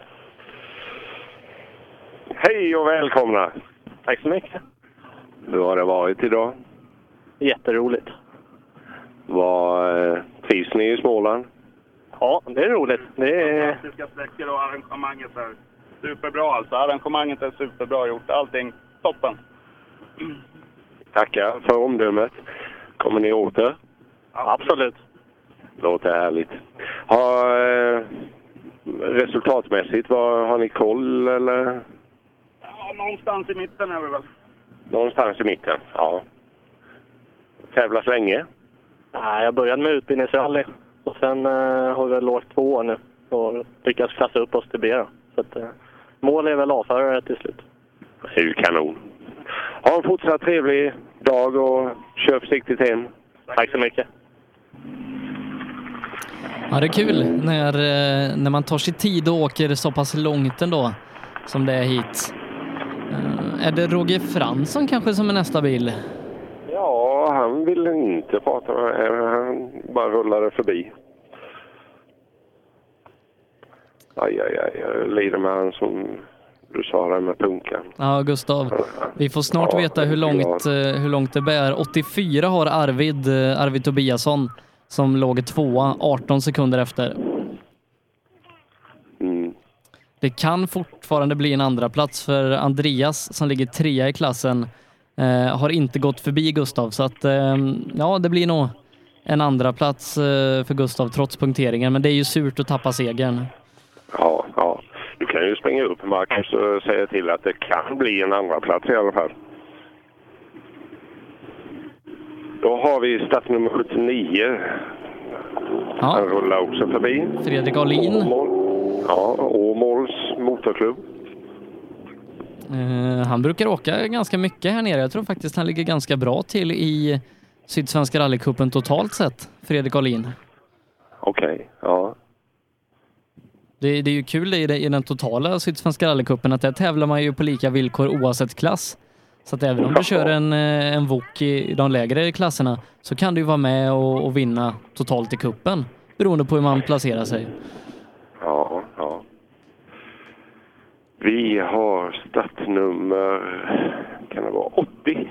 Hej och välkomna! Tack så mycket. Hur har det varit idag? Jätteroligt. Vad eh, trivs ni i Småland? Ja, det är roligt. Det är... Fantastiska sträckor och arrangemanget här. Superbra alltså. Arrangemanget är superbra gjort. Allting toppen. Mm. Tackar för omdömet. Kommer ni åter? Ja, absolut. Låter härligt. Har, eh, resultatmässigt, vad, har ni koll eller? Ja, någonstans i mitten är vi väl. Någonstans i mitten, ja. Tävlas länge? Nej, jag började med utbildningsrally. Och sen eh, har vi väl åkt två år nu. Och lyckats klassa upp oss till B. Så att, eh, mål är väl avförare till slut. Det är ju kanon. Ha en fortsatt trevlig dag och kör försiktigt hem. Tack så mycket. Ja, det är kul när, eh, när man tar sig tid och åker så pass långt ändå som det är hit. Uh, är det Roger Fransson kanske som är nästa bil? Ja, han ville inte prata med mig. Han bara rullade förbi. Aj, aj, aj. Jag lider med han som du sa där med punkan. Ja, Gustav. Vi får snart ja, veta hur långt, uh, hur långt det bär. åttiofyra har Arvid, uh, Arvid Tobiasson som låg tvåa arton sekunder efter. Mm. Det kan fortfarande bli en andra plats för Andreas som ligger trea i klassen. Eh, har inte gått förbi Gustav, så att eh, ja, det blir nog en andra plats eh, för Gustav trots punkteringen, men det är ju surt att tappa segern. Ja, ja. Du kan ju springa upp Marcus och säga till att det kan bli en andra plats i alla fall. Då har vi startnummer sjuttionio. Ja. Han rullar också förbi. Fredrik Ahlin. Ja, Åmåls motorklubb. Uh, han brukar åka ganska mycket här nere. Jag tror faktiskt han ligger ganska bra till i Sydsvenska rallycupen totalt sett, Fredrik Ahlin. Okej, okay, ja. Det, det är ju kul i, det, i den totala Sydsvenska rallycupen att där tävlar man ju på lika villkor oavsett klass. Så att även om du kör en, en vok i de lägre klasserna så kan du ju vara med och, och vinna totalt i kuppen beroende på hur man placerar sig. Ja, ja. Vi har startnummer, kan det vara åttio?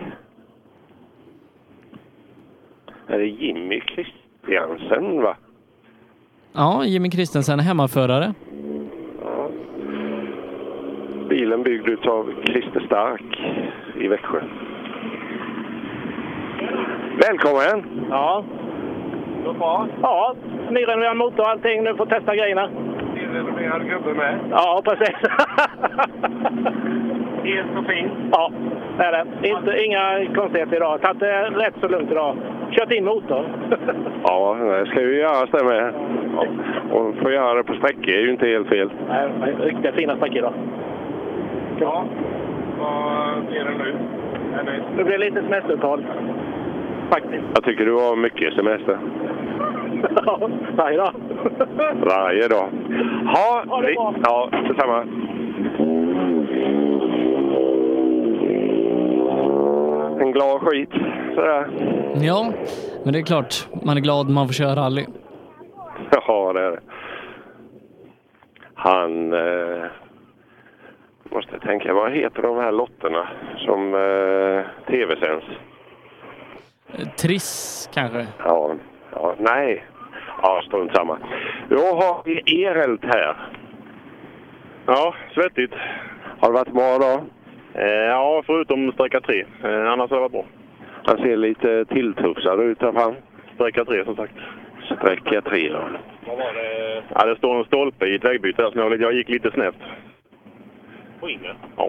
Är det Jimmy Kristiansen, va? Ja, Jimmy Kristiansen, hemmaförare. Ja. Bilen byggd av Christer Stark i Växjö. Välkommen! Ja. Så bra? Ja, nyrenoverad motor och allting. Nu får testa grejerna. Nyrenoverad gubbe med? Ja, precis. Helt och fint? Ja, det är det. Inte, inga konstigheter idag. Tagit det rätt så lugnt idag. Kört in motorn. Ja, det ska ju göras det med. Ja. Och få göra det på sträckor är ju inte helt fel. Nej, riktigt fina sträckor idag. Ja, vad blir det nu? Det blir lite semestertal. Faktiskt. Jag tycker du har mycket semester. Ja, varje dag. Varje dag. Ha, ha det vi, bra. Ja, detsamma. En glad skit. Sådär. Ja, men det är klart. Man är glad man får köra rally. Ja, det är det. Han... Eh, måste tänka, vad heter de här lotterna som eh, tv-sänds? Triss, kanske? Ja, ja, nej. Ja, strunt samma. Då har vi Erelt här. Ja, svettigt. Har det varit bra då? Eh, ja, förutom sträcka tre. Eh, annars har det varit bra. Han ser lite tilltufsad ut här fram. Sträcka tre, som sagt. Sträcka tre då. Vad var det? Ja, det står en stolpe i ett vägbyte där, så jag, jag gick lite snett. På inne? Ja.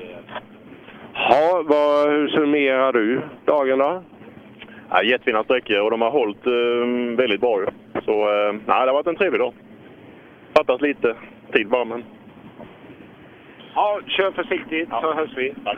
Ja, vad, hur summerar du dagen då? Ja, jättefina sträckor och de har hållit eh, väldigt bra. Så eh, nej, det har varit en trevlig dag. Fattas lite tid bara, men... Ja, kör försiktigt ja. Så hörs vi. Tack.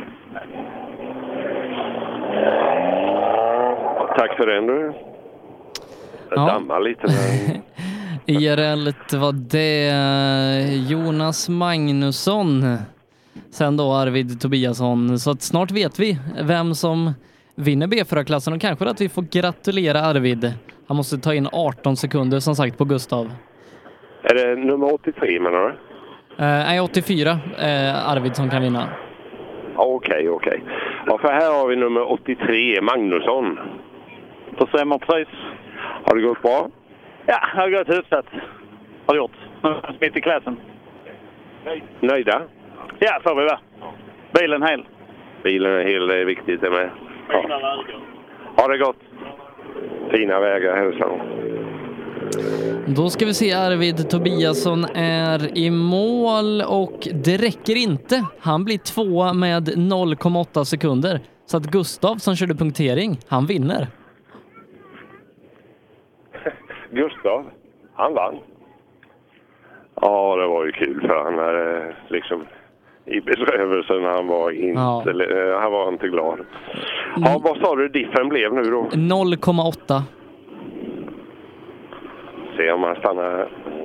Tack för den du. Det ja. dammar lite. Men... I R L var det Jonas Magnusson. Sen då Arvid Tobiasson. Så att snart vet vi vem som vinner B fyra-klassen och kanske att vi får gratulera Arvid. Han måste ta in arton sekunder som sagt på Gustav. Är det nummer åttiotre menar du? Nej, uh, åttiofyra uh, Arvid som kan vinna. Okej, okay, okej. Okay. Ja, för här har vi nummer åttiotre, Magnusson. Då stämmer precis. Har det gått bra? Ja, det har gått hyfsat. Har det gjort. Mitt i klassen. Nöjda? Ja, får vi vara. Bilen hel. Bilen är hel, det är viktigt det med. Ja. Har det gått? Fina vägar, hälsan. Då ska vi se, Arvid Tobiasson är i mål och det räcker inte. Han blir tvåa med noll komma åtta sekunder. Så att Gustav som körde punktering, han vinner. Gustav, han vann. Ja, det var ju kul för han hade liksom i bedrövelsen. Han var inte, ja. han var inte glad. Ja, vad sa du diffen blev nu då? noll komma åtta. Se om han stannar.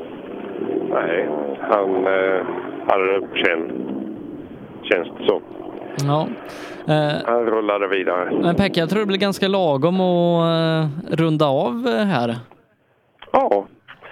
Nej, han eh, hade det känt. Känns det så. Ja. Eh, han rullade vidare. Men Pekka, jag tror det blir ganska lagom att eh, runda av här. Ja.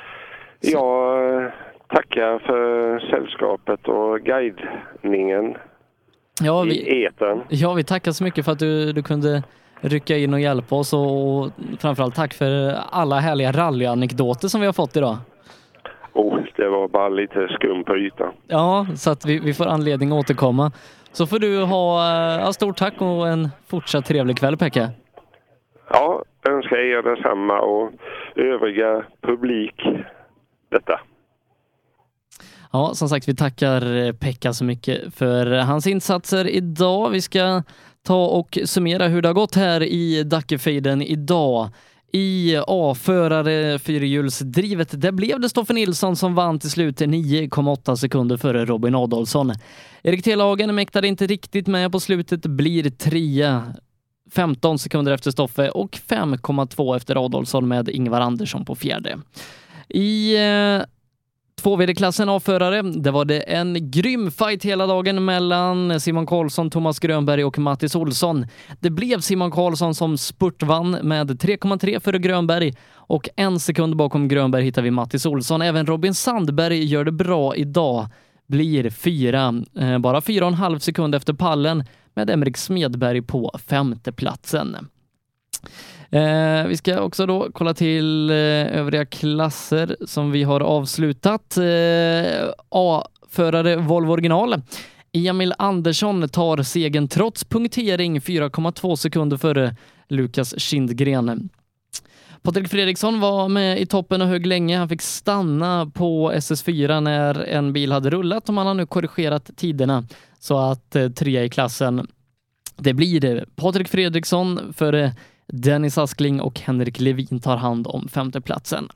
Jag eh, tackar för sällskapet och guidningen ja, vi, i etern. Ja, vi tackar så mycket för att du, du kunde rycka in och hjälpa oss, och framförallt tack för alla härliga rallyanekdoter som vi har fått idag. Oh, det var bara lite skum på ytan. Ja, så att vi, vi får anledning att återkomma. Så får du ha ja, stort tack och en fortsatt trevlig kväll, Pekka. Ja, önskar er detsamma och övriga publik detta. Ja, som sagt, vi tackar Pekka så mycket för hans insatser idag. Vi ska ta och summera hur det har gått här i Dackefejden idag. I A-förare fyrhjulsdrivet, det blev det Stoffe Nilsson som vann till slut nio komma åtta sekunder före Robin Adolfsson. Erik T-lagen mäktade inte riktigt med på slutet, blir trea femton sekunder efter Stoffe och fem komma två efter Adolfsson med Ingvar Andersson på fjärde. I eh, två V D-klassen A-förare, det var det en grym fight hela dagen mellan Simon Karlsson, Thomas Grönberg och Mattis Olsson. Det blev Simon Karlsson som spurtvann med tre komma tre före Grönberg och en sekund bakom Grönberg hittar vi Mattis Olsson. Även Robin Sandberg gör det bra idag, blir fyra, eh, bara fyra och en halv sekund efter pallen med Emrik Smedberg på femte platsen. Eh, vi ska också då kolla till eh, övriga klasser som vi har avslutat. Eh, A-förare Volvo original. Emil Andersson tar segern trots punktering, fyra komma två sekunder före Lukas Kindgren. Patrik Fredriksson var med i toppen och hög länge. Han fick stanna på S S fyra när en bil hade rullat och man har nu korrigerat tiderna så att eh, trea i klassen. Det blir det. Patrik Fredriksson för Dennis Askling och Henrik Levin tar hand om femteplatsen.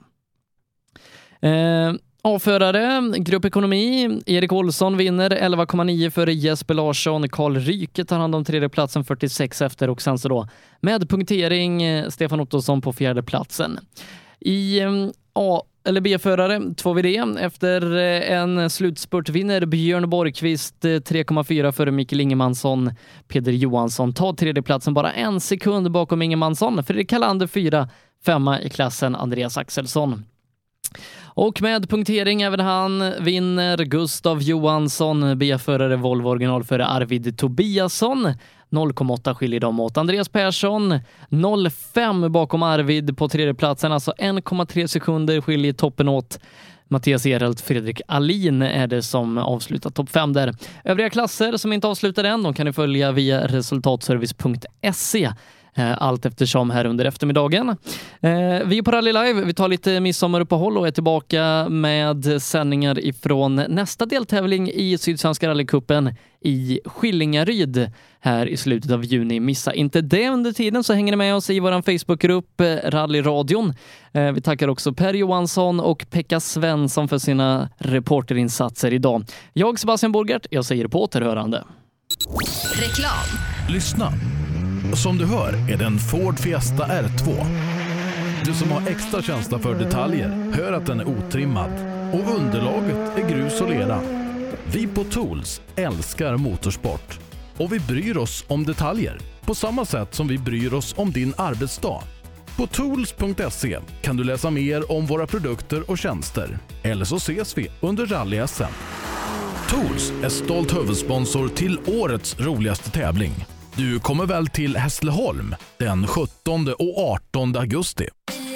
Eh, A-förare, grupp ekonomi, Erik Olsson vinner elva komma nio före Jesper Larsson. Karl Ryke tar hand om tredje platsen fyrtiosex efter och sen så då med punktering Stefan Ottosson på fjärde platsen. I eh, A eller B-förare, två V D. Efter en slutspurt vinner Björn Borgqvist tre komma fyra före Mikael Ingemansson. Peder Johansson tar tredje platsen bara en sekund bakom Ingemansson. Fredrik Kalander fyra, femma i klassen Andreas Axelsson. Och med punktering även han vinner Gustav Johansson, B-förare Volvo original före Arvid Tobiasson. noll komma åtta skiljer dem åt. Andreas Persson noll komma fem bakom Arvid på tredje platsen, alltså en komma tre sekunder skiljer toppen åt. Mattias Erelt, Fredrik Alin är det som avslutar topp fem där. Övriga klasser som inte avslutar än, de kan ni följa via resultatservice punkt se. Allt eftersom här under eftermiddagen. Vi är på Rally Live, vi tar lite midsommaruppehåll och är tillbaka med sändningar ifrån nästa deltävling i Sydsvenska rallycupen i Skillingaryd här i slutet av juni. Missa inte det under tiden, så hänger ni med oss i vår Facebookgrupp Rallyradion. Vi tackar också Per Johansson och Pekka Svensson för sina reporterinsatser idag. Jag, Sebastian Borgert, jag säger på återhörande. Reklam. Lyssna. Som du hör är det en Ford Fiesta R två. Du som har extra känsla för detaljer hör att den är otrimmad och underlaget är grus och lera. Vi på Tools älskar motorsport och vi bryr oss om detaljer på samma sätt som vi bryr oss om din arbetsdag. På tools punkt se kan du läsa mer om våra produkter och tjänster. Eller så ses vi under Rally-S M. Tools är stolt huvudsponsor till årets roligaste tävling. Du kommer väl till Hässleholm den sjuttonde och artonde augusti.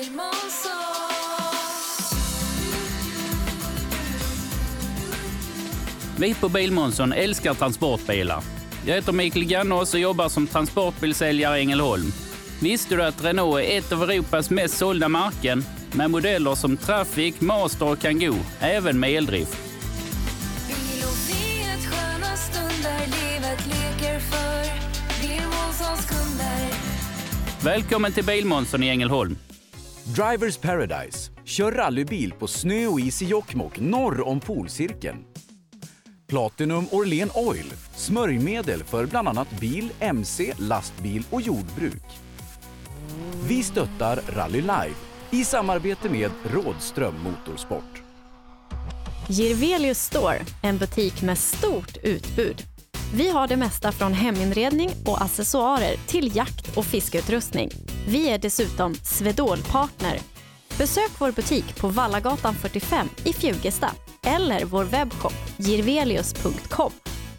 Vi på Bilmånsson älskar transportbilar. Jag heter Mikael Gannås och jobbar som transportbilsäljare i Ängelholm. Visste du att Renault är ett av Europas mest sålda märken med modeller som Traffic, Master och Kangoo, även med eldrift? Bil och frihet, sköna stunder, livet leker för Bilmånssons kunder. Välkommen till Bilmånsson i Ängelholm. Drivers Paradise. Kör rallybil på snö och is i Jokkmokk norr om polcirkeln. Platinum Orlen Oil, smörjmedel för bland annat bil, mc, lastbil och jordbruk. Vi stöttar Rally Live i samarbete med Rådström Motorsport. Jirvelius Store, en butik med stort utbud. Vi har det mesta från heminredning och accessoarer till jakt- och fiskeutrustning. Vi är dessutom Swedol-partner. Besök vår butik på Vallagatan fyrtiofem i Fjugesta eller vår webbshop jirvelius punkt com.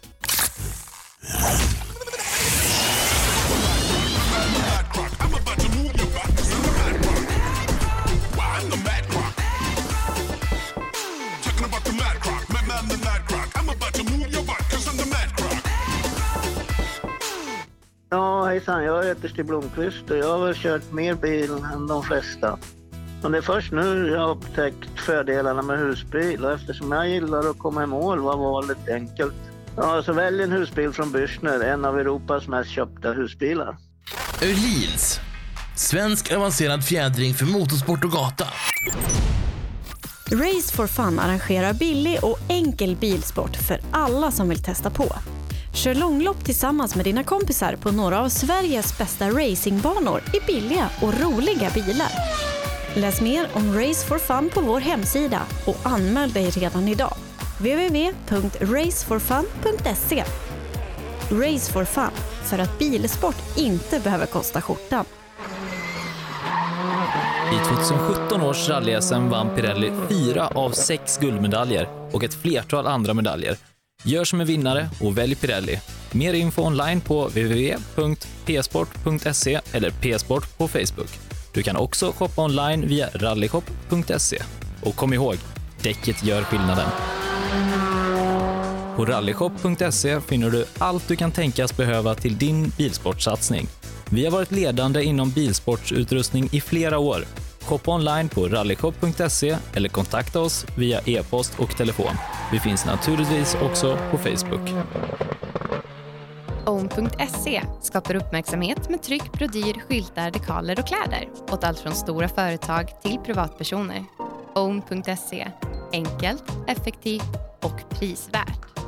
Ja, hejsan. Jag heter Stig Blomqvist och jag har väl kört mer bil än de flesta. Men det är först nu jag har upptäckt fördelarna med husbil och eftersom jag gillar att komma i mål var valet enkelt. Ja, så välj en husbil från Bürstner, en av Europas mest köpta husbilar. Öhlins. Svensk avancerad fjädring för motorsport och gata. Race for Fun arrangerar billig och enkel bilsport för alla som vill testa på. Kör långlopp tillsammans med dina kompisar på några av Sveriges bästa racingbanor i billiga och roliga bilar. Läs mer om Race for Fun på vår hemsida och anmäl dig redan idag. w w w punkt race for fun punkt se. Race for Fun, för att bilsport inte behöver kosta skjortan. I tjugosjutton års rally-S M vann Pirelli fyra av sex guldmedaljer och ett flertal andra medaljer. Gör som en vinnare och välj Pirelli. Mer info online på w w w punkt p sport punkt se eller p-sport på Facebook. Du kan också shoppa online via rallyshop punkt se. Och kom ihåg, däcket gör skillnaden. På rallyshop punkt se finner du allt du kan tänkas behöva till din bilsportsatsning. Vi har varit ledande inom bilsportsutrustning i flera år. Shoppa online på rallyshop punkt se eller kontakta oss via e-post och telefon. Vi finns naturligtvis också på Facebook. own punkt se skapar uppmärksamhet med tryck, brodyr, skyltar, dekaler och kläder åt allt från stora företag till privatpersoner. own punkt se. Enkelt, effektivt och prisvärt.